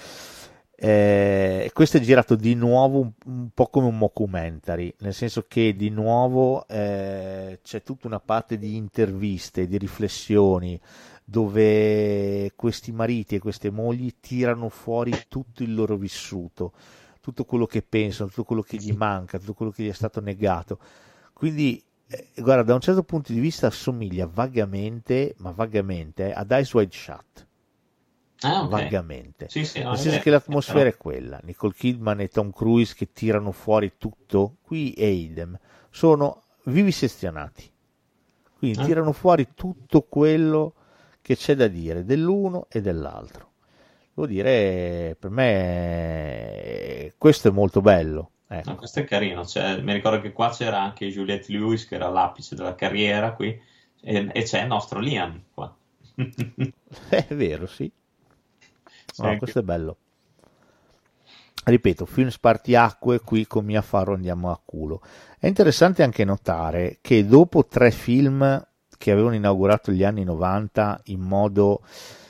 Eh, questo è girato di nuovo un, un po' come un mockumentary, nel senso che di nuovo eh, c'è tutta una parte di interviste, di riflessioni, dove questi mariti e queste mogli tirano fuori tutto il loro vissuto, tutto quello che pensano, tutto quello che gli manca, tutto quello che gli è stato negato. Quindi, eh, guarda, da un certo punto di vista assomiglia vagamente, ma vagamente, ad Eyes Wide Shut. Ah, ok. Vagamente. Sì, sì, no, Nel è senso vero, che l'atmosfera però- è quella. Nicole Kidman e Tom Cruise che tirano fuori tutto, qui è idem. Sono vivisezionati. Quindi Ah. tirano fuori tutto quello che c'è da dire dell'uno e dell'altro. Devo dire, per me questo è molto bello. Ecco. No, questo è carino. Cioè, mi ricordo che qua c'era anche Juliette Lewis, che era all'apice della carriera qui, e, e c'è il nostro Liam qua. È vero, sì. Sì, No, anche- questo è bello. Ripeto, film spartiacque, qui con Mia Farrow andiamo a culo. È interessante anche notare che dopo tre film che avevano inaugurato gli anni novanta in modo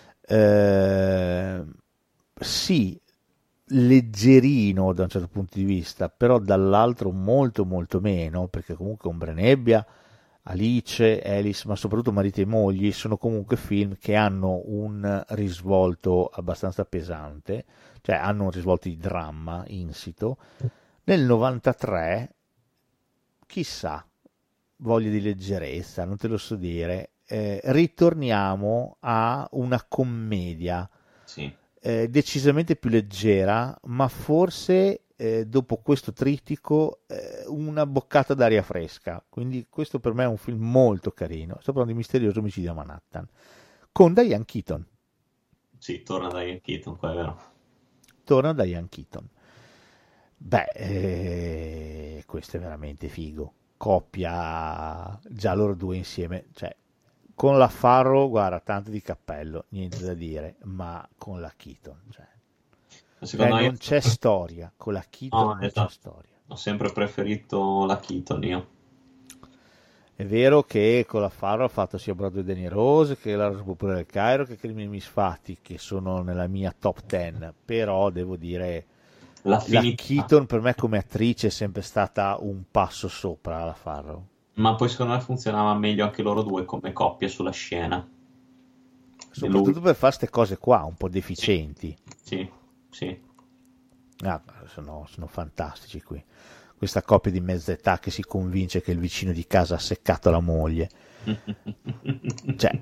eh, sì leggerino da un certo punto di vista, però dall'altro molto molto meno, perché comunque Ombre e nebbia, Alice, Alice, ma soprattutto Mariti e mogli sono comunque film che hanno un risvolto abbastanza pesante, cioè hanno un risvolto di dramma insito. Nel novantatré, chissà, voglia di leggerezza, non te lo so dire, eh, ritorniamo a una commedia Sì. eh, decisamente più leggera, ma forse eh, dopo questo trittico eh, una boccata d'aria fresca. Quindi questo per me è un film molto carino. Sto parlando di Misterioso omicidio a Manhattan con Diane Keaton. Sì, torna da Ian Keaton, qua è vero. Torna Diane Keaton. Beh, eh, questo è veramente figo. Coppia, già loro due insieme, cioè con la Farrow, guarda, tanto di cappello, niente da dire, ma con la Keaton, cioè, Secondo cioè, me non c'è storia, con la Keaton No, non esatto. c'è storia. Ho sempre preferito la Keaton io. È vero che con la Farrow ha fatto sia Broadway Danny Rose che La Rosa Popolare del Cairo che Crimini Misfatti, che sono nella mia top dieci, però devo dire La la finita. Keaton per me come attrice è sempre stata un passo sopra la Farrow. Ma poi secondo me funzionava meglio anche loro due come coppia sulla scena. soprattutto lui. per fare queste cose qua un po' deficienti. Sì, sì. Ah, sono, sono fantastici qui. Questa coppia di mezza età che si convince che il vicino di casa ha seccato la moglie. Cioè,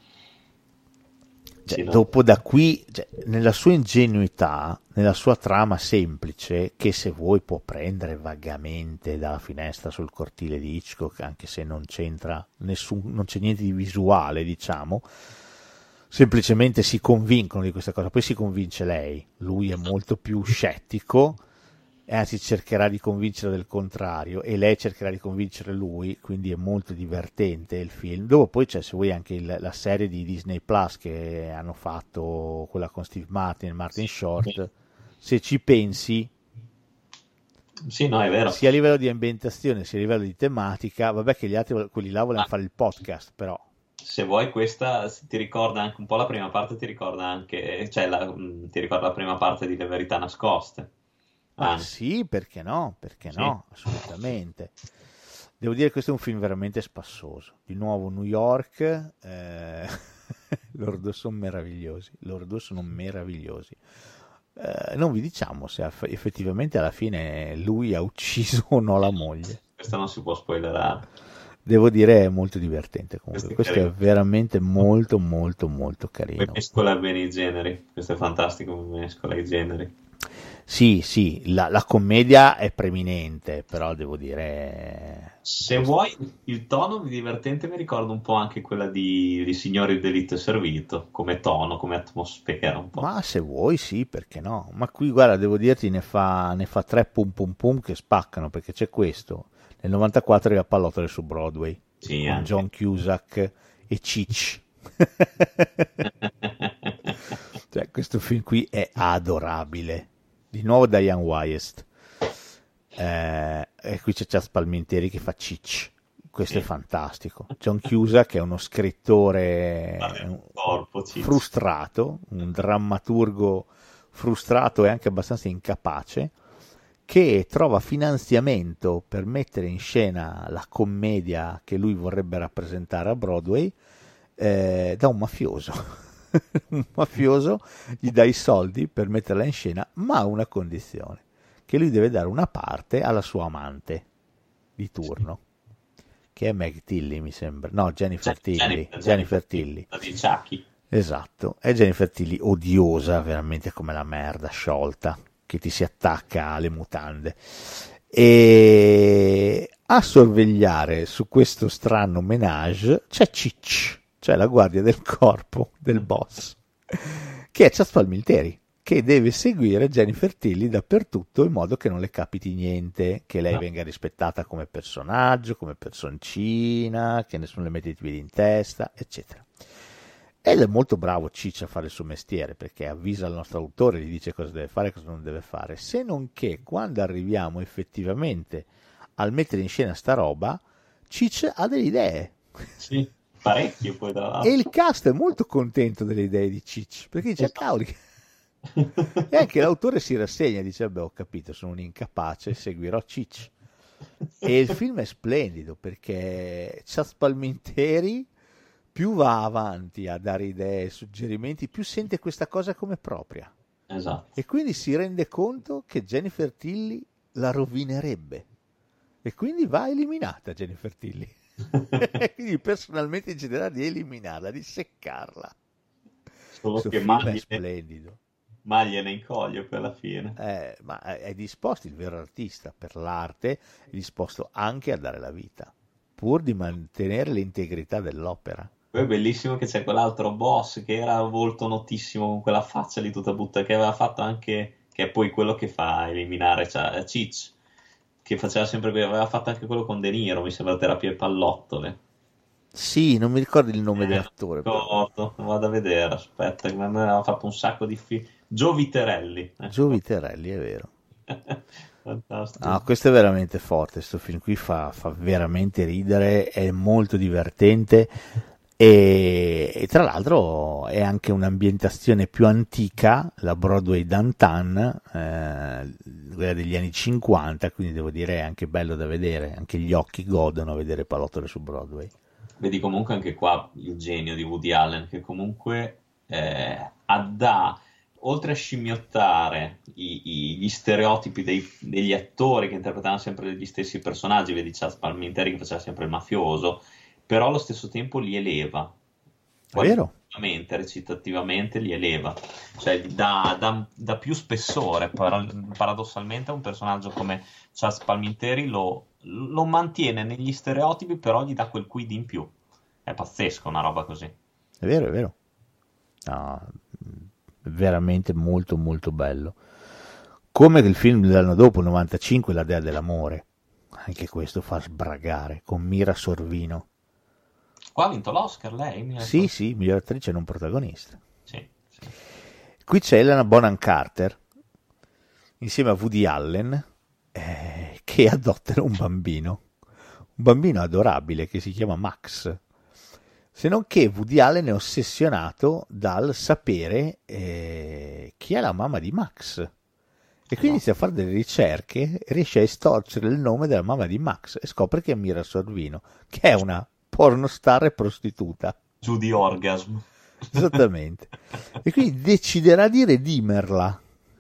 cioè Sì, no. dopo da qui, cioè, nella sua ingenuità, nella sua trama semplice, che se vuoi può prendere vagamente dalla finestra sul cortile di Hitchcock, anche se non c'entra nessun, non c'è niente di visuale, diciamo, semplicemente si convincono di questa cosa, poi si convince lei, lui è molto più scettico, e anzi cercherà di convincere del contrario, e lei cercherà di convincere lui, quindi è molto divertente il film. Dopo poi c'è, se vuoi, anche il, la serie di Disney Plus che hanno fatto, quella con Steve Martin e Martin Short, se ci pensi, Sì, no, è vero. sia a livello di ambientazione sia a livello di tematica, vabbè che gli altri, quelli là volevano Ah. fare il podcast, però Se vuoi questa ti ricorda anche un po' la prima parte, ti ricorda anche, cioè la, mh, ti ricorda la prima parte di Le Verità Nascoste. ah, Anche. sì, perché no? Perché Sì. no? Assolutamente. Devo dire che questo è un film veramente spassoso. Di nuovo New York, eh, loro due sono meravigliosi, loro due sono meravigliosi. Eh, non vi diciamo se aff- effettivamente alla fine lui ha ucciso o no la moglie. Questa non si può spoilerare. Devo dire è molto divertente comunque. Questo Questo è è carino. veramente molto molto molto Poi carino. mescola bene i generi. Questo è fantastico, mescola i generi. Sì, sì, la, la commedia è preminente, però devo dire... Se vuoi, il tono divertente mi ricorda un po' anche quella di, di Signori Delitto e Servito, come tono, come atmosfera un po'. Ma se vuoi, sì, perché no? Ma qui, guarda, devo dirti, ne fa, ne fa tre pum pum pum che spaccano, perché c'è questo. Nel novantaquattro era Pallottole su Broadway, Sì, con anche. John Cusack e Cheech. Cioè, questo film qui è adorabile. Di nuovo Diane Wiest. Eh, e qui c'è Chaz Palminteri che fa Cheech. Questo Sì. è fantastico. John Cusack è uno scrittore Guarda il un- corpo, Ciccio. frustrato, un drammaturgo frustrato e anche abbastanza incapace, che trova finanziamento per mettere in scena la commedia che lui vorrebbe rappresentare a Broadway eh, da un mafioso. Un mafioso gli dà i soldi per metterla in scena, ma a una condizione, che lui deve dare una parte alla sua amante di turno, che è Meg Tilly, mi sembra. No, Jennifer Tilly. Jennifer, Jennifer Tilly. La di Chucky. Esatto, è Jennifer Tilly odiosa, veramente come la merda, sciolta, che ti si attacca alle mutande. E a sorvegliare su questo strano menage c'è Cheech, cioè la guardia del corpo del boss, che è Chaz Palminteri, che deve seguire Jennifer Tilly dappertutto in modo che non le capiti niente, che lei No. venga rispettata come personaggio, come personcina, che nessuno le mette i piedi in testa, eccetera. Ed è molto bravo Ciccia a fare il suo mestiere, perché avvisa il nostro autore, gli dice cosa deve fare e cosa non deve fare, se non che quando arriviamo effettivamente al mettere in scena sta roba, Ciccia ha delle idee. Sì, parecchio poi tra l'altro. E il cast è molto contento delle idee di Ciccia, perché dice, Esatto. cavoli. E anche l'autore si rassegna, dice, vabbè, ho capito, sono un incapace, seguirò Ciccia. E il film è splendido, perché Chaz Palminteri più va avanti a dare idee, suggerimenti, più sente questa cosa come propria. Esatto. E quindi si rende conto che Jennifer Tilly la rovinerebbe. E quindi va eliminata Jennifer Tilly. E quindi personalmente deciderà di eliminarla, di seccarla. Solo Questo che film è maglie, splendido. maglie ne incoglie poi alla fine. Eh, ma è disposto, il vero artista per l'arte è disposto anche a dare la vita, pur di mantenere l'integrità dell'opera. Poi è bellissimo che c'è quell'altro boss che era volto notissimo con quella faccia lì tutta butta, che aveva fatto anche, che è poi quello che fa eliminare, cioè Cheech, che faceva sempre, aveva fatto anche quello con De Niro, mi sembra, Terapia e pallottole. Sì, non mi ricordo il nome Eh, dell'attore. non ricordo, vado a vedere, aspetta, che a me aveva fatto un sacco di film. Gio Viterelli. Ecco. Gio Viterelli, è vero. Fantastico. No, questo è veramente forte, questo film qui fa, fa veramente ridere, è molto divertente e, e tra l'altro è anche un'ambientazione più antica, la Broadway Downtown, eh, quella degli anni cinquanta, quindi devo dire è anche bello da vedere, anche gli occhi godono a vedere Pallottole su Broadway. Vedi comunque anche qua il genio di Woody Allen, che comunque eh, dà, oltre a scimmiottare i- i- gli stereotipi dei- degli attori che interpretavano sempre gli stessi personaggi, vedi Charles Palminteri che faceva sempre il mafioso, però allo stesso tempo li eleva. È vero? Qualitativamente, recitativamente li eleva, cioè gli dà, dà- dà più spessore. Para- paradossalmente un personaggio come Charles Palminteri lo, lo mantiene negli stereotipi, però gli dà quel quid in più. È pazzesco una roba così. È vero, è vero. No, veramente molto molto bello. Come il film dell'anno dopo, il novantacinque, La Dea dell'amore. Anche questo fa sbragare, con Mira Sorvino. Qua ha vinto l'Oscar lei? Mi Sì, sì, miglior attrice non protagonista. Sì, sì. Qui c'è Helena Bonham Carter, insieme a Woody Allen, eh, che adottano un bambino. Un bambino adorabile che si chiama Max. Se non che Woody Allen è ossessionato dal sapere eh, chi è la mamma di Max. E quindi inizia a fare delle ricerche e riesce a estorcere il nome della mamma di Max e scopre che è Mira Sorvino, che è una pornostar e prostituta. Judy Orgasm. Esattamente. E quindi deciderà di redimerla.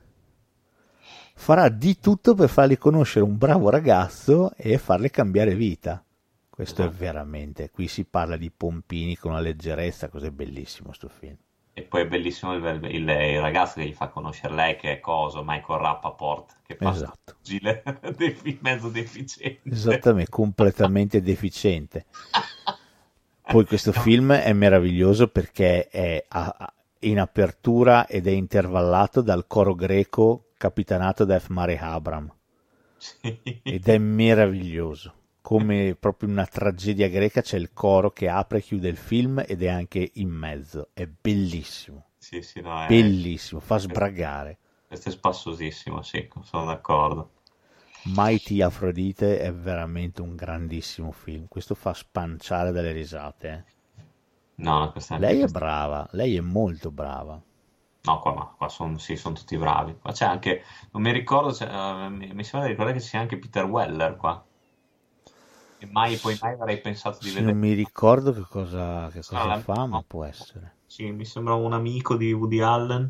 Farà di tutto per fargli conoscere un bravo ragazzo e farle cambiare vita. Questo è veramente, qui si parla di pompini con una leggerezza, cos'è bellissimo sto film. E poi è bellissimo il, il- il ragazzo che gli fa conoscere lei, che è coso, Michael Rappaport, che fa Esatto. gile defi- mezzo deficiente. Esattamente, completamente deficiente. Poi questo film è meraviglioso perché è a- a- in apertura ed è intervallato dal coro greco capitanato da F. Murray Abraham. Sì. Ed è meraviglioso. Come proprio una tragedia greca c'è il coro che apre e chiude il film ed è anche in mezzo. È bellissimo, Sì, sì, no, è, bellissimo, fa sbragare. questo è spassosissimo, sì, sono d'accordo. Mighty Aphrodite è veramente un grandissimo film. Questo fa spanciare dalle risate. eh. No, no, questa Lei è questa- brava, lei è molto brava. No, qua, ma qua sono, sì, sono tutti bravi. Ma c'è anche, non mi ricordo, c'è, eh, mi, mi sembra di ricordare che ci sia anche Peter Weller qua. E mai, poi mai avrei pensato di Sì, vedere. non mi ricordo che cosa, che cosa la- fa, ma no. può essere. Sì, mi sembra un amico di Woody Allen.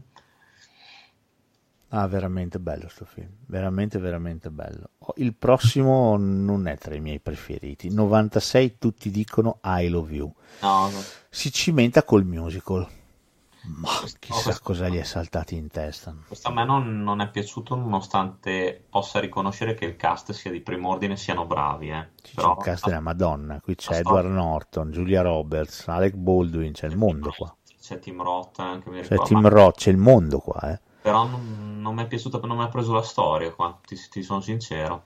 Ah, veramente bello sto film, veramente veramente bello. Oh, il prossimo non è tra i miei preferiti. novantasei tutti dicono I Love You. No, no. Si cimenta col musical. Ma chissà questo- cosa gli è saltato in testa. Questo a me non, non è piaciuto, nonostante possa riconoscere che il cast sia di primo ordine, siano bravi, eh. C'è Però un cast della Madonna, qui c'è la Edward storia- Norton, Giulia Roberts, Alec Baldwin, c'è il mondo qua. c'è Tim Roth anche, mi C'è ricordo. Tim ma- Roth, c'è il mondo qua, eh. Però non, non mi è piaciuta, non mi ha preso la storia qua, ti, ti sono sincero.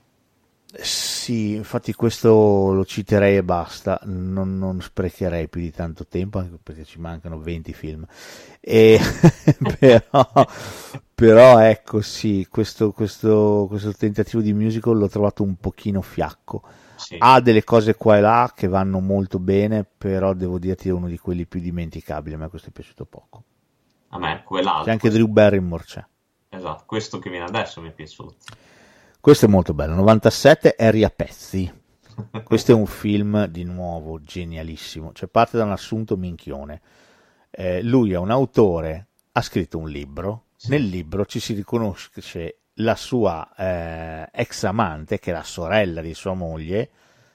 Sì, infatti questo lo citerei e basta, non, non sprecherei più di tanto tempo, anche perché ci mancano venti film. E, però, però ecco sì, questo, questo, questo tentativo di musical l'ho trovato un pochino fiacco. Sì. Ha delle cose qua e là che vanno molto bene, però devo dirti è uno di quelli più dimenticabili, a me questo è piaciuto poco. A me quell'altro, C'è anche Drew Barrymore, c'è. esatto, questo che viene adesso mi è piaciuto. Questo è molto bello. novantasette Harry a pezzi. Questo è un film di nuovo genialissimo. Cioè parte da un assunto minchione. Eh, lui è un autore, ha scritto un libro. Nel libro ci si riconosce la sua eh, ex amante, che è la sorella di sua moglie,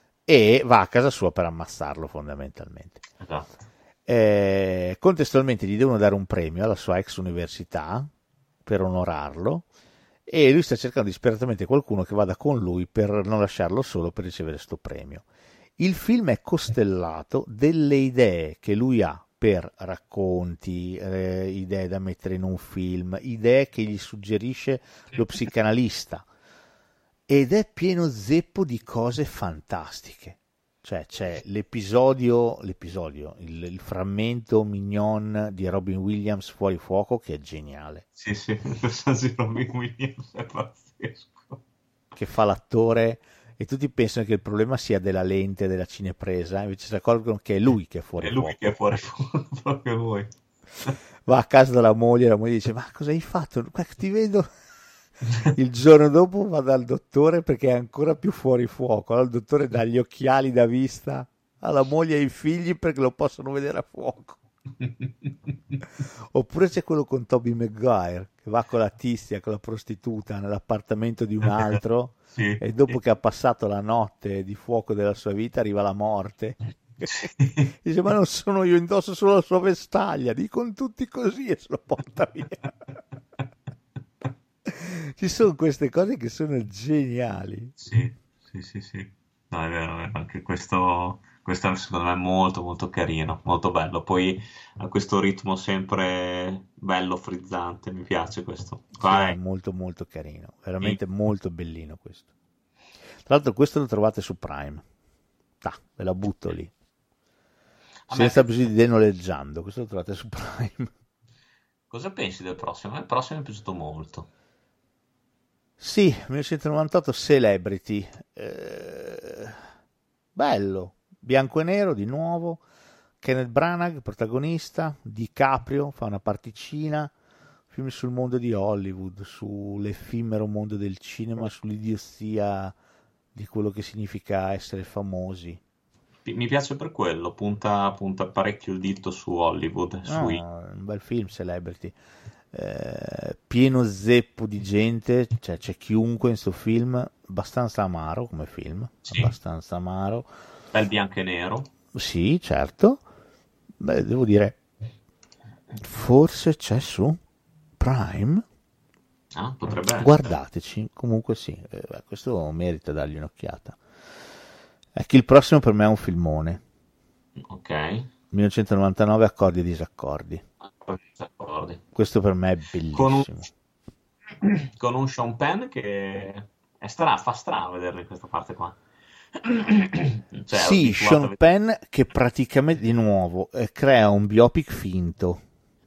e va a casa sua per ammazzarlo fondamentalmente. Esatto. Eh, contestualmente gli devono dare un premio alla sua ex università per onorarlo e lui sta cercando disperatamente qualcuno che vada con lui per non lasciarlo solo per ricevere questo premio. Il film è costellato delle idee che lui ha per racconti, eh, idee da mettere in un film, idee che gli suggerisce lo psicanalista ed è pieno zeppo di cose fantastiche. Cioè c'è l'episodio, l'episodio, il, il frammento mignon di Robin Williams fuori fuoco che è geniale, Sì, sì, il personaggio di Robin Williams è pazzesco. che fa l'attore e tutti pensano che il problema sia della lente della cinepresa, invece si accorgono che è lui che è fuori È lui fuoco. che è fuori fuoco, proprio lui. Va a casa dalla moglie, la moglie dice: ma cosa hai fatto? Guarda, ti vedo. Il giorno dopo va dal dottore perché è ancora più fuori fuoco. Allora il dottore dà gli occhiali da vista alla moglie e ai figli perché lo possono vedere a fuoco. Oppure c'è quello con Tobey Maguire che va con la tizia, con la prostituta nell'appartamento di un altro Sì, e dopo sì. che ha passato la notte di fuoco della sua vita arriva la morte. Dice: ma non sono io, indosso solo la sua vestaglia, dicono tutti così, e se lo porta via. Ci sono queste cose che sono geniali. Sì, sì, sì, sì. No, è vero, è vero, anche questo, questo è secondo me molto molto carino, molto bello. Poi ha questo ritmo sempre bello, frizzante, mi piace questo. Sì, Qua è è- molto molto carino, sì. veramente molto bellino questo. Tra l'altro questo lo trovate su Prime. Ah, ve la butto lì. A me è Senza piaciuto. bisogno di denoleggiando, questo lo trovate su Prime. Cosa pensi del prossimo? A me il prossimo mi è piaciuto molto. Sì, millenovecentonovantotto Celebrity. Eh, bello, bianco e nero di nuovo. Kenneth Branagh, protagonista. DiCaprio fa una particina. Film sul mondo di Hollywood, sull'effimero mondo del cinema, sull'idiozia di quello che significa essere famosi. Pi- Mi piace per quello, punta, punta parecchio il dito su Hollywood, sui... No, un bel film Celebrity. Eh, pieno zeppo di gente, cioè c'è chiunque in questo film, abbastanza amaro come film, Sì, abbastanza amaro. bel bianco e nero. Sì, certo. Beh, devo dire, forse c'è su Prime. Ah, potrebbe essere. Guardateci, comunque sì, eh, beh, questo merita dargli un'occhiata. Ecco, il prossimo per me è un filmone. Ok, millenovecentonovantanove Accordi e disaccordi. d'accordo. Questo per me è Con un, bellissimo. con un Sean Penn che è strano, fa strano vederlo in questa parte qua. Cioè, Sì, abituato a Sean vedere... Penn che praticamente di nuovo eh, crea un biopic finto,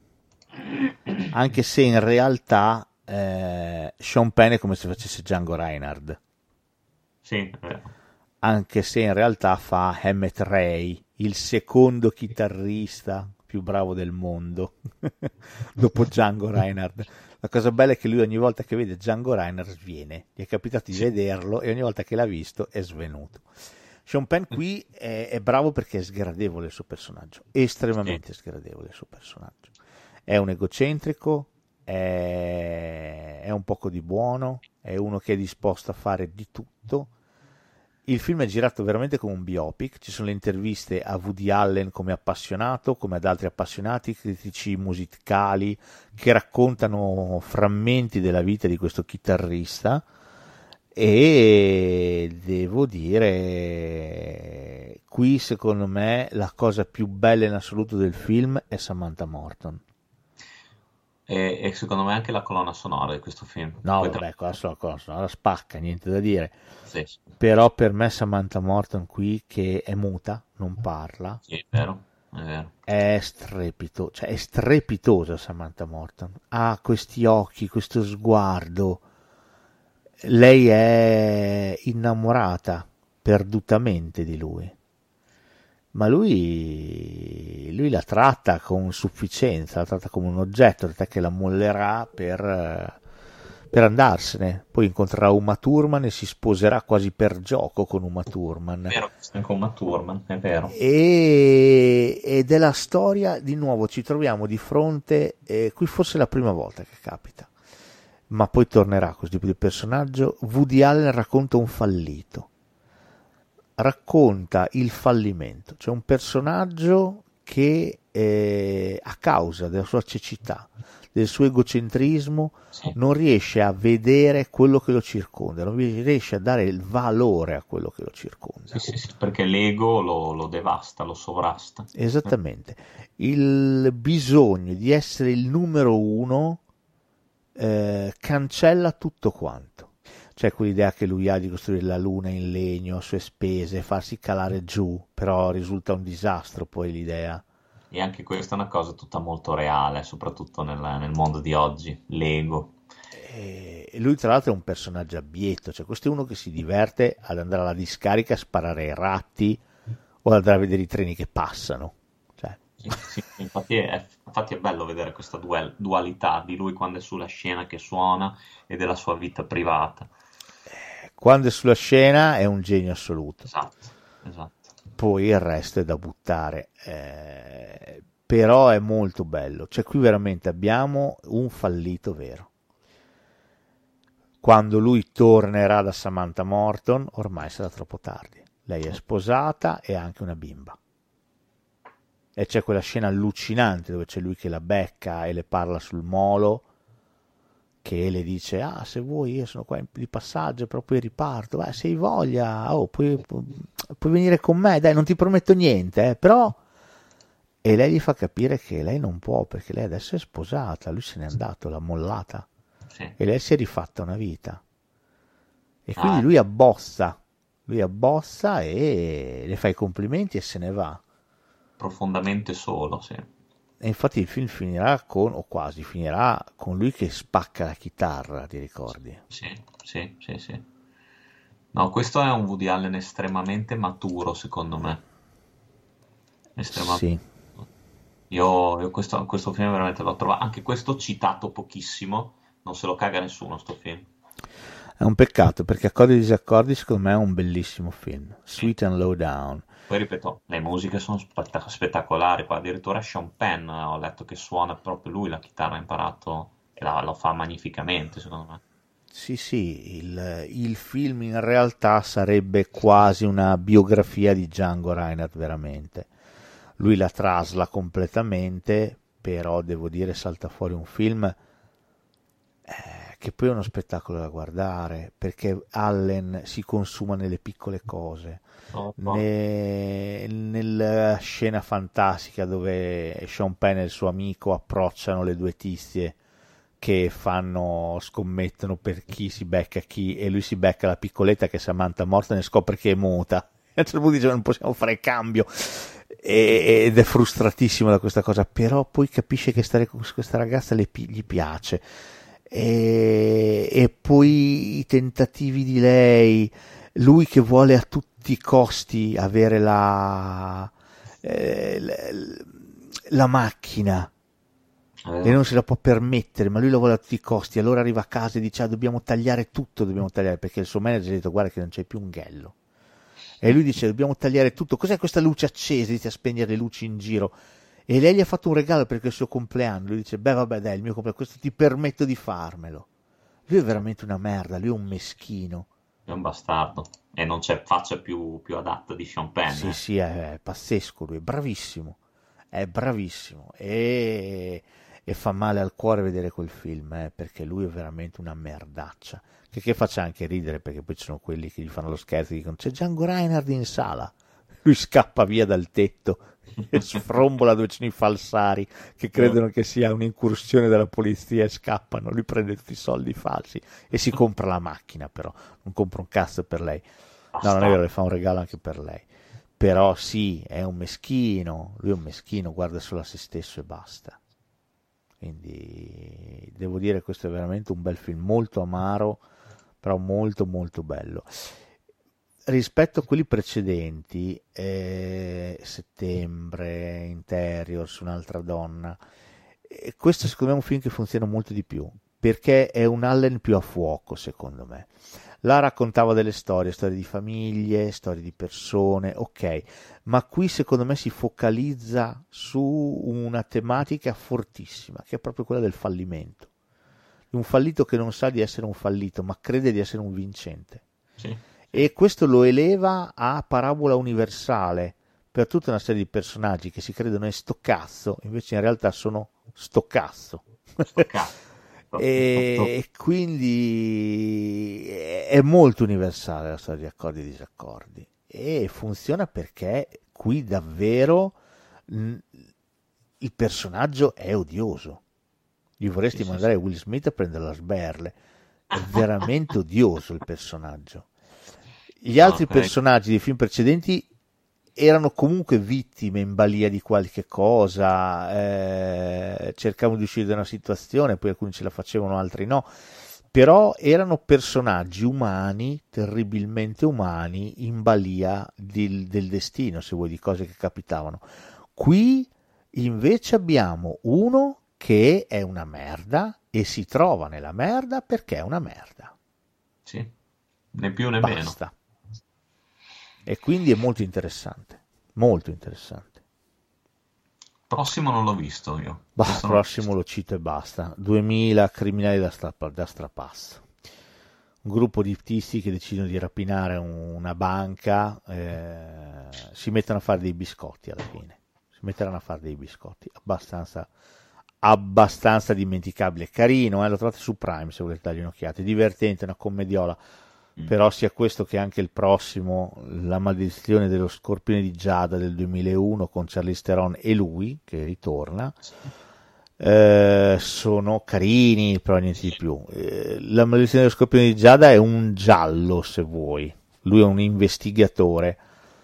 anche se in realtà eh, Sean Penn è come se facesse Django Reinhardt, Sì, è vero. anche se in realtà fa Emmett Ray, il secondo chitarrista più bravo del mondo, dopo Django Reinhardt. La cosa bella è che lui ogni volta che vede Django Reinhardt sviene, gli è capitato di Sì. vederlo e ogni volta che l'ha visto è svenuto. Sean Penn qui è, è bravo perché è sgradevole il suo personaggio, estremamente sgradevole il suo personaggio. È un egocentrico, è, è un poco di buono, è uno che è disposto a fare di tutto. Il film è girato veramente come un biopic, ci sono le interviste a Woody Allen come appassionato, come ad altri appassionati, critici musicali che raccontano frammenti della vita di questo chitarrista, e devo dire, qui secondo me la cosa più bella in assoluto del film è Samantha Morton. E, e secondo me anche la colonna sonora di questo film. No, Poi vabbè, tra- qua la cosa, la spacca, niente da dire. Sì, sì, Però per me Samantha Morton qui, che è muta, non parla, sì, è vero, è vero. è strepito, cioè è strepitosa Samantha Morton. Ha questi occhi, questo sguardo. Lei è innamorata perdutamente di lui. Ma lui, lui la tratta con sufficienza, la tratta come un oggetto, tant'è che la mollerà per, per andarsene. Poi incontrerà Uma Thurman e si sposerà quasi per gioco con Uma Thurman. È vero, anche Uma Thurman, è vero. E, ed è la storia, di nuovo ci troviamo di fronte, eh, qui forse è la prima volta che capita, ma poi tornerà questo tipo di personaggio. Woody Allen racconta un fallito. Racconta il fallimento, cioè un personaggio che eh, a causa della sua cecità, del suo egocentrismo, Sì. non riesce a vedere quello che lo circonda, non riesce a dare il valore a quello che lo circonda. Sì, sì, sì, perché l'ego lo, lo devasta, lo sovrasta. Esattamente, il bisogno di essere il numero uno eh, cancella tutto quanto. C'è quell'idea che lui ha di costruire la luna in legno a sue spese, farsi calare giù, però risulta un disastro poi l'idea. E anche questa è una cosa tutta molto reale, soprattutto nel, nel mondo di oggi, l'ego. E lui tra l'altro è un personaggio abbietto, cioè questo è uno che si diverte ad andare alla discarica a sparare ai ratti o ad andare a vedere i treni che passano. Cioè, Sì, sì, infatti, è, infatti è bello vedere questa dual- dualità di lui quando è sulla scena che suona e della sua vita privata. quando è sulla scena è un genio assoluto. Esatto, esatto. poi il resto è da buttare. Eh, però è molto bello, cioè qui veramente abbiamo un fallito vero. Quando lui tornerà da Samantha Morton ormai sarà troppo tardi, lei è sposata e ha anche una bimba, e c'è quella scena allucinante dove c'è lui che la becca e le parla sul molo, che le dice: ah, se vuoi io sono qua di passaggio però poi riparto, beh, se hai voglia, oh, puoi, puoi venire con me, dai, non ti prometto niente, eh, però... E lei gli fa capire che lei non può, perché lei adesso è sposata, lui se n'è andato, l'ha mollata, Sì. e lei si è rifatta una vita, e quindi Ah, lui abbozza, lui abbozza e le fa i complimenti e se ne va. profondamente solo, sì. E infatti il film finirà con, o quasi finirà, con lui che spacca la chitarra, ti ricordi? Sì, sì, sì, sì. No, questo è un Woody Allen estremamente maturo, secondo me. Estremamente. Sì, Io, io questo, questo film veramente l'ho trovato, anche questo citato pochissimo, non se lo caga nessuno sto film. è un peccato, perché Accordi e Disaccordi secondo me è un bellissimo film, Sì. Sweet and Low Down. Poi ripeto, le musiche sono spetta- spettacolari, qua addirittura Sean Penn, eh, ho letto che suona proprio lui la chitarra, ha imparato e la, lo fa magnificamente, secondo me. Sì, sì, il, il film in realtà sarebbe quasi una biografia di Django Reinhardt, veramente. Lui la trasla completamente, però devo dire salta fuori un film eh, che poi è uno spettacolo da guardare, perché Allen si consuma nelle piccole cose, Oh, oh. ne- nella scena fantastica dove Sean Penn e il suo amico approcciano le due tizie che fanno, scommettono per chi si becca chi, e lui si becca la piccoletta che è Samantha Morton e scopre che è muta. A un certo punto dice non possiamo fare cambio, e- ed è frustratissimo da questa cosa, però poi capisce che stare con questa ragazza le pi- gli piace, e, e poi i tentativi di lei, lui che vuole a tutti i costi avere la, eh, l- la macchina e Eh, non se la può permettere, ma lui la vuole a tutti i costi. Allora arriva a casa e dice: ah, dobbiamo tagliare tutto, dobbiamo tagliare, perché il suo manager ha detto: guarda che non c'è più un ghello. E lui dice: dobbiamo tagliare tutto. Cos'è questa luce accesa? Inizia a spegnere le luci in giro. E lei gli ha fatto un regalo perché è il suo compleanno. Lui dice: beh, vabbè, dai, il mio compleanno, questo ti permetto di farmelo. Lui è veramente una merda, lui è un meschino. è un bastardo. E non c'è faccia più, più adatta di Sean Penn. Sì, eh. sì, è, è pazzesco, lui è bravissimo, è bravissimo, e, e fa male al cuore vedere quel film, eh, perché lui è veramente una merdaccia, che, che faccia anche ridere, perché poi ci sono quelli che gli fanno lo scherzo e dicono: c'è Django Reinhardt in sala, lui scappa via dal tetto e sfrombola dove ci sono i falsari che credono che sia un'incursione della polizia e scappano, lui prende tutti i soldi falsi e si compra la macchina, però non compra un cazzo per lei. No, non è vero, le fa un regalo anche per lei. Però sì, è un meschino, lui è un meschino, guarda solo a se stesso e basta. Quindi devo dire questo è veramente un bel film, molto amaro, però molto molto bello. Rispetto a quelli precedenti, eh, Settembre, Interiors, Un'altra donna, eh, questo secondo me è un film che funziona molto di più, perché è un Allen più a fuoco, secondo me. Là raccontava delle storie, storie di famiglie, storie di persone, ok, ma qui secondo me si focalizza su una tematica fortissima, che è proprio quella del fallimento. Un fallito che non sa di essere un fallito, ma crede di essere un vincente. Sì. E questo lo eleva a parabola universale per tutta una serie di personaggi che si credono è sto cazzo, invece in realtà sono sto cazzo. Sto cazzo. E quindi è molto universale la storia di Accordi e Disaccordi, e funziona perché qui davvero mh, il personaggio è odioso. Gli vorresti Sì, sì, mandare Will Smith a prendere la sberle, è veramente odioso il personaggio. Gli altri ok. personaggi dei film precedenti erano comunque vittime in balia di qualche cosa, eh, cercavano di uscire da una situazione, poi alcuni ce la facevano, altri no, però erano personaggi umani, terribilmente umani, in balia del, del destino, se vuoi, di cose che capitavano. Qui invece abbiamo uno che è una merda e si trova nella merda perché è una merda. Sì, né più né meno. Basta. E quindi è molto interessante. molto interessante. Prossimo non l'ho visto io. Bah, Questo prossimo lo cito e basta. duemila criminali da, stra- da strapasso. Un gruppo di tizi che decidono di rapinare un- una banca, eh, si mettono a fare dei biscotti alla fine. Si metteranno a fare dei biscotti. Abbastanza, abbastanza dimenticabile. Carino, eh? Lo trovate su Prime se volete dargli un'occhiata. È divertente, una commediola. Mm. Però sia questo che anche il prossimo, La maledizione dello scorpione di Giada del duemilauno con Charlize Theron e lui che ritorna, eh, sono carini, però niente di più. Eh, La maledizione dello scorpione di Giada è un giallo, se vuoi. Lui è un investigatore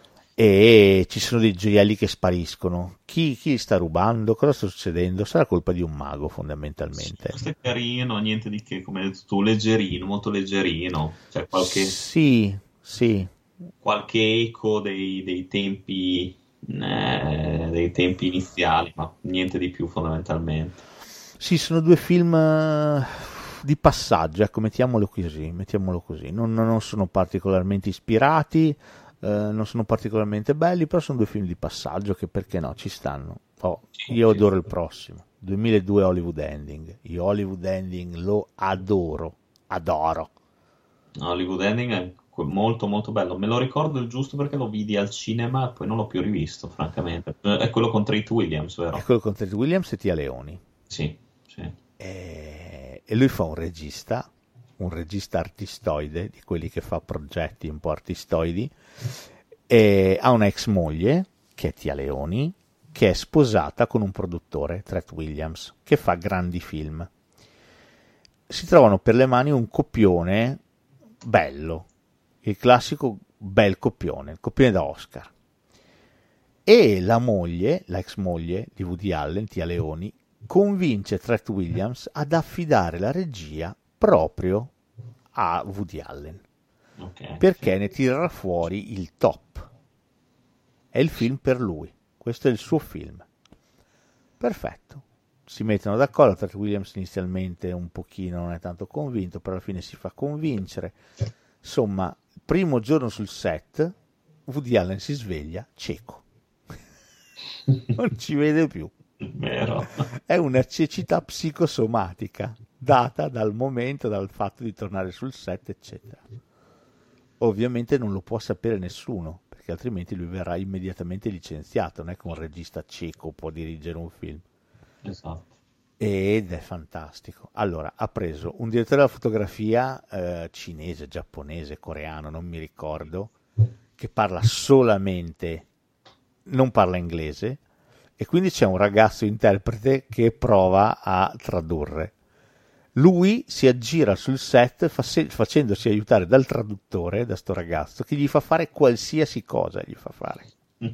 e ci sono dei gioielli che spariscono. Chi, chi li sta rubando? Cosa sta succedendo? Sarà colpa di un mago, fondamentalmente. Questo è carino, niente di che, come hai detto tu, leggerino, molto leggerino. Cioè qualche, Sì, sì. qualche eco dei, dei tempi eh, dei tempi iniziali, ma niente di più fondamentalmente. Sì, sono due film eh, di passaggio, ecco, mettiamolo così, mettiamolo così. Non, non sono particolarmente ispirati, eh, non sono particolarmente belli, però sono due film di passaggio che, perché no, ci stanno. Oh, io adoro il prossimo, duemiladue Hollywood Ending. Io Hollywood Ending lo adoro, adoro. Hollywood Ending è molto molto bello, me lo ricordo il giusto perché lo vidi al cinema e poi non l'ho più rivisto, francamente. È quello con Treat Williams, vero? È quello con Treat Williams e Tia Leoni. Sì, sì. E, e lui fa un regista, un regista artistoide, di quelli che fa progetti un po' artistoidi, e ha una ex moglie, che è Tia Leoni, che è sposata con un produttore, Treat Williams, che fa grandi film. Si trovano per le mani un copione bello, il classico bel copione, il copione da Oscar. E la moglie, la ex moglie di Woody Allen, Tia Leoni, convince Treat Williams ad affidare la regia proprio a Woody Allen, okay, perché ne tirerà fuori il top. È il film per lui, questo è il suo film. Perfetto. Si mettono d'accordo, Treat Williams inizialmente un pochino non è tanto convinto, però alla fine si fa convincere. Insomma, il primo giorno sul set, Woody Allen si sveglia cieco. Non ci vede più. Vero. È una cecità psicosomatica data dal momento, dal fatto di tornare sul set, eccetera. Ovviamente non lo può sapere nessuno, perché altrimenti lui verrà immediatamente licenziato. Non è che un regista cieco può dirigere un film. Esatto. Ed è fantastico. Allora, ha preso un direttore della fotografia eh, cinese, giapponese, coreano, non mi ricordo, che parla solamente, non parla inglese, e quindi c'è un ragazzo interprete che prova a tradurre. Lui si aggira sul set face- facendosi aiutare dal traduttore, da sto ragazzo, che gli fa fare qualsiasi cosa, gli fa fare.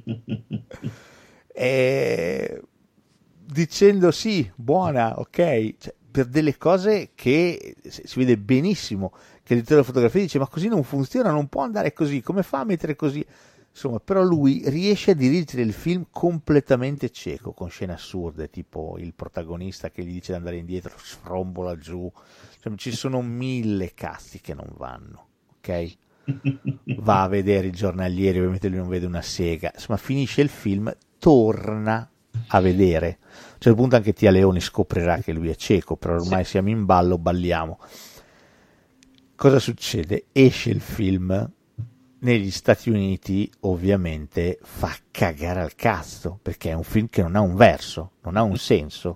E... dicendo sì, buona, ok, cioè, per delle cose che si vede benissimo che il direttore della fotografia dice ma così non funziona, non può andare così, come fa a mettere così? Insomma, però lui riesce a dirigere il film completamente cieco, con scene assurde, tipo il protagonista che gli dice di andare indietro, sfrombola giù, cioè, ci sono mille cazzi che non vanno, ok? Va a vedere il giornaliere, ovviamente lui non vede una sega, insomma finisce il film, torna a vedere. A un certo punto anche Tia Leoni scoprirà che lui è cieco, però ormai sì, siamo in ballo, balliamo. Cosa succede? Esce il film, negli Stati Uniti ovviamente fa cagare al cazzo, perché è un film che non ha un verso, non ha un senso.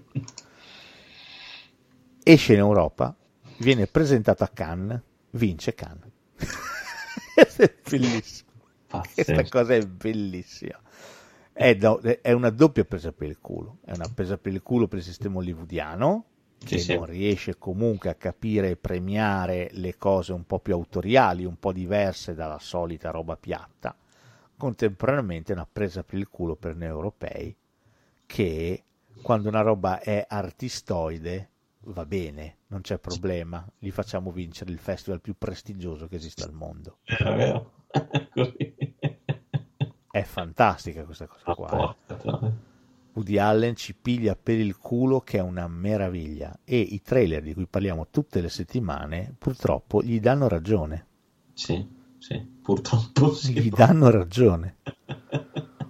Esce in Europa, viene presentato a Cannes, vince Cannes. È bellissimo. Questa cosa è bellissima. È, do, è una doppia presa per il culo, è una presa per il culo per il sistema hollywoodiano, che sì, non sì. riesce comunque a capire e premiare le cose un po' più autoriali, un po' diverse dalla solita roba piatta. Contemporaneamente è una presa per il culo per noi europei, che quando una roba è artistoide va bene, non c'è problema, gli facciamo vincere il festival più prestigioso che esiste al mondo. È vero, così. È fantastica questa cosa qua. Eh. Woody Allen ci piglia per il culo, che è una meraviglia, e i trailer di cui parliamo tutte le settimane purtroppo gli danno ragione. Sì, sì, purtroppo sì. Gli danno ragione.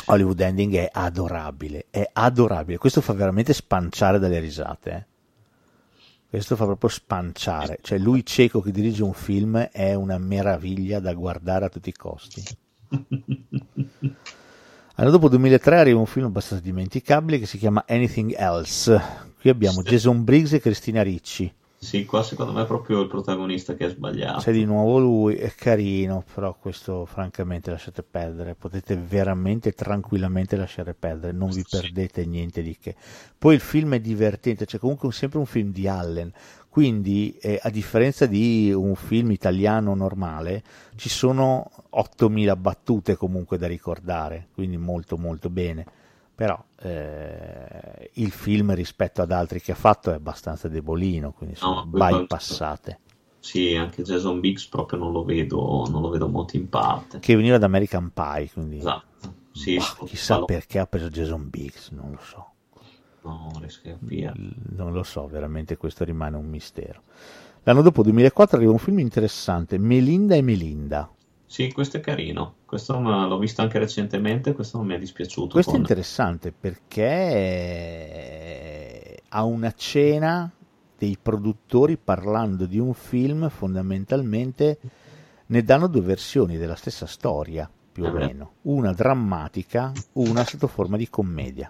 Hollywood Ending è adorabile, è adorabile. Questo fa veramente spanciare dalle risate. Eh. Questo fa proprio spanciare. Cioè, lui cieco che dirige un film è una meraviglia da guardare a tutti i costi. Allora, dopo duemilatré arriva un film abbastanza dimenticabile che si chiama Anything Else. Qui abbiamo sì. Jason Briggs e Cristina Ricci. Sì, qua secondo me è proprio il protagonista che è sbagliato. C'è di nuovo lui, è carino, però questo francamente lasciate perdere, potete veramente tranquillamente lasciare perdere, non vi perdete niente di che. Poi il film è divertente, c'è comunque sempre un film di Allen, quindi eh, a differenza di un film italiano normale, ci sono ottomila battute comunque da ricordare, quindi molto molto bene. Però eh, il film rispetto ad altri che ha fatto è abbastanza debolino, quindi sono no, bypassate. Sì, anche Jason Biggs proprio non lo vedo, non lo vedo molto in parte. Che veniva da American Pie, quindi esatto. Sì, bah, chissà lo... perché ha preso Jason Biggs, non lo so. No, non riesco a capire. Non lo so, veramente questo rimane un mistero. L'anno dopo, duemilaquattro, arriva un film interessante, Melinda e Melinda. Sì, questo è carino, questo l'ho visto anche recentemente, questo non mi è dispiaciuto. Questo con... è interessante perché ha una cena dei produttori parlando di un film, fondamentalmente ne danno due versioni della stessa storia, più o eh meno, una drammatica, una sotto forma di commedia.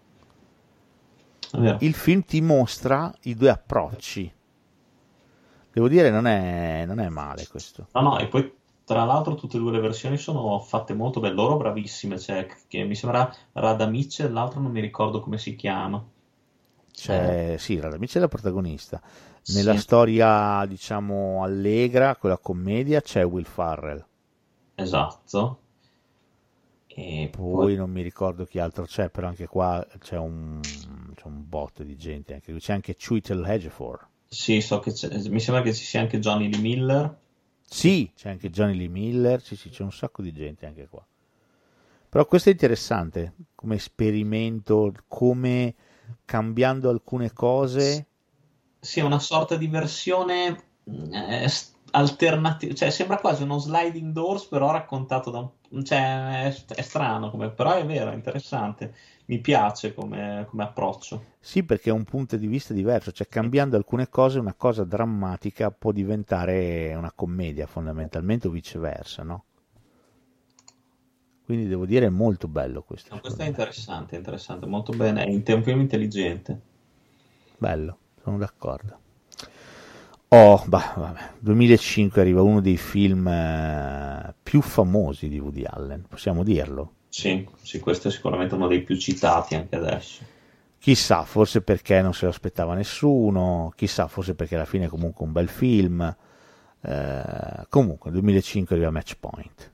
Il film ti mostra i due approcci, devo dire non è, non è male questo. No, no, e poi... Tra l'altro tutte e due le versioni sono fatte molto belle, loro bravissime, cioè, che mi sembra Radha Mitchell, l'altro non mi ricordo come si chiama. Cioè, eh. Sì, Radha Mitchell è la protagonista. Sì. Nella storia, diciamo, allegra, quella commedia, c'è Will Ferrell. Esatto. E poi, poi non mi ricordo chi altro c'è, però anche qua c'è un, c'è un botto di gente. Anche, c'è anche Chiwetel Ejiofor. Sì, so che c'è, mi sembra che ci sia anche Johnny Lee Miller. Sì, c'è anche Johnny Lee Miller, sì, sì, c'è un sacco di gente anche qua. Però questo è interessante come esperimento, come cambiando alcune cose. Sì, è una sorta di versione eh, alternativa, cioè sembra quasi uno sliding doors, però raccontato da un... cioè è, è strano, come... però è vero, è interessante. Mi piace come, come approccio. Sì, perché è un punto di vista diverso, cioè cambiando alcune cose una cosa drammatica può diventare una commedia fondamentalmente o viceversa, no? Quindi devo dire è molto bello questo. No, questo è interessante, interessante, molto bene, è un film intelligente. Bello, sono d'accordo. Oh, bah, vabbè. duemilacinque arriva uno dei film eh, più famosi di Woody Allen, possiamo dirlo? Sì, sì, questo è sicuramente uno dei più citati anche adesso. Chissà, forse perché non se lo aspettava nessuno, chissà, forse perché alla fine è comunque un bel film. Eh, comunque, nel duemilacinque arriva Match Point.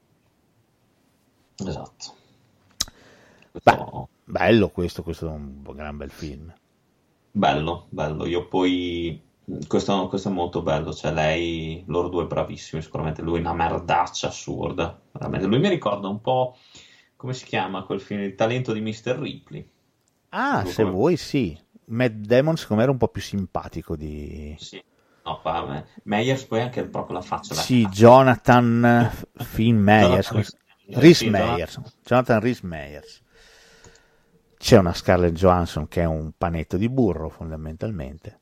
Esatto. Questo... Beh, bello questo, questo è un gran bel film. Bello, bello. Io poi... Questo, questo è molto bello, cioè lei, loro due bravissimi, sicuramente lui è una merdaccia assurda, veramente. Lui mi ricorda un po', come si chiama quel film, Il talento di mister Ripley. Ah, lui se come... vuoi sì, Matt Damon secondo me era un po' più simpatico di... Sì, no, pa, Meyers poi anche proprio la faccia. Sì, Jonathan Finn Meyers, Rhys Meyers, Jonathan Rhys Meyers. C'è una Scarlett Johansson che è un panetto di burro fondamentalmente.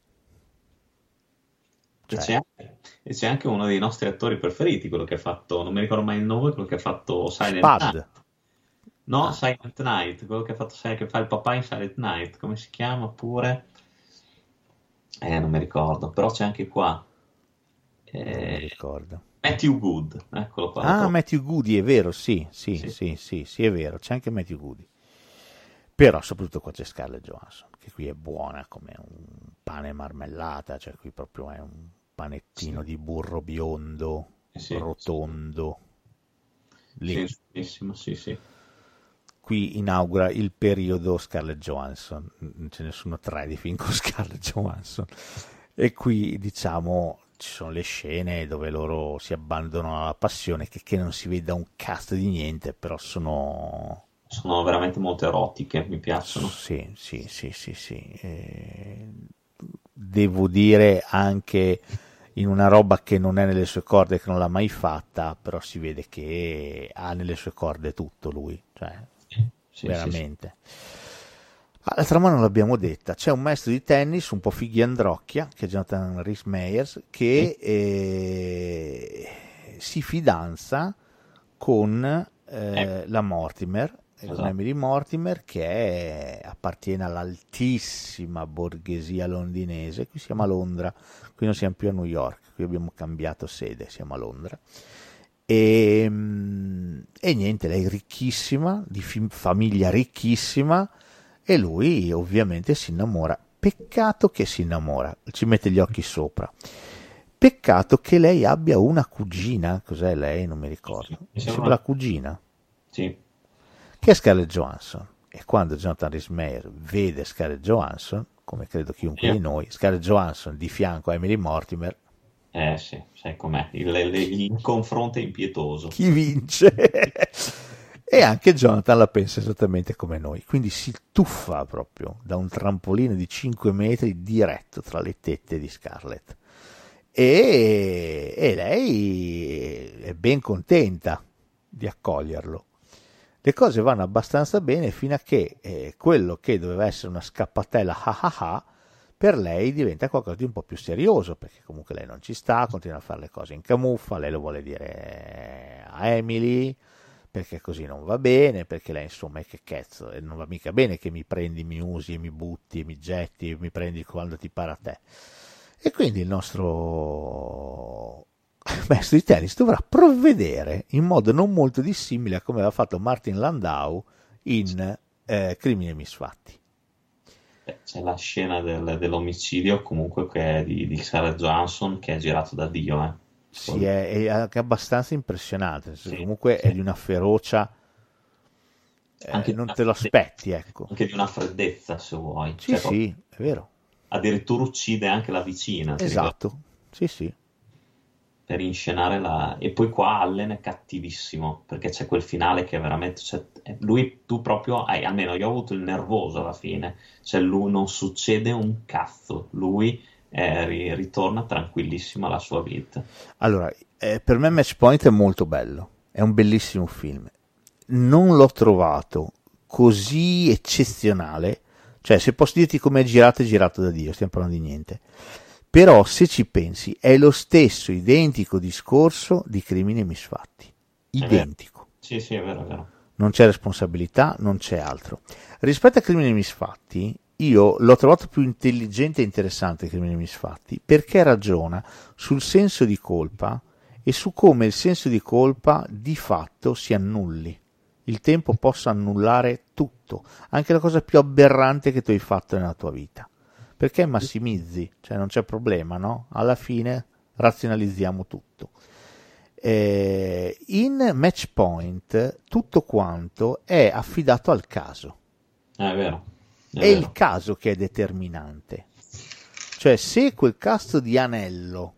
Cioè. E, c'è anche, e c'è anche uno dei nostri attori preferiti, quello che ha fatto, non mi ricordo mai il nome, quello che ha fatto Silent Spud. Night. No, ah. Silent Night, quello che ha fatto che fa il papà in Silent Night, come si chiama pure? Eh, non mi ricordo, però c'è anche qua. Eh, non mi ricordo. Matthew Good, eccolo qua. Ah, proprio. Matthew Goody, è vero, sì, sì, sì, sì, sì, sì, è vero, c'è anche Matthew Goody. Però soprattutto qua c'è Scarlett Johansson, che qui è buona come un pane e marmellata, cioè qui proprio è un panettino sì. di burro biondo, sì, rotondo. Lì. Sì, benissimo, sì, sì. Qui inaugura il periodo Scarlett Johansson, ce ne sono tre di film con Scarlett Johansson, e qui diciamo ci sono le scene dove loro si abbandonano alla passione, che, che non si vede un cazzo di niente, però sono... sono veramente molto erotiche, mi piacciono. Sì, sì, sì, sì, sì. Eh, devo dire anche in una roba che non è nelle sue corde, che non l'ha mai fatta, però si vede che ha nelle sue corde tutto lui, cioè sì, veramente. Sì, sì. Ah, la trama non l'abbiamo detta, c'è un maestro di tennis un po' fighiandracchia, che è Jonathan Rhys Meyers, che Sì. eh, si fidanza con eh, Eh, la Mortimer, eh, con esatto. Emily Mortimer, che è- appartiene all'altissima borghesia londinese. Qui siamo a Londra, qui non siamo più a New York, qui abbiamo cambiato sede, siamo a Londra. E, mm, e niente, lei è ricchissima, di fi- famiglia ricchissima, e lui ovviamente si innamora. Peccato che si innamora, ci mette gli occhi sopra. Peccato che lei abbia una cugina, cos'è lei? Non mi ricordo. Mi Mi sembra sembra una- la cugina, Sì. che è Scarlett Johansson. E quando Jonathan Rhys Meyers vede Scarlett Johansson, come credo chiunque Sì. di noi, Scarlett Johansson di fianco a Emily Mortimer, Eh sì, sai com'è, il, il- il confronto è impietoso. chi vince? E anche Jonathan la pensa esattamente come noi, quindi si tuffa proprio da un trampolino di cinque metri diretto tra le tette di Scarlett. E, e lei è ben contenta di accoglierlo. Le cose vanno abbastanza bene fino a che eh, quello che doveva essere una scappatella ha ha ha per lei diventa qualcosa di un po' più serioso, perché comunque lei non ci sta, continua a fare le cose in camuffa, lei lo vuole dire a Emily, perché così non va bene, perché lei insomma è che cazzo, e non va mica bene che mi prendi, mi usi, mi butti, mi getti, mi prendi quando ti pare a te. E quindi il nostro maestro di tennis dovrà provvedere in modo non molto dissimile a come aveva fatto Martin Landau in eh, Crimini e Misfatti. Eh, C'è la scena del- dell'omicidio comunque che è di, di Sarah Johansson che è girato da Dio, eh. Sì, è, è anche abbastanza impressionante, nel senso, Sì, comunque è sì. di una ferocia, eh, Anche di non una te lo freddezza, aspetti, ecco. anche di una freddezza, se vuoi. Sì, Cioè, proprio- sì, è vero. addirittura uccide anche la vicina, ti ricordi? Esatto, sì, sì. Per inscenare la... E poi qua Allen è cattivissimo, perché c'è quel finale che veramente... Cioè, è- lui, tu proprio hai... Almeno io ho avuto il nervoso alla fine. Cioè, lui non succede un cazzo. Lui eh, ri- ritorna tranquillissimo alla sua vita. Allora, eh, per me Match Point è molto bello, è un bellissimo film. Non l'ho trovato così eccezionale, cioè se posso dirti come è girato, è girato da Dio, stiamo parlando di niente. Però se ci pensi è lo stesso identico discorso di Crimini e Misfatti, È vero. identico. Sì, sì, è vero, è vero. Non c'è responsabilità, non c'è altro. Rispetto a Crimini e Misfatti, io l'ho trovato più intelligente e interessante Crimini e Misfatti, perché ragiona sul senso di colpa e su come il senso di colpa di fatto si annulli. Il tempo possa annullare tutto, anche la cosa più aberrante che tu hai fatto nella tua vita. Perché massimizzi, cioè non c'è problema, no? Alla fine razionalizziamo tutto. Eh, in Match Point tutto quanto è affidato al caso. È vero. È È vero. il caso che è determinante. Cioè, se quel cazzo di anello,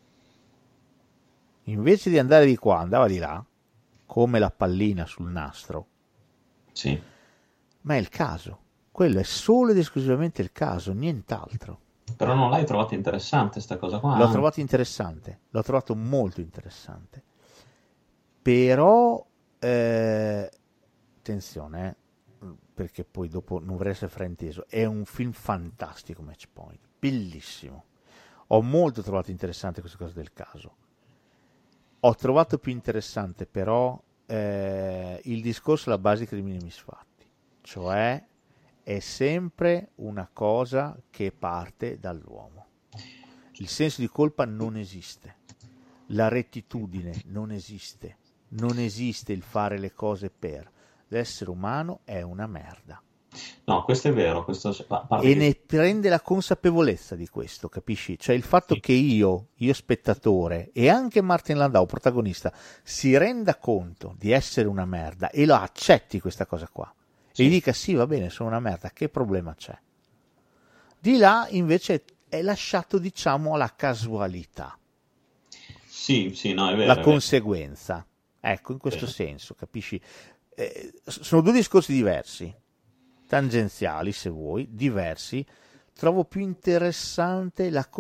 invece di andare di qua, andava di là, come la pallina sul nastro, Sì. ma è il caso. Quello è solo ed esclusivamente il caso, nient'altro. Però non l'hai trovata interessante sta cosa qua? L'ho trovato interessante, l'ho trovato molto interessante. Però, eh, attenzione, eh, perché poi dopo non vorrei essere frainteso, è un film fantastico Match Point, bellissimo. Ho molto trovato interessante questa cosa del caso. Ho trovato più interessante però eh, il discorso alla base di Crimini e Misfatti, cioè è sempre una cosa che parte dall'uomo. Il senso di colpa non esiste, la rettitudine non esiste, non esiste il fare le cose per. L'essere umano è una merda. No, questo è vero. Questo... a parte E che- ne prende la consapevolezza di questo, capisci? Cioè il fatto Sì. che io, io spettatore, e anche Martin Landau, protagonista, si renda conto di essere una merda e lo accetti questa cosa qua. Sì. E gli dica sì, va bene, sono una merda, che problema c'è? Di là invece è lasciato, diciamo, alla casualità, Sì, sì, no, è vero. la è vero. conseguenza. Ecco, in questo Sì. senso, capisci? Eh, sono due discorsi diversi, tangenziali se vuoi, diversi. Trovo più interessante la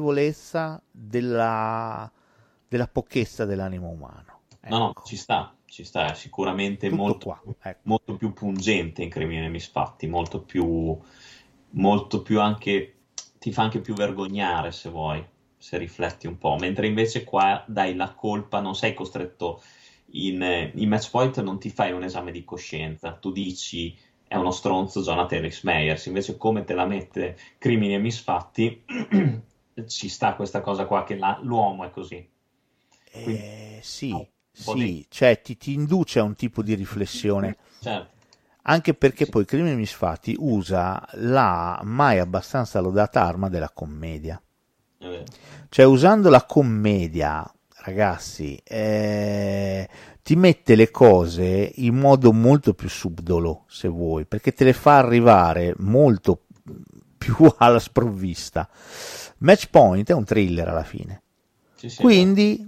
consapevolezza della, della pochezza dell'animo umano. No, no, Ecco. ci sta, ci sta, è sicuramente Tutto molto, qua, ecco. molto più pungente in Crimini e Misfatti, molto più, molto più anche, ti fa anche più vergognare se vuoi, se rifletti un po', mentre invece qua dai la colpa, non sei costretto in, in Match Point, non ti fai un esame di coscienza, tu dici è uno stronzo Jonathan Rhys Meyers, invece come te la mette Crimini e Misfatti ci sta questa cosa qua che la, l'uomo è così. Quindi, Eh, sì, no, sì, di... cioè ti, ti induce a un tipo di riflessione. Certo. Anche perché Sì. poi Crimini e Misfatti usa la mai abbastanza lodata arma della commedia. È vero. Cioè usando la commedia, ragazzi, eh, ti mette le cose in modo molto più subdolo, se vuoi, perché te le fa arrivare molto più alla sprovvista. Match Point è un thriller alla fine. Sì, sì, Quindi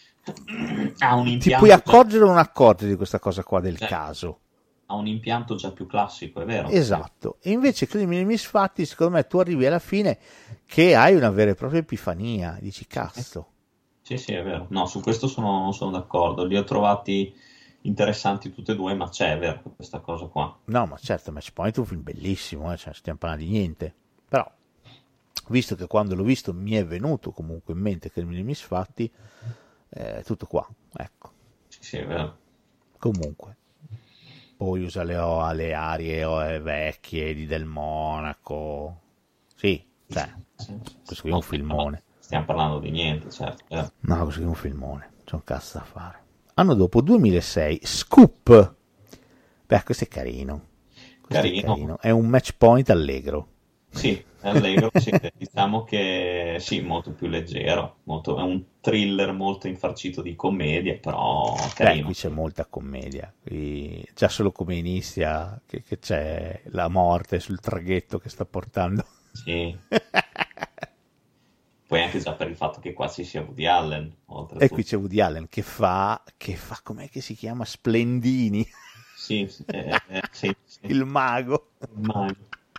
ha un ti impianto puoi già- accorgere o non accorgere di questa cosa qua del Certo. caso. ha un impianto già più classico, è vero? Esatto. E invece Crimini e Misfatti, secondo me, tu arrivi alla fine che hai una vera e propria epifania. Dici, cazzo. Sì, sì, è vero. No, su questo sono, sono d'accordo. Li ho trovati interessanti tutti e due, ma c'è, è vero, questa cosa qua. No, ma certo, Match Point è un film bellissimo, eh, cioè, non stiamo parlando di niente. Però, visto che quando l'ho visto mi è venuto comunque in mente Crimini e Misfatti, eh, tutto qua, ecco. Sì, sì, è vero. Comunque. Poi usa le, o- le arie o- eh, vecchie di Del Monaco. Sì, cioè, Sì, questo qui è un filmone. Stiamo parlando di niente, certo. è vero. No, questo qui è un filmone, c'è un cazzo da fare. Anno dopo, duemilasei, Scoop. Beh, questo è carino. Questo Carino. è carino. È un Match Point allegro. Sì, è allegro, sì, diciamo che sì, molto più leggero, molto, è un thriller molto infarcito di commedia, però Beh, carino. qui c'è molta commedia. Qui, già solo come inizia, che, che c'è la morte sul traghetto che sta portando. Sì. Poi anche già per il fatto che qua ci sia Woody Allen, E oltretutto. qui c'è Woody Allen che fa, che fa, com'è che si chiama? Splendini, Sì, sì, eh, eh, sì, sì. il mago. Ma-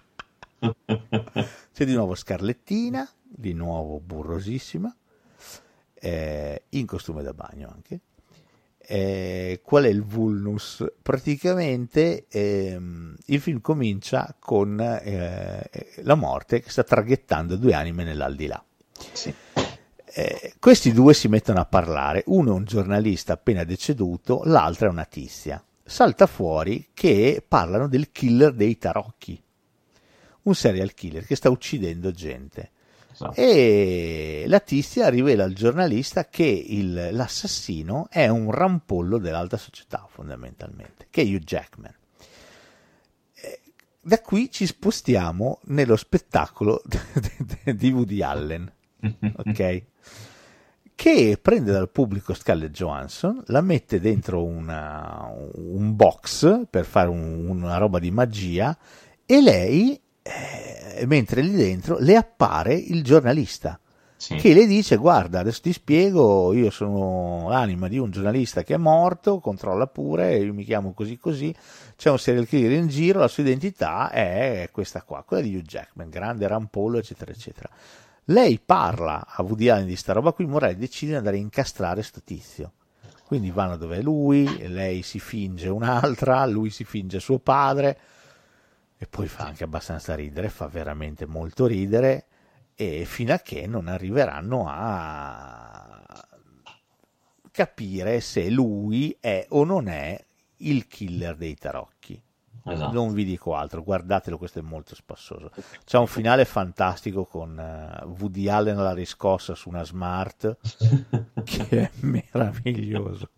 C'è di nuovo Scarlettina, di nuovo burrosissima, eh, in costume da bagno anche. Eh, qual è il vulnus? Praticamente ehm, il film comincia con eh, la morte che sta traghettando due anime nell'aldilà. Sì. Eh, questi due si mettono a parlare, uno è un giornalista appena deceduto, l'altra è una tizia. Salta fuori che parlano del killer dei tarocchi, un serial killer che sta uccidendo gente. Esatto. E la tizia rivela al giornalista che il, l'assassino è un rampollo dell'alta società, fondamentalmente, che è Hugh Jackman. Eh, Da qui ci spostiamo nello spettacolo di Woody Allen, ok? Che prende dal pubblico Scarlett Johansson, la mette dentro una, un box per fare un, una roba di magia e lei, eh, mentre lì dentro, le appare il giornalista Sì. che le dice: guarda, adesso ti spiego, io sono l'anima di un giornalista che è morto, controlla pure, io mi chiamo così così, c'è un serial killer in giro, la sua identità è questa qua, quella di Hugh Jackman, grande rampollo, eccetera eccetera. Lei parla a Woody Allen di sta roba qui, Morelli decide di andare a incastrare sto tizio. Quindi vanno dove è lui, lei si finge un'altra, lui si finge suo padre, e poi fa anche abbastanza ridere, fa veramente molto ridere, e fino a che non arriveranno a capire se lui è o non è il killer dei tarocchi. Esatto. Non vi dico altro, guardatelo, questo è molto spassoso. C'è un finale fantastico con uh, Woody Allen alla riscossa su una Smart che è meraviglioso.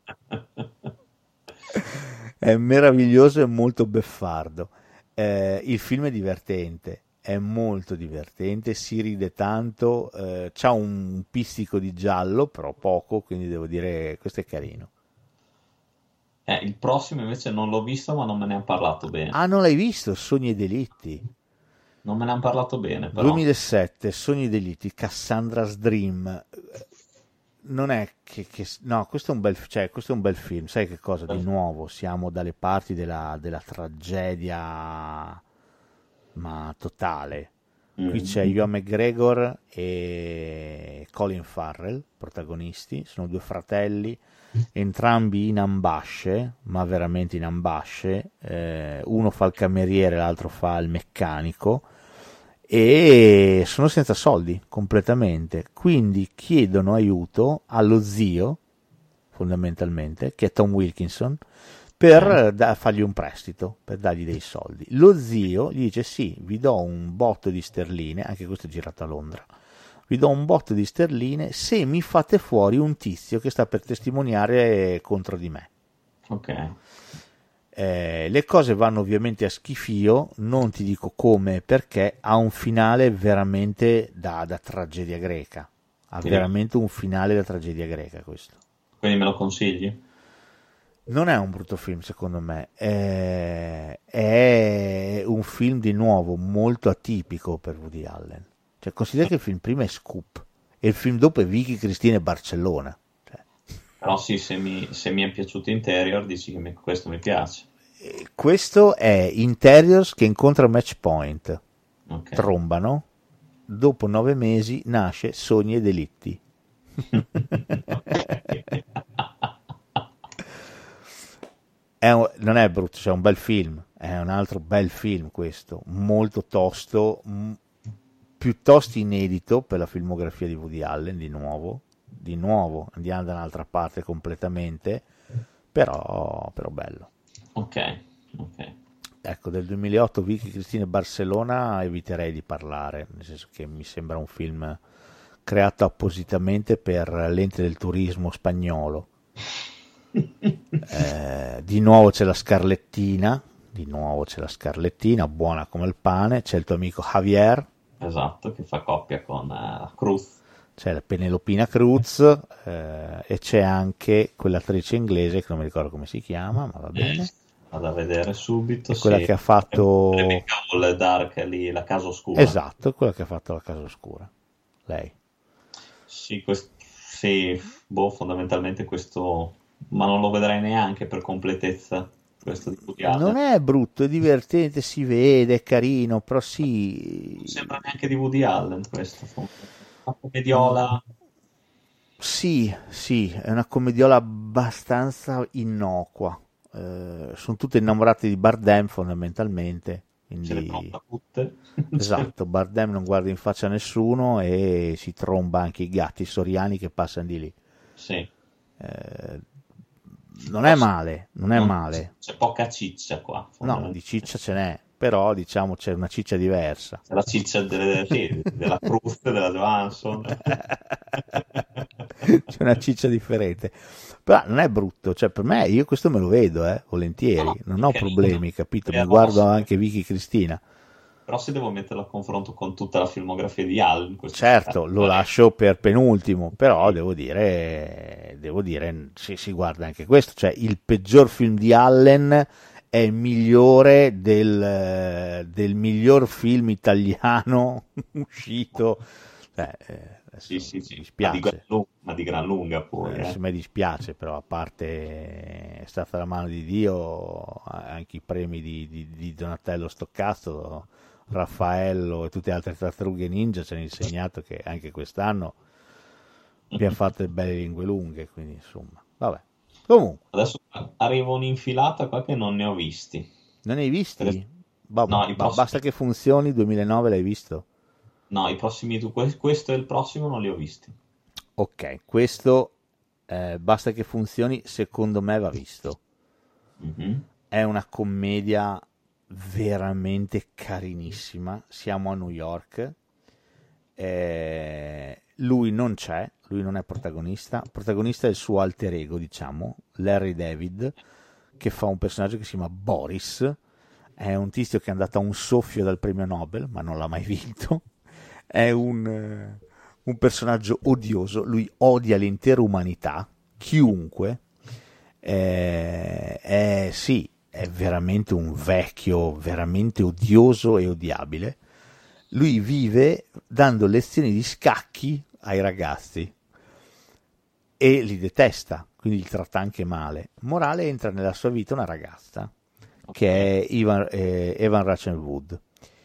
È meraviglioso e molto beffardo. Eh, il film è divertente, è molto divertente, si ride tanto, eh, c'ha un pizzico di giallo, però poco, quindi devo dire questo è carino. Eh, il prossimo invece non l'ho visto, ma non me ne hanno parlato bene. Ah, non l'hai visto? Sogni e delitti. Non me ne hanno parlato bene, però. duemilasette, Sogni e delitti, Cassandra's Dream. Non è che, che no, questo è un bel, cioè, questo è un bel film. Sai che cosa? Di nuovo siamo dalle parti della, della tragedia, ma totale. Qui c'è Ewan McGregor e Colin Farrell, protagonisti, sono due fratelli, entrambi in ambasce, ma veramente in ambasce, eh, uno fa il cameriere, l'altro fa il meccanico, e sono senza soldi completamente, quindi chiedono aiuto allo zio, fondamentalmente, che è Tom Wilkinson, per da, fargli un prestito, per dargli dei soldi. Lo zio gli dice sì, vi do un botto di sterline, anche questo è girato a Londra, vi do un botto di sterline se mi fate fuori un tizio che sta per testimoniare contro di me. Ok. Eh, le cose vanno ovviamente a schifio, non ti dico come e perché, ha un finale veramente da, da tragedia greca, ha Sì. veramente un finale da tragedia greca questo. Quindi me lo consigli? Non è un brutto film secondo me, è, è un film di nuovo molto atipico per Woody Allen. Cioè, considera che il film prima è Scoop e il film dopo è Vicky Cristina e Barcellona. Cioè, Però sì, se mi, se mi è piaciuto Interior, dici che mi- questo mi piace. questo è Interiors che incontra Match Point, Ok. trombano, dopo nove mesi nasce Sogni e Delitti. È un- non è brutto, cioè è un bel film, è un altro bel film questo, molto tosto, m- piuttosto inedito per la filmografia di Woody Allen, di nuovo, di nuovo andiamo da un'altra parte completamente, però, però bello. Ok, ok. Ecco, del duemilaotto Vicky Cristina e Barcellona eviterei di parlare, nel senso che mi sembra un film creato appositamente per l'ente del turismo spagnolo. Eh, di nuovo c'è la Scarlettina, di nuovo c'è la Scarlettina, buona come il pane, c'è il tuo amico Javier, Esatto, che fa coppia con eh, Cruz. c'è la Penelopina Cruz, eh, e c'è anche quell'attrice inglese che non mi ricordo come si chiama, ma va bene, Vado a vedere subito. è quella sì. che ha fatto, Rebecca Hall, Dark, lì, La casa oscura. esatto, quella che ha fatto La casa oscura, lei. Sì, quest- sì, boh, fondamentalmente questo, ma non lo vedrai neanche per completezza, questo di Woody Allen. Non è brutto, è divertente, si vede, è carino, però sì, Non sembra neanche di Woody Allen questo. Una commediola. sì, sì, è una commediola abbastanza innocua. Eh, sono tutte innamorate di Bardem fondamentalmente, Ce le quindi tromba tutte. esatto, Bardem non guarda in faccia a nessuno e si tromba anche i gatti soriani che passano di lì. Sì. Eh, non è male, non è Non- male, C'è poca ciccia qua. no, di fondamentalmente. ciccia ce n'è, però diciamo c'è una ciccia diversa. C'è la ciccia delle- sì, della Cruz, della Johansson. C'è una ciccia differente, però non è brutto, cioè per me io questo me lo vedo, eh, volentieri, No, non ho perché problemi, capito? è Mi guardo rossa. anche Vicky Cristina, Però se devo metterlo a confronto con tutta la filmografia di Allen, questo certo lo eh, lascio per penultimo, però devo dire, devo dire, si, si guarda anche questo, cioè il peggior film di Allen è migliore del, del miglior film italiano uscito, cioè, eh, adesso Sì, sì, sì. mi Ma di, gran dispiace. lu- ma di gran lunga poi. Eh, eh. se mi dispiace, però a parte è stata la mano di Dio, anche i premi di, di- di Donatello Stoccazzo, Raffaello e tutte le altre tartarughe ninja ci hanno insegnato che anche quest'anno abbiamo fatto le belle lingue lunghe, quindi insomma, vabbè. Comunque, Adesso arriva un'infilata qua che non ne ho visti. non hai visti? Ba- No, i ba- prossimi- basta che funzioni, duemilanove l'hai visto? No, i prossimi due, que- questo e il prossimo non li ho visti. Ok, questo eh, basta che funzioni, secondo me va visto. Mhm. È una commedia veramente carinissima. Siamo a New York. Eh, lui non c'è, lui non è protagonista. Il protagonista è il suo alter ego, diciamo, Larry David, che fa un personaggio che si chiama Boris. È un tizio che è andato a un soffio dal premio Nobel, ma non l'ha mai vinto. È un, eh, un personaggio odioso. Lui odia l'intera umanità, chiunque. Eh, è, sì, è veramente un vecchio, veramente odioso e odiabile. Lui vive dando lezioni di scacchi ai ragazzi e li detesta, quindi li tratta anche male. Morale, entra nella sua vita una ragazza che è Evan, eh, Evan Rachel Wood,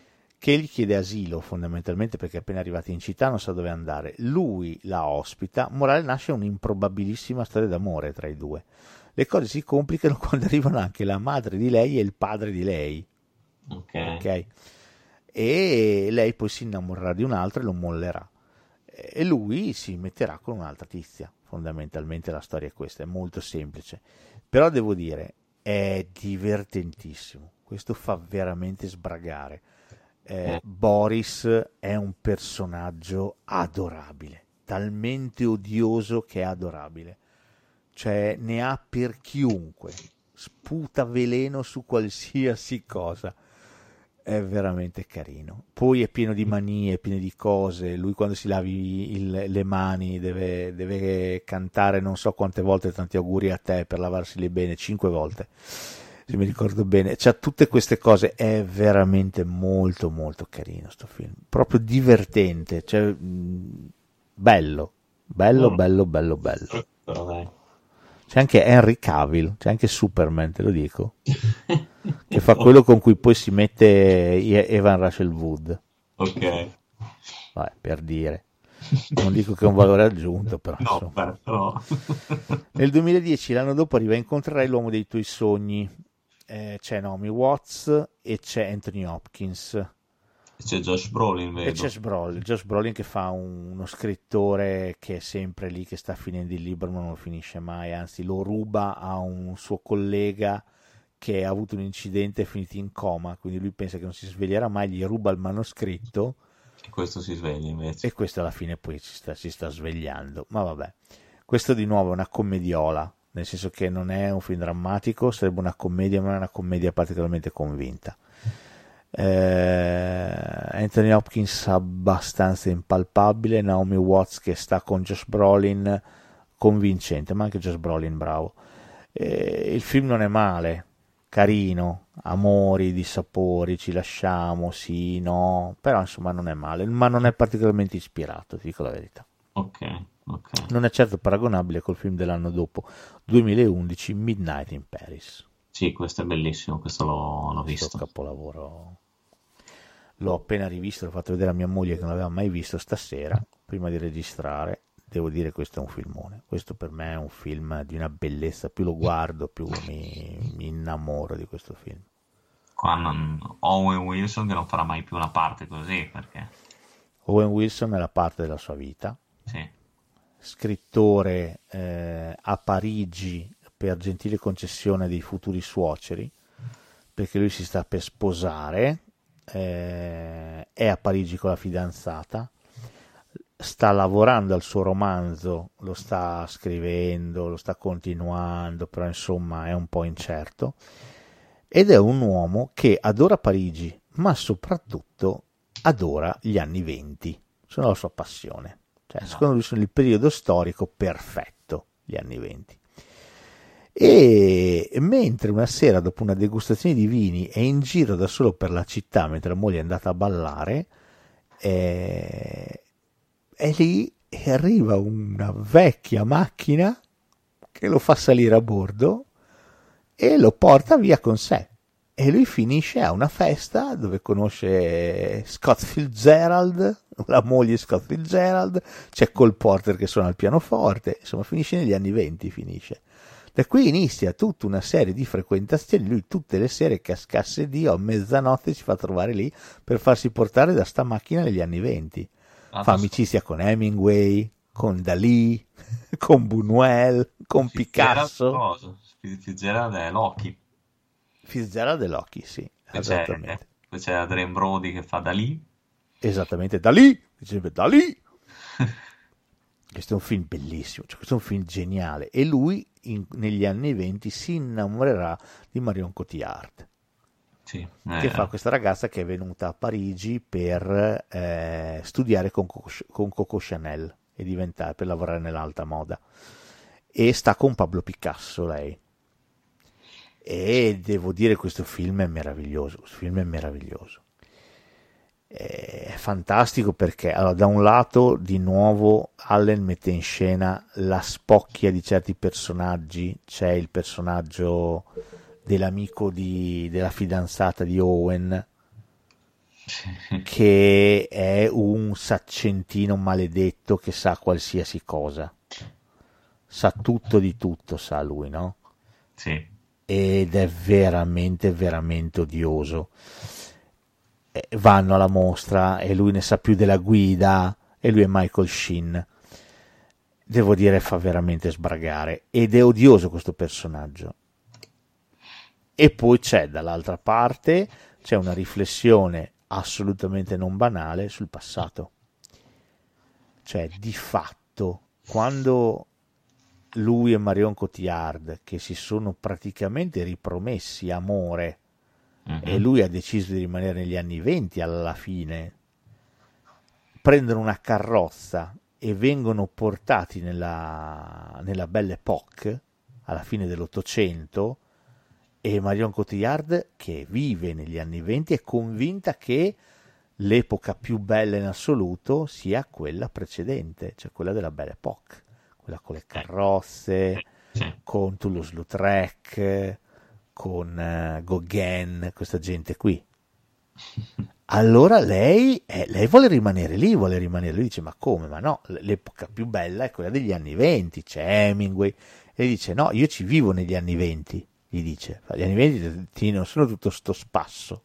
che gli chiede asilo fondamentalmente perché è appena arrivati in città, non sa dove andare. Lui la ospita, morale nasce un'improbabilissima storia d'amore tra i due. Le cose si complicano quando arrivano anche la madre di lei e il padre di lei. Ok. Ok? E lei poi si innamorerà di un altro e lo mollerà. E lui si metterà con un'altra tizia. Fondamentalmente la storia è questa, è molto semplice. Però devo dire, è divertentissimo. Questo fa veramente sbragare. Eh, Boris è un personaggio adorabile, talmente odioso che è adorabile. Cioè, ne ha per chiunque. Sputa veleno su qualsiasi cosa. È veramente carino. Poi è pieno di manie, pieno di cose. Lui quando si lavi il, le mani deve, deve cantare non so quante volte tanti auguri a te per lavarseli bene, cinque volte se mi ricordo bene. C'ha tutte queste cose. È veramente molto molto carino sto film, proprio divertente, cioè, mh, bello bello Mm. bello bello bello. Però dai. C'è anche Henry Cavill, c'è anche Superman, te lo dico, che fa quello con cui poi si mette Evan Rachel Wood. Ok. Vabbè, per dire, non dico che è un valore aggiunto, però, No, insomma. beh, però. Nel duemiladieci, l'anno dopo, arriva Incontrerai l'uomo dei tuoi sogni. Eh, c'è Naomi Watts e c'è Anthony Hopkins. C'è Josh Brolin, vedo. E c'è Josh Brolin, Josh Brolin che fa un- uno scrittore che è sempre lì, che sta finendo il libro ma non lo finisce mai, anzi lo ruba a un suo collega che ha avuto un incidente e è finito in coma, quindi lui pensa che non si sveglierà mai, gli ruba il manoscritto E questo si sveglia invece. e questo alla fine poi si sta, si sta svegliando. Ma vabbè, questo di nuovo è una commediola, nel senso che non è un film drammatico, sarebbe una commedia, ma non è una commedia particolarmente convinta. Eh, Anthony Hopkins abbastanza impalpabile, Naomi Watts che sta con Josh Brolin convincente, ma anche Josh Brolin bravo. Eh, il film non è male, carino, amori, dissapori, ci lasciamo, sì, no, però insomma non è male, ma non è particolarmente ispirato, ti dico la verità. Ok, ok. Non è certo paragonabile col film dell'anno dopo, duemilaundici, Midnight in Paris. Sì, questo è bellissimo, questo l'ho, l'ho Questo visto. capolavoro. L'ho appena rivisto, l'ho fatto vedere a mia moglie che non l'aveva mai visto stasera, prima di registrare. Devo dire che questo è un filmone. Questo per me è un film di una bellezza, più lo guardo, più mi, mi innamoro di questo film. Qua non- Owen Wilson che non farà mai più una parte così, perché Owen Wilson è la parte della sua vita, sì, scrittore eh, a Parigi per gentile concessione dei futuri suoceri, perché lui si sta per sposare, eh, è a Parigi con la fidanzata, sta lavorando al suo romanzo, lo sta scrivendo, lo sta continuando, però insomma è un po' incerto, ed è un uomo che adora Parigi, ma soprattutto adora gli anni venti, sono la sua passione, cioè secondo lui sono il periodo storico perfetto, gli anni venti. E mentre una sera dopo una degustazione di vini è in giro da solo per la città mentre la moglie è andata a ballare, è, è lì e arriva una vecchia macchina che lo fa salire a bordo e lo porta via con sé. E lui finisce a una festa dove conosce Scott Fitzgerald, la moglie di Scott Fitzgerald, c'è Cole Porter che suona il pianoforte, insomma finisce negli anni venti, finisce. Da qui inizia tutta una serie di frequentazioni, lui tutte le sere cascasse Dio a mezzanotte si fa trovare lì per farsi portare da sta macchina negli anni venti. Ah, Fa ma- amicizia con Hemingway, con Dalì, con Buñuel, con Fitzgerald Picasso. cosa? Fitzgerald è Loki. Fitzgerald e Loki, sì, Poi c'è, esattamente. poi c'è Adrien Brody che fa da lì. Esattamente, Dalì, dice Dalì. Questo è un film bellissimo, cioè questo è un film geniale e lui in- negli anni venti si innamorerà di Marion Cotillard, Sì, che eh, fa questa ragazza che è venuta a Parigi per eh, studiare con Coco, con Coco Chanel e diventare, per lavorare nell'alta moda, e sta con Pablo Picasso lei. E devo dire questo film è meraviglioso, questo film è meraviglioso. È fantastico perché allora, da un lato di nuovo Allen mette in scena la spocchia di certi personaggi, c'è il personaggio dell'amico di, della fidanzata di Owen che è un saccentino maledetto che sa qualsiasi cosa, sa tutto di tutto, sa lui, no? Sì. Ed è veramente veramente odioso. E vanno alla mostra e lui ne sa più della guida, e lui è Michael Sheen. Devo dire, fa veramente sbragare, ed è odioso questo personaggio. E poi c'è dall'altra parte c'è una riflessione assolutamente non banale sul passato. Cioè, di fatto, quando lui e Marion Cotillard, che si sono praticamente ripromessi amore, uh-huh. e lui ha deciso di rimanere negli anni venti alla fine, prendono una carrozza e vengono portati nella, nella Belle Époque, alla fine dell'Ottocento, e Marion Cotillard, che vive negli anni venti, è convinta che l'epoca più bella in assoluto sia quella precedente, cioè quella della Belle Époque, quella con le carrozze, con Toulouse-Lautrec, con uh, Gauguin, questa gente qui. Allora lei, eh, lei vuole rimanere lì, vuole rimanere lì, dice: ma come? Ma no, l'epoca più bella è quella degli anni venti, c'è Hemingway, e dice: no, io ci vivo negli anni venti. Gli dice, gli anni venti non sono tutto sto spasso.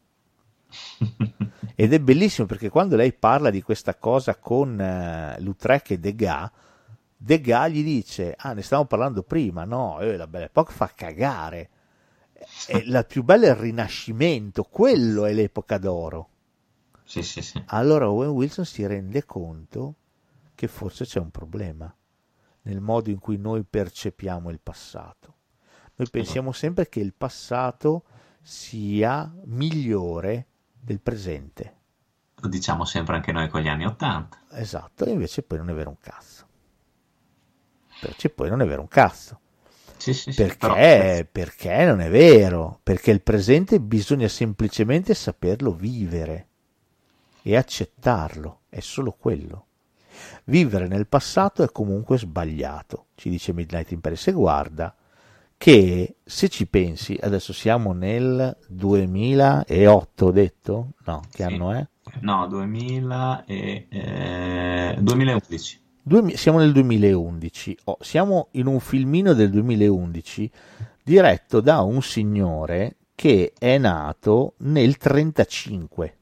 Ed è bellissimo perché quando lei parla di questa cosa con uh, Lautrec e Degas, Degas gli dice: ah, ne stavamo parlando prima, no, eh, la Belle Époque fa cagare, e la più bella è il Rinascimento, quello è l'epoca d'oro. Sì, sì, sì. Allora Owen Wilson si rende conto che forse c'è un problema nel modo in cui noi percepiamo il passato. Noi pensiamo sempre che il passato sia migliore del presente. Lo diciamo sempre anche noi con gli anni Ottanta. Esatto, e invece poi non è vero un cazzo. Invece poi non è vero un cazzo. Sì, sì, sì, perché? però... Perché non è vero? Perché il presente bisogna semplicemente saperlo vivere e accettarlo, è solo quello. Vivere nel passato è comunque sbagliato, ci dice Midnight in Paris, e guarda che se ci pensi, adesso siamo nel duemilaotto, ho detto? No, che sì. Anno è? No, duemila e, eh, duemilaundici. Due, siamo nel duemilaundici, oh, siamo in un filmino del duemilaundici diretto da un signore che è nato nel trentacinque.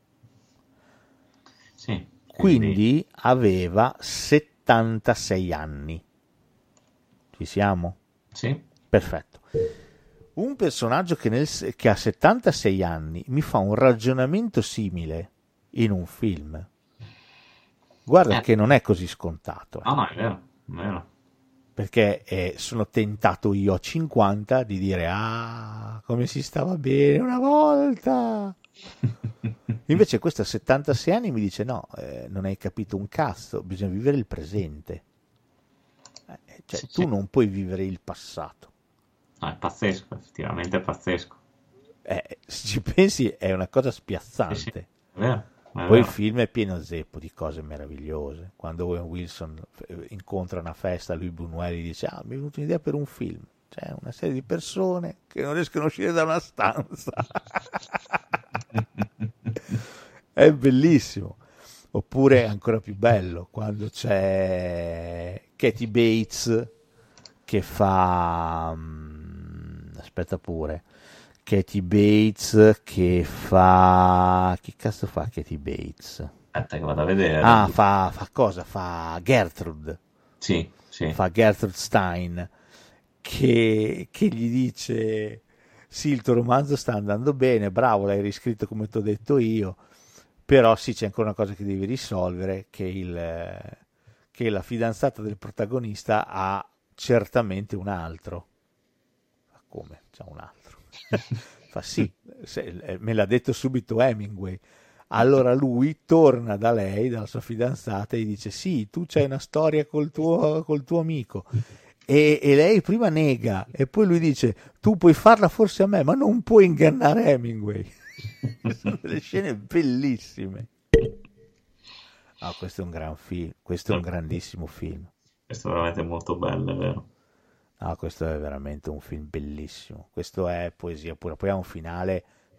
Sì, quindi... quindi aveva settantasei anni. Ci siamo? Sì. Perfetto. Un personaggio che, nel, che ha settantasei anni mi fa un ragionamento simile in un film. Guarda eh. che non è così scontato. Eh. No, no, è vero, è vero. Perché eh, sono tentato io a cinquanta di dire: ah, come si stava bene una volta. Invece questo a settantasei anni mi dice: no, eh, non hai capito un cazzo, bisogna vivere il presente. Eh, cioè, sì, tu sì. non puoi vivere il passato. No, è pazzesco, effettivamente è pazzesco. Eh, se ci pensi è una cosa spiazzante. Sì, sì. È vero. Poi vero. Il film è pieno zeppo di cose meravigliose. Quando Owen Wilson incontra una festa, lui Buñuel gli dice: ah, mi è venuta un'idea per un film. C'è una serie di persone che non riescono a uscire da una stanza. È bellissimo. Oppure ancora più bello quando c'è Kathy Bates che fa aspetta pure Kathy Bates che fa che cazzo fa Kathy Bates? Aspetta che vado a vedere. Ah, fa, fa cosa? Fa Gertrude. Sì, sì. Fa Gertrude Stein che, che gli dice: sì, il tuo romanzo sta andando bene, bravo, l'hai riscritto come ti ho detto io, però sì, c'è ancora una cosa che devi risolvere, che, il, che la fidanzata del protagonista ha certamente un altro. Ma come? C'ha un altro? Fa sì, se, me l'ha detto subito Hemingway. Allora lui torna da lei, dalla sua fidanzata, e gli dice: sì, tu c'hai una storia col tuo, col tuo amico. E, e lei prima nega, e poi lui dice: tu puoi farla forse a me, ma non puoi ingannare Hemingway. Sono delle scene bellissime. Ah, questo è un gran film, questo è un grandissimo film. Questo è veramente molto bello, è vero. Ah, questo è veramente un film bellissimo. Questo è poesia pura. Poi ha un finale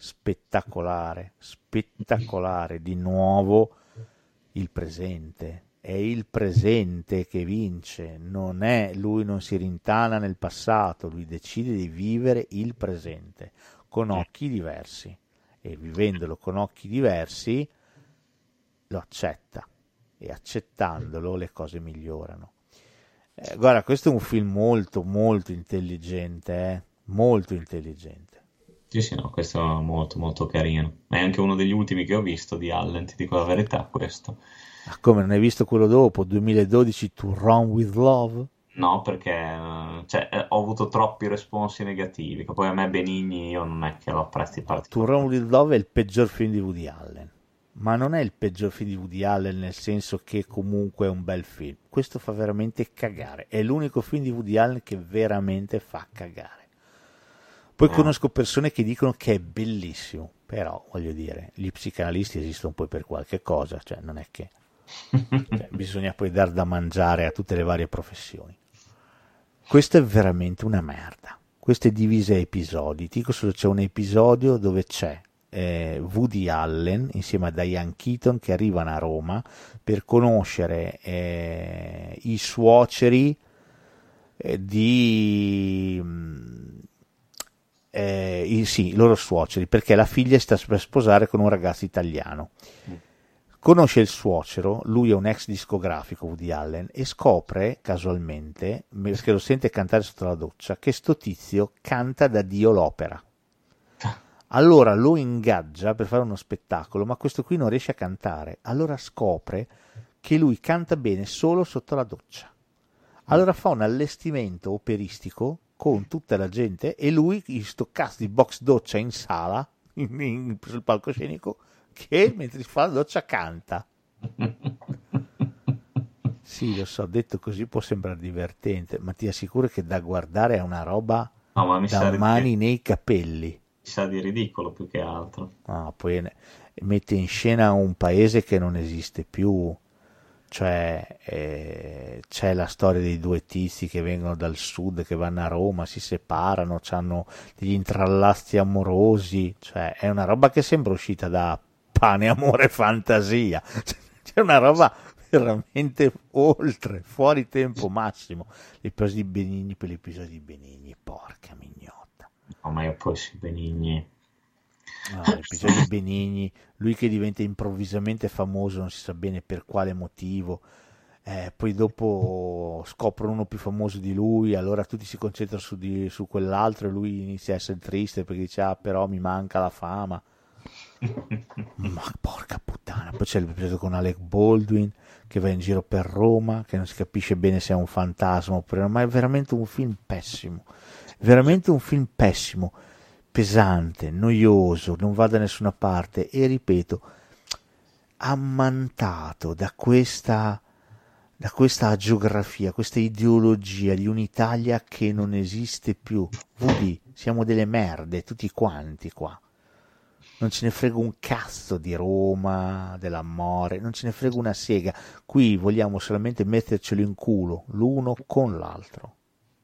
spettacolare, spettacolare, di nuovo il presente, è il presente che vince, non è, lui non si rintana nel passato, lui decide di vivere il presente con occhi diversi e vivendolo con occhi diversi lo accetta e accettandolo le cose migliorano. Eh, guarda, questo è un film molto molto intelligente, eh? molto intelligente. Sì, sì, no, questo è molto molto carino. È anche uno degli ultimi che ho visto di Allen, ti dico la verità, questo. Ma come, non hai visto quello dopo, duemiladodici, To Run With Love? No, perché eh, cioè, eh, ho avuto troppi responsi negativi, che poi a me Benigni io non è che lo apprezzi To particolarmente. Run With Love è il peggior film di Woody Allen, ma non è il peggior film di Woody Allen nel senso che comunque è un bel film. Questo fa veramente cagare, è l'unico film di Woody Allen che veramente fa cagare. Poi Eh. conosco persone che dicono che è bellissimo, però voglio dire, gli psicanalisti esistono poi per qualche cosa, cioè non è che cioè, bisogna poi dar da mangiare a tutte le varie professioni. Questo è veramente una merda. Questo è diviso a episodi. Ti dico solo, c'è un episodio dove c'è eh, Woody Allen insieme a Diane Keaton che arrivano a Roma per conoscere eh, i suoceri eh, di eh, i, sì, i loro suoceri, perché la figlia sta per sposare con un ragazzo italiano. Conosce il suocero, lui è un ex discografico Woody Allen, e scopre casualmente, perché lo sente cantare sotto la doccia, che sto tizio canta da Dio l'opera. Allora lo ingaggia per fare uno spettacolo, ma questo qui non riesce a cantare. Allora scopre che lui canta bene solo sotto la doccia. Allora fa un allestimento operistico con tutta la gente e lui, in sto cazzo di box doccia in sala, in, in, sul palcoscenico, che mentre si fa la doccia canta. Sì, lo so, detto così può sembrare divertente, ma ti assicuro che da guardare è una roba No, ma mi sa da di- mani nei capelli. mi sa di ridicolo più che altro. Ah, poi ne- mette in scena un paese che non esiste più, cioè eh, c'è la storia dei due tizi che vengono dal sud, che vanno a Roma, si separano, hanno degli intrallazzi amorosi, cioè è una roba che sembra uscita da Pane, Amore e Fantasia, c'è una roba veramente oltre, fuori tempo massimo. L'episodio di Benigni per l'episodio di Benigni, porca mignotta. No, ma io poi sì, Benigni. No, l'episodio di Benigni, lui che diventa improvvisamente famoso, non si sa bene per quale motivo, eh, poi dopo scoprono uno più famoso di lui, allora tutti si concentrano su, di, su quell'altro e lui inizia a essere triste perché dice ah però mi manca la fama. Ma porca puttana, poi c'è l'episodio con Alec Baldwin che va in giro per Roma, che non si capisce bene se è un fantasma oppure no, ma è veramente un film pessimo, veramente un film pessimo, pesante, noioso, non va da nessuna parte e ripeto, ammantato da questa da questa agiografia, questa ideologia di un'Italia che non esiste più. Woody, siamo delle merde tutti quanti qua. Non ce ne frega un cazzo di Roma, dell'amore, non ce ne frega una sega. Qui vogliamo solamente mettercelo in culo, l'uno con l'altro.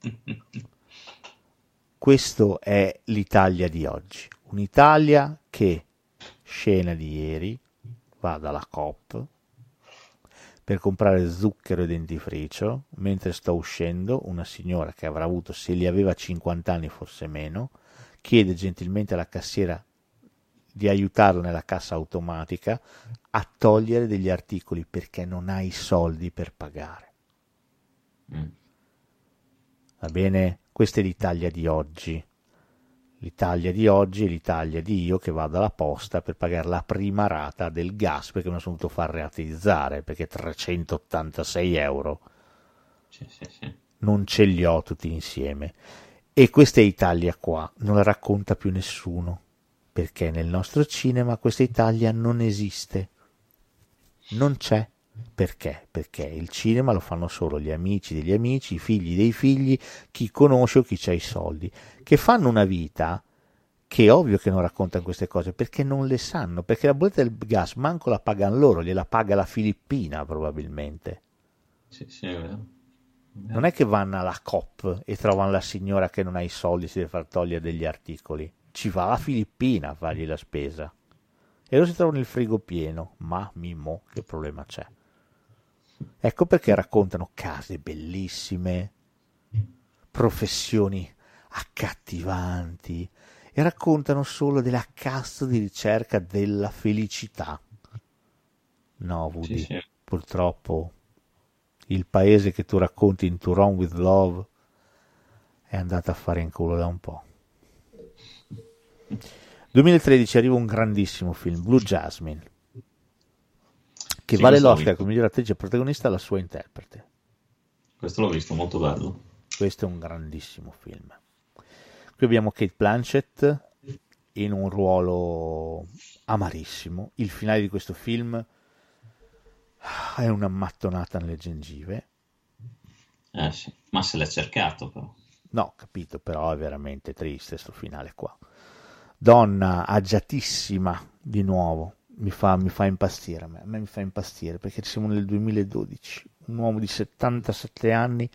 Questo è l'Italia di oggi. Un'Italia che, scena di ieri, va dalla Coop per comprare zucchero e dentifricio, mentre sta uscendo una signora che avrà avuto, se li aveva cinquanta anni forse meno, chiede gentilmente alla cassiera di aiutarlo nella cassa automatica a togliere degli articoli perché non ha i soldi per pagare. Mm. Va bene? Questa è l'Italia di oggi. L'Italia di oggi è l'Italia di io che vado alla posta per pagare la prima rata del gas perché me lo sono dovuto far rateizzare perché trecentottantasei euro Sì, sì, sì. non ce li ho tutti insieme. E questa è Italia qua, non la racconta più nessuno perché nel nostro cinema questa Italia non esiste, non c'è. Perché? Perché il cinema lo fanno solo gli amici degli amici, i figli dei figli, chi conosce o chi ha i soldi, che fanno una vita che è ovvio che non raccontano queste cose perché non le sanno, perché la bolletta del gas manco la pagano loro, gliela paga la Filippina probabilmente. Sì, sì, è vero. Non è che vanno alla Coop e trovano la signora che non ha i soldi, si deve far togliere degli articoli. ci va la Filippina a fargli la spesa e lo si trova nel frigo pieno. Ma Mimmo, che problema c'è? Ecco perché raccontano case bellissime, professioni accattivanti, e raccontano solo della casta di ricerca della felicità. No, Woody, Sì, sì. purtroppo il paese che tu racconti in To Run With Love è andato a fare in culo da un po'. duemilatredici arriva un grandissimo film, Blue Jasmine, che Sì, vale questo l'ho l'Oscar visto. come miglior attrice protagonista alla sua interprete. Questo l'ho visto, molto bello. Questo è un grandissimo film. Qui abbiamo Cate Blanchett in un ruolo amarissimo. Il finale di questo film è una mattonata nelle gengive. Eh sì, ma se l'è cercato però. No, capito, però è veramente triste sto finale qua. Donna agiatissima di nuovo, mi fa, mi fa impazzire a me, a me mi fa impazzire perché siamo nel duemiladodici, un uomo di settantasette anni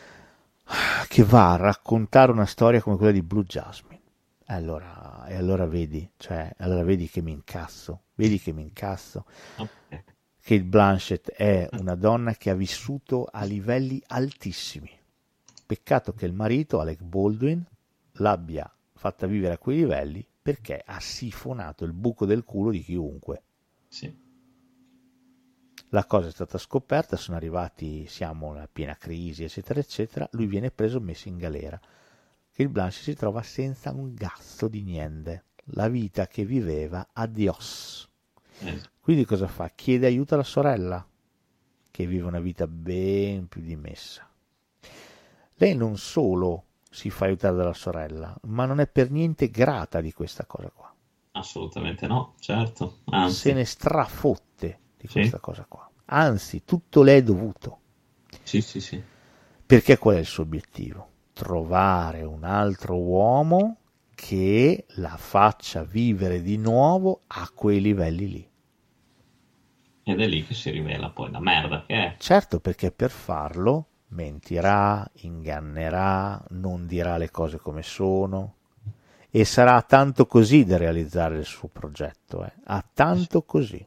che va a raccontare una storia come quella di Blue Jasmine. E allora, e allora vedi, cioè, allora vedi che mi incazzo, vedi che mi incazzo. Okay. Cate Blanchett è una donna che ha vissuto a livelli altissimi. Peccato che il marito, Alec Baldwin, l'abbia fatta vivere a quei livelli perché ha sifonato il buco del culo di chiunque. Sì. La cosa è stata scoperta, sono arrivati, siamo nella piena crisi, eccetera, eccetera. Lui viene preso, messo in galera. Cate Blanchett si trova senza un cazzo di niente. La vita che viveva, adios. Eh, Quindi cosa fa? Chiede aiuto alla sorella, che vive una vita ben più dimessa. Lei non solo si fa aiutare dalla sorella, ma non è per niente grata di questa cosa qua. assolutamente no, certo. Anzi, Se ne strafotte di Sì. questa cosa qua. Anzi, tutto le è dovuto. sì, sì, sì. Perché qual è il suo obiettivo? Trovare un altro uomo che la faccia vivere di nuovo a quei livelli lì. Ed è lì che si rivela poi la merda che è. Certo, perché per farlo mentirà, ingannerà, non dirà le cose come sono e sarà tanto così da realizzare il suo progetto, eh? A tanto così.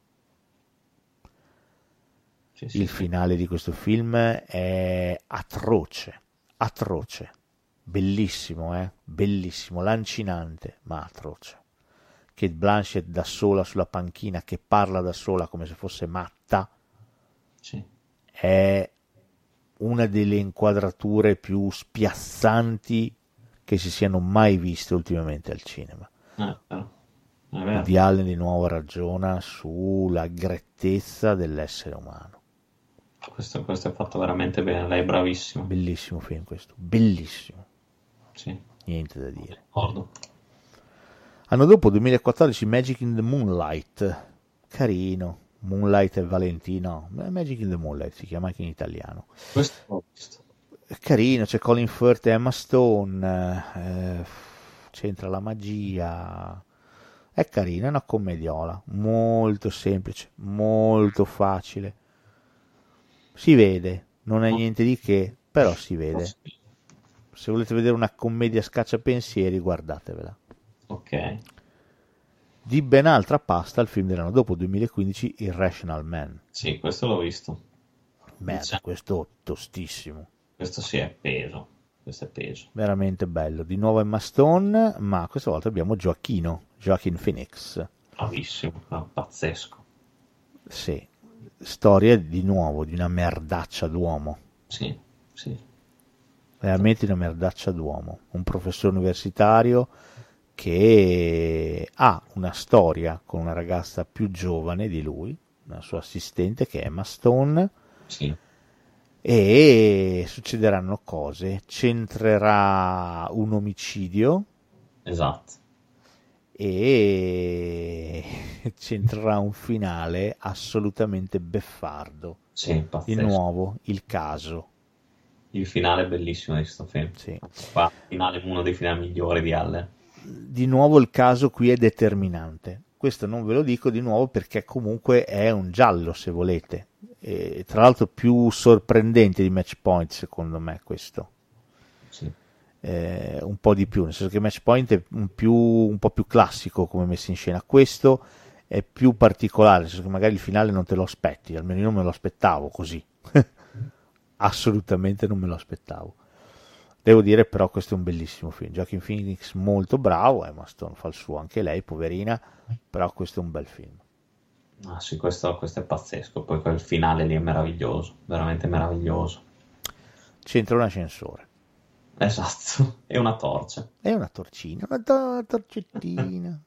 Sì, sì, Il sì. finale di questo film è atroce, atroce, bellissimo, eh? Bellissimo, lancinante, ma atroce. Cate Blanchett da sola sulla panchina, che parla da sola come se fosse matta, Sì. è una delle inquadrature più spiazzanti che si siano mai viste ultimamente al cinema. Eh, però, è vero. Woody Allen di nuovo ragiona sulla grettezza dell'essere umano. Questo, questo è fatto veramente bene, lei è bravissima. Bellissimo film questo, bellissimo, Sì, niente da dire. d'accordo. Anno dopo, duemilaquattordici, Magic in the Moonlight, carino. Moonlight e Valentino, Magic in the Moonlight si chiama anche in italiano. Questo l'ho visto. Carino, c'è Colin Firth e Emma Stone, eh, c'entra la magia, è carino, è una commediola, molto semplice, molto facile, si vede, non è niente di che, però si vede. Se volete vedere una commedia scacciapensieri, guardatevela. Ok. Di ben altra pasta il film dell'anno dopo, duemilaquindici, Irrational Man. Sì, questo l'ho visto. Merda, Diciamo. questo tostissimo. Questo sì è peso. Questo è peso. Veramente bello. Di nuovo Emma Stone, ma questa volta abbiamo Gioacchino, Joaquin Phoenix. Bravissimo, no, pazzesco. Sì, storia di nuovo di una merdaccia d'uomo. Sì, sì. Veramente una merdaccia d'uomo. Un professore universitario che ha una storia con una ragazza più giovane di lui, una sua assistente che è Emma Stone, Sì. e succederanno cose, c'entrerà un omicidio Esatto. e c'entrerà un finale assolutamente beffardo. Sì, pazzesco. Di nuovo il caso. Il finale è bellissimo di questo film. Sì. Qua, il finale è uno dei finali migliori di Allen. Di nuovo il caso qui è determinante. Questo non ve lo dico di nuovo perché comunque è un giallo, se volete. E, tra l'altro più sorprendente di Match Point, secondo me, questo. Sì. eh, un po' di più, nel senso che Match Point è un, più, un po' più classico come messo in scena, questo è più particolare, nel senso che magari il finale non te lo aspetti, almeno io non me lo aspettavo così, assolutamente non me lo aspettavo. Devo dire però questo è un bellissimo film, Joaquin Phoenix molto bravo, Emma Stone fa il suo anche lei, poverina, però questo è un bel film. Ah, sì, questo, questo è pazzesco, poi quel finale lì è meraviglioso, veramente meraviglioso. C'entra un ascensore. Esatto, e una torcia. E una torcina, una to- torcettina.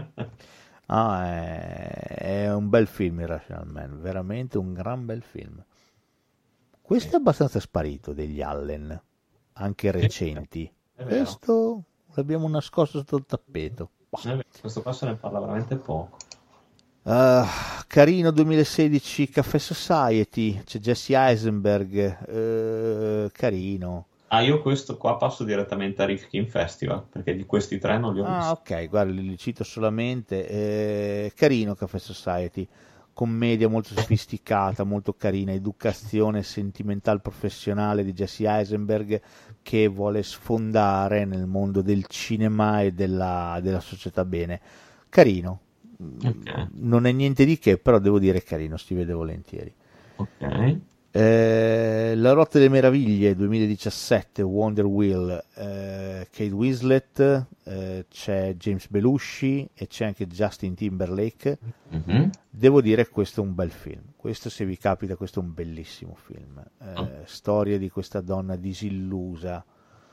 Ah, è, è un bel film Irrational Man, veramente un gran bel film. Questo è abbastanza sparito degli Allen, anche recenti. Questo l'abbiamo nascosto sotto il tappeto. Questo qua se ne parla veramente poco. Uh, carino duemilasedici Caffè Society, c'è Jesse Eisenberg, uh, carino. Ah, io questo qua passo direttamente a Rifkin Festival, perché di questi tre non li ho Ah, visti. ok, guarda, li cito solamente. Eh, carino Caffè Society, commedia molto sofisticata, molto carina, educazione sentimentale professionale di Jesse Eisenberg che vuole sfondare nel mondo del cinema e della, della società bene. Carino. Okay. Non è niente di che, però devo dire carino, si vede volentieri. Ok. Eh, La Rotta delle Meraviglie duemiladiciassette, Wonder Wheel, eh, Kate Winslet, eh, c'è James Belushi e c'è anche Justin Timberlake. Mm-hmm. Devo dire che questo è un bel film, questo se vi capita, questo è un bellissimo film. Eh, Oh. Storia di questa donna disillusa,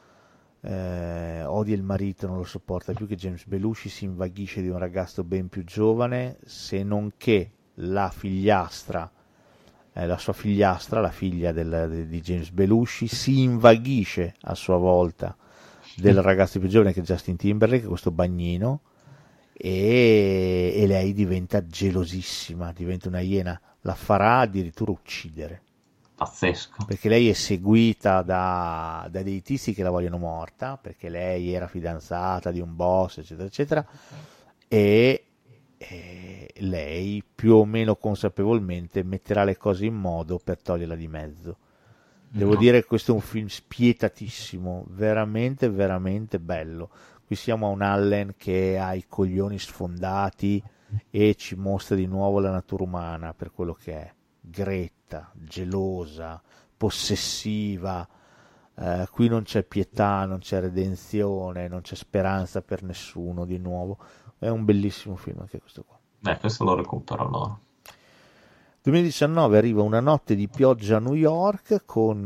eh, odia il marito, non lo sopporta più, che James Belushi si invaghisce di un ragazzo ben più giovane, se non che la figliastra Eh, la sua figliastra, la figlia del, di James Belushi, si invaghisce a sua volta del ragazzo più giovane che è Justin Timberlake, questo bagnino, e, e lei diventa gelosissima, diventa una iena, la farà addirittura uccidere. Pazzesco. Perché lei è seguita da, da dei tizi che la vogliono morta, perché lei era fidanzata di un boss, eccetera, eccetera, e... e lei più o meno consapevolmente metterà le cose in modo per toglierla di mezzo. Devo No. dire che questo è un film spietatissimo, veramente veramente bello. Qui siamo a un Allen che ha i coglioni sfondati e ci mostra di nuovo la natura umana per quello che è, gretta, gelosa, possessiva. Eh, qui non c'è pietà, non c'è redenzione, non c'è speranza per nessuno di nuovo. È un bellissimo film anche questo qua. Beh, questo lo recupero allora. duemiladiciannove arriva Una notte di pioggia a New York con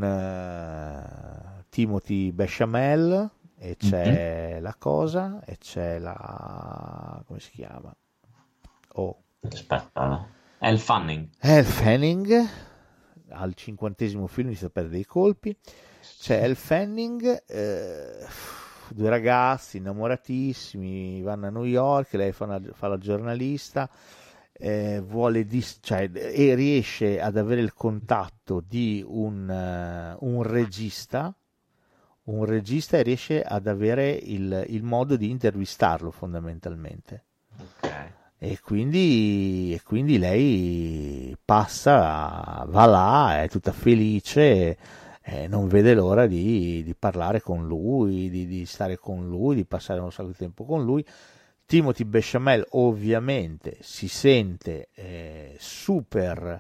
eh, Timothy Bechamel e c'è mm-hmm. la cosa e c'è la... come si chiama? Oh. Aspetta, è il Fanning. È il Fanning, al cinquantesimo film di sapere dei colpi. C'è il Fanning, eh, due ragazzi innamoratissimi, vanno a New York, lei fa, una, fa la giornalista, eh, vuole dis- cioè, e riesce ad avere il contatto di un, uh, un regista, un regista e riesce ad avere il, il modo di intervistarlo fondamentalmente. Ok. E quindi, e quindi lei passa, va là, è tutta felice, eh, non vede l'ora di, di parlare con lui, di, di stare con lui, di passare un sacco di tempo con lui. Timothy Bechamel ovviamente si sente eh, super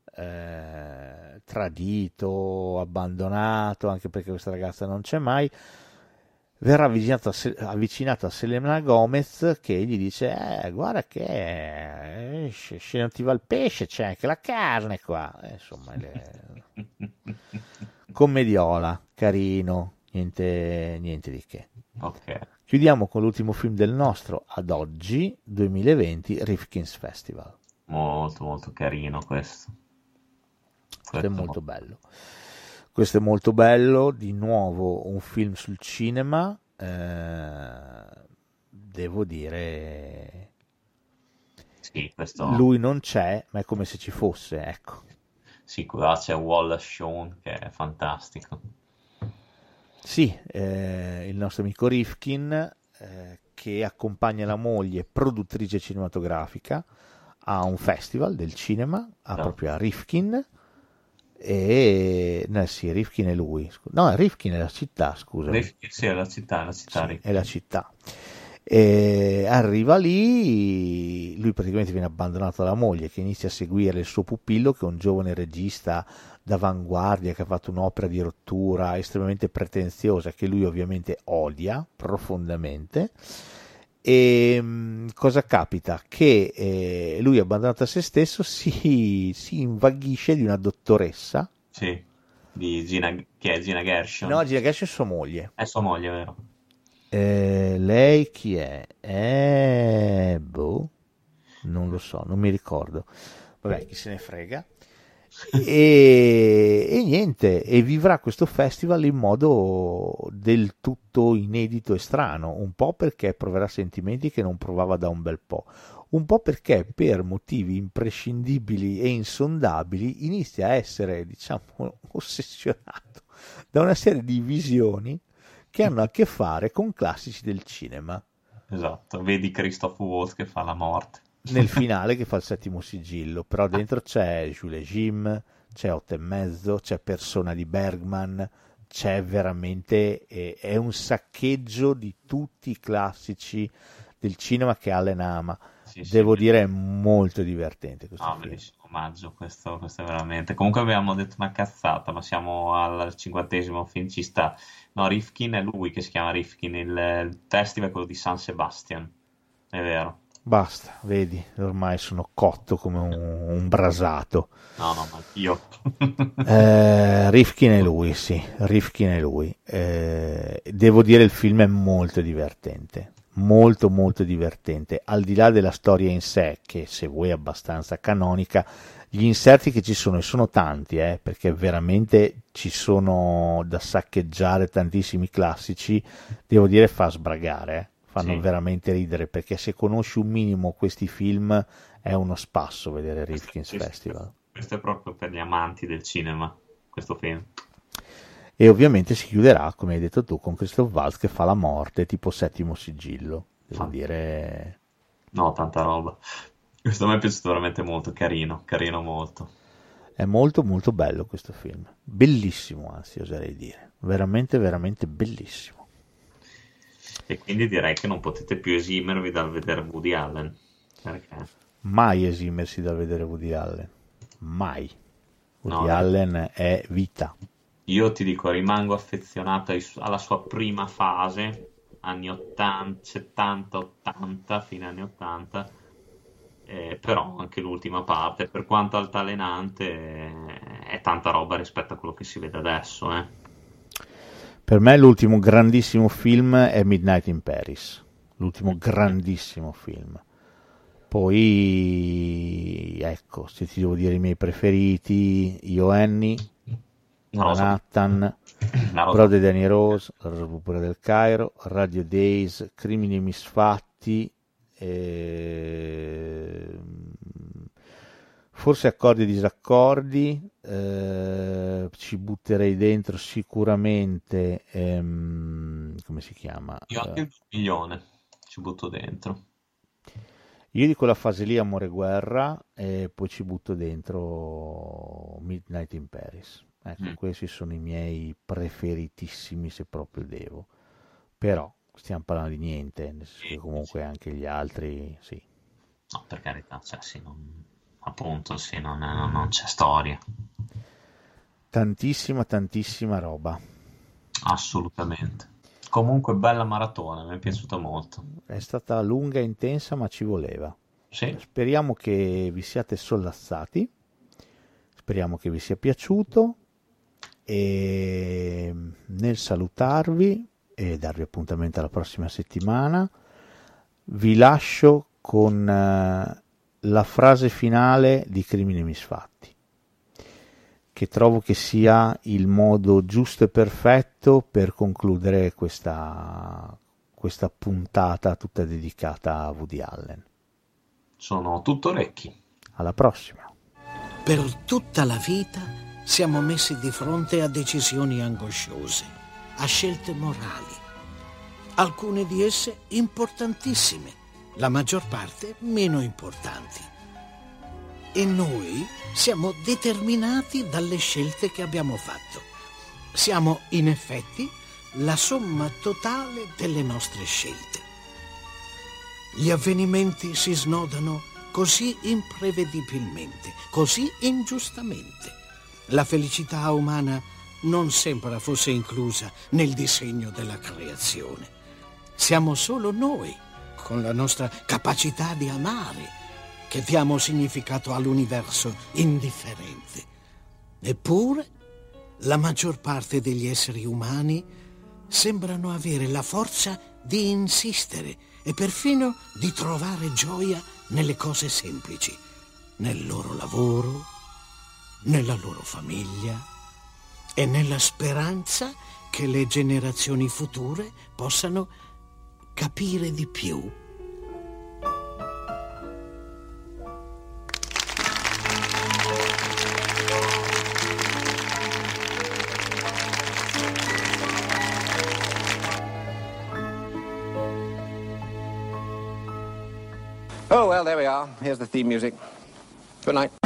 eh, tradito, abbandonato, anche perché questa ragazza non c'è mai. Verrà avvicinato a, Se- avvicinato a Selena Gomez che gli dice eh, guarda che eh, se, se non ti va il pesce c'è anche la carne qua, eh, insomma le... commediola, carino, niente, niente di che. Ok. Chiudiamo con l'ultimo film del nostro ad oggi, duemilaventi, Rifkin's Festival. Molto molto carino questo. Questo questo è molto bello. Questo è molto bello, di nuovo un film sul cinema, eh, devo dire, sì, questo... lui non c'è, ma è come se ci fosse, ecco. Sì, qua c'è Wallace Shawn che è fantastico. Sì, eh, il nostro amico Rifkin, eh, che accompagna la moglie, produttrice cinematografica, a un festival del cinema, a No. proprio a Rifkin, e no, sì, Rifkin è lui, no, Rifkin è la città, scusa. Rifkin, sì, è la città, la città sì, è la città. E arriva lì, lui praticamente viene abbandonato dalla moglie che inizia a seguire il suo pupillo, che è un giovane regista d'avanguardia che ha fatto un'opera di rottura estremamente pretenziosa che lui ovviamente odia profondamente. E mh, cosa capita? Che eh, lui, abbandonato a se stesso, si, si invaghisce di una dottoressa. Sì, di Gina, che è Gina Gershon. No, Gina Gershon è sua moglie. È sua moglie, vero? Eh, lei chi è? Eh, boh, non lo so, non mi ricordo. Vabbè, chi se ne frega. E, e niente, e vivrà questo festival in modo del tutto inedito e strano, un po' perché proverà sentimenti che non provava da un bel po', un po' perché per motivi imprescindibili e insondabili inizia a essere, diciamo, ossessionato da una serie di visioni che hanno a che fare con classici del cinema. Esatto, vedi Christoph Waltz che fa la morte. Nel finale che fa il settimo sigillo, però dentro c'è Jules Jim, c'è Otto e mezzo, c'è Persona di Bergman, c'è veramente, eh, è un saccheggio di tutti i classici del cinema che Allen ama. Sì, devo sì, dire è molto divertente questo no, film. Bellissimo omaggio, questo, questo è veramente. Comunque abbiamo detto una cazzata, ma siamo al cinquantesimo film, ci sta. No, Rifkin è lui che si chiama Rifkin, il, il festival è quello di San Sebastian, è vero. Basta, vedi, ormai sono cotto come un, un brasato. No, no, ma io. eh, Rifkin è lui, sì, Rifkin è lui. Eh, devo dire il film è molto divertente, molto molto divertente, al di là della storia in sé, che se vuoi è abbastanza canonica, gli inserti che ci sono, e sono tanti, eh, perché veramente ci sono da saccheggiare tantissimi classici, devo dire fa sbragare, eh. Fanno sì. veramente ridere, perché se conosci un minimo questi film è uno spasso vedere Rifkin's questo, Festival. Questo è proprio per gli amanti del cinema, questo film. E ovviamente si chiuderà, come hai detto tu, con Christoph Waltz che fa la morte, tipo settimo sigillo. Devo ah. dire... No, tanta roba. Questo a me è piaciuto veramente molto, carino, carino molto. È molto molto bello questo film. Bellissimo, anzi, oserei dire. Veramente, veramente bellissimo. E quindi direi che non potete più esimervi dal vedere Woody Allen. Perché? Mai esimersi dal vedere Woody Allen. Mai. Woody no, Allen è vita. Io ti dico, rimango affezionato ai, alla sua prima fase, anni ottanta, settanta, ottanta, fine anni ottanta, eh, però anche l'ultima parte, per quanto altalenante, eh, è tanta roba rispetto a quello che si vede adesso, eh. Per me l'ultimo grandissimo film è Midnight in Paris, l'ultimo grandissimo film. Poi, ecco, se ti devo dire i miei preferiti, Io Annie, Manhattan, Brode Danny Rose, La Repubblica del Cairo, Radio Days, Crimini Misfatti, eh, forse Accordi e Disaccordi, eh, ci butterei dentro sicuramente, ehm, come si chiama? Io anche il milione ci butto dentro. Io di quella fase lì Amore e Guerra, e poi ci butto dentro Midnight in Paris. Ecco, mm. questi sono i miei preferitissimi se proprio devo. Però stiamo parlando di niente, nel senso che comunque anche gli altri, sì. No, per carità, cioè, sì, non... appunto, sì, non, non, non c'è storia. Tantissima, tantissima roba. Assolutamente. Comunque bella maratona, mi è piaciuta molto. È stata lunga e intensa, ma ci voleva. Sì. Speriamo che vi siate sollazzati, speriamo che vi sia piaciuto, e nel salutarvi e darvi appuntamento alla prossima settimana vi lascio con uh, la frase finale di Crimini Misfatti, che trovo che sia il modo giusto e perfetto per concludere questa, questa puntata tutta dedicata a Woody Allen. Sono tutto orecchi. Alla prossima. Per tutta la vita siamo messi di fronte a decisioni angosciose, a scelte morali. Alcune di esse importantissime, la maggior parte meno importanti. E noi siamo determinati dalle scelte che abbiamo fatto. Siamo, in effetti, la somma totale delle nostre scelte. Gli avvenimenti si snodano così imprevedibilmente, così ingiustamente. La felicità umana non sembra fosse inclusa nel disegno della creazione. Siamo solo noi, con la nostra capacità di amare, che diamo significato all'universo indifferente. Eppure, la maggior parte degli esseri umani sembrano avere la forza di insistere e perfino di trovare gioia nelle cose semplici, nel loro lavoro, nella loro famiglia e nella speranza che le generazioni future possano capire di più. Oh, well, there we are. Here's the theme music. Good night.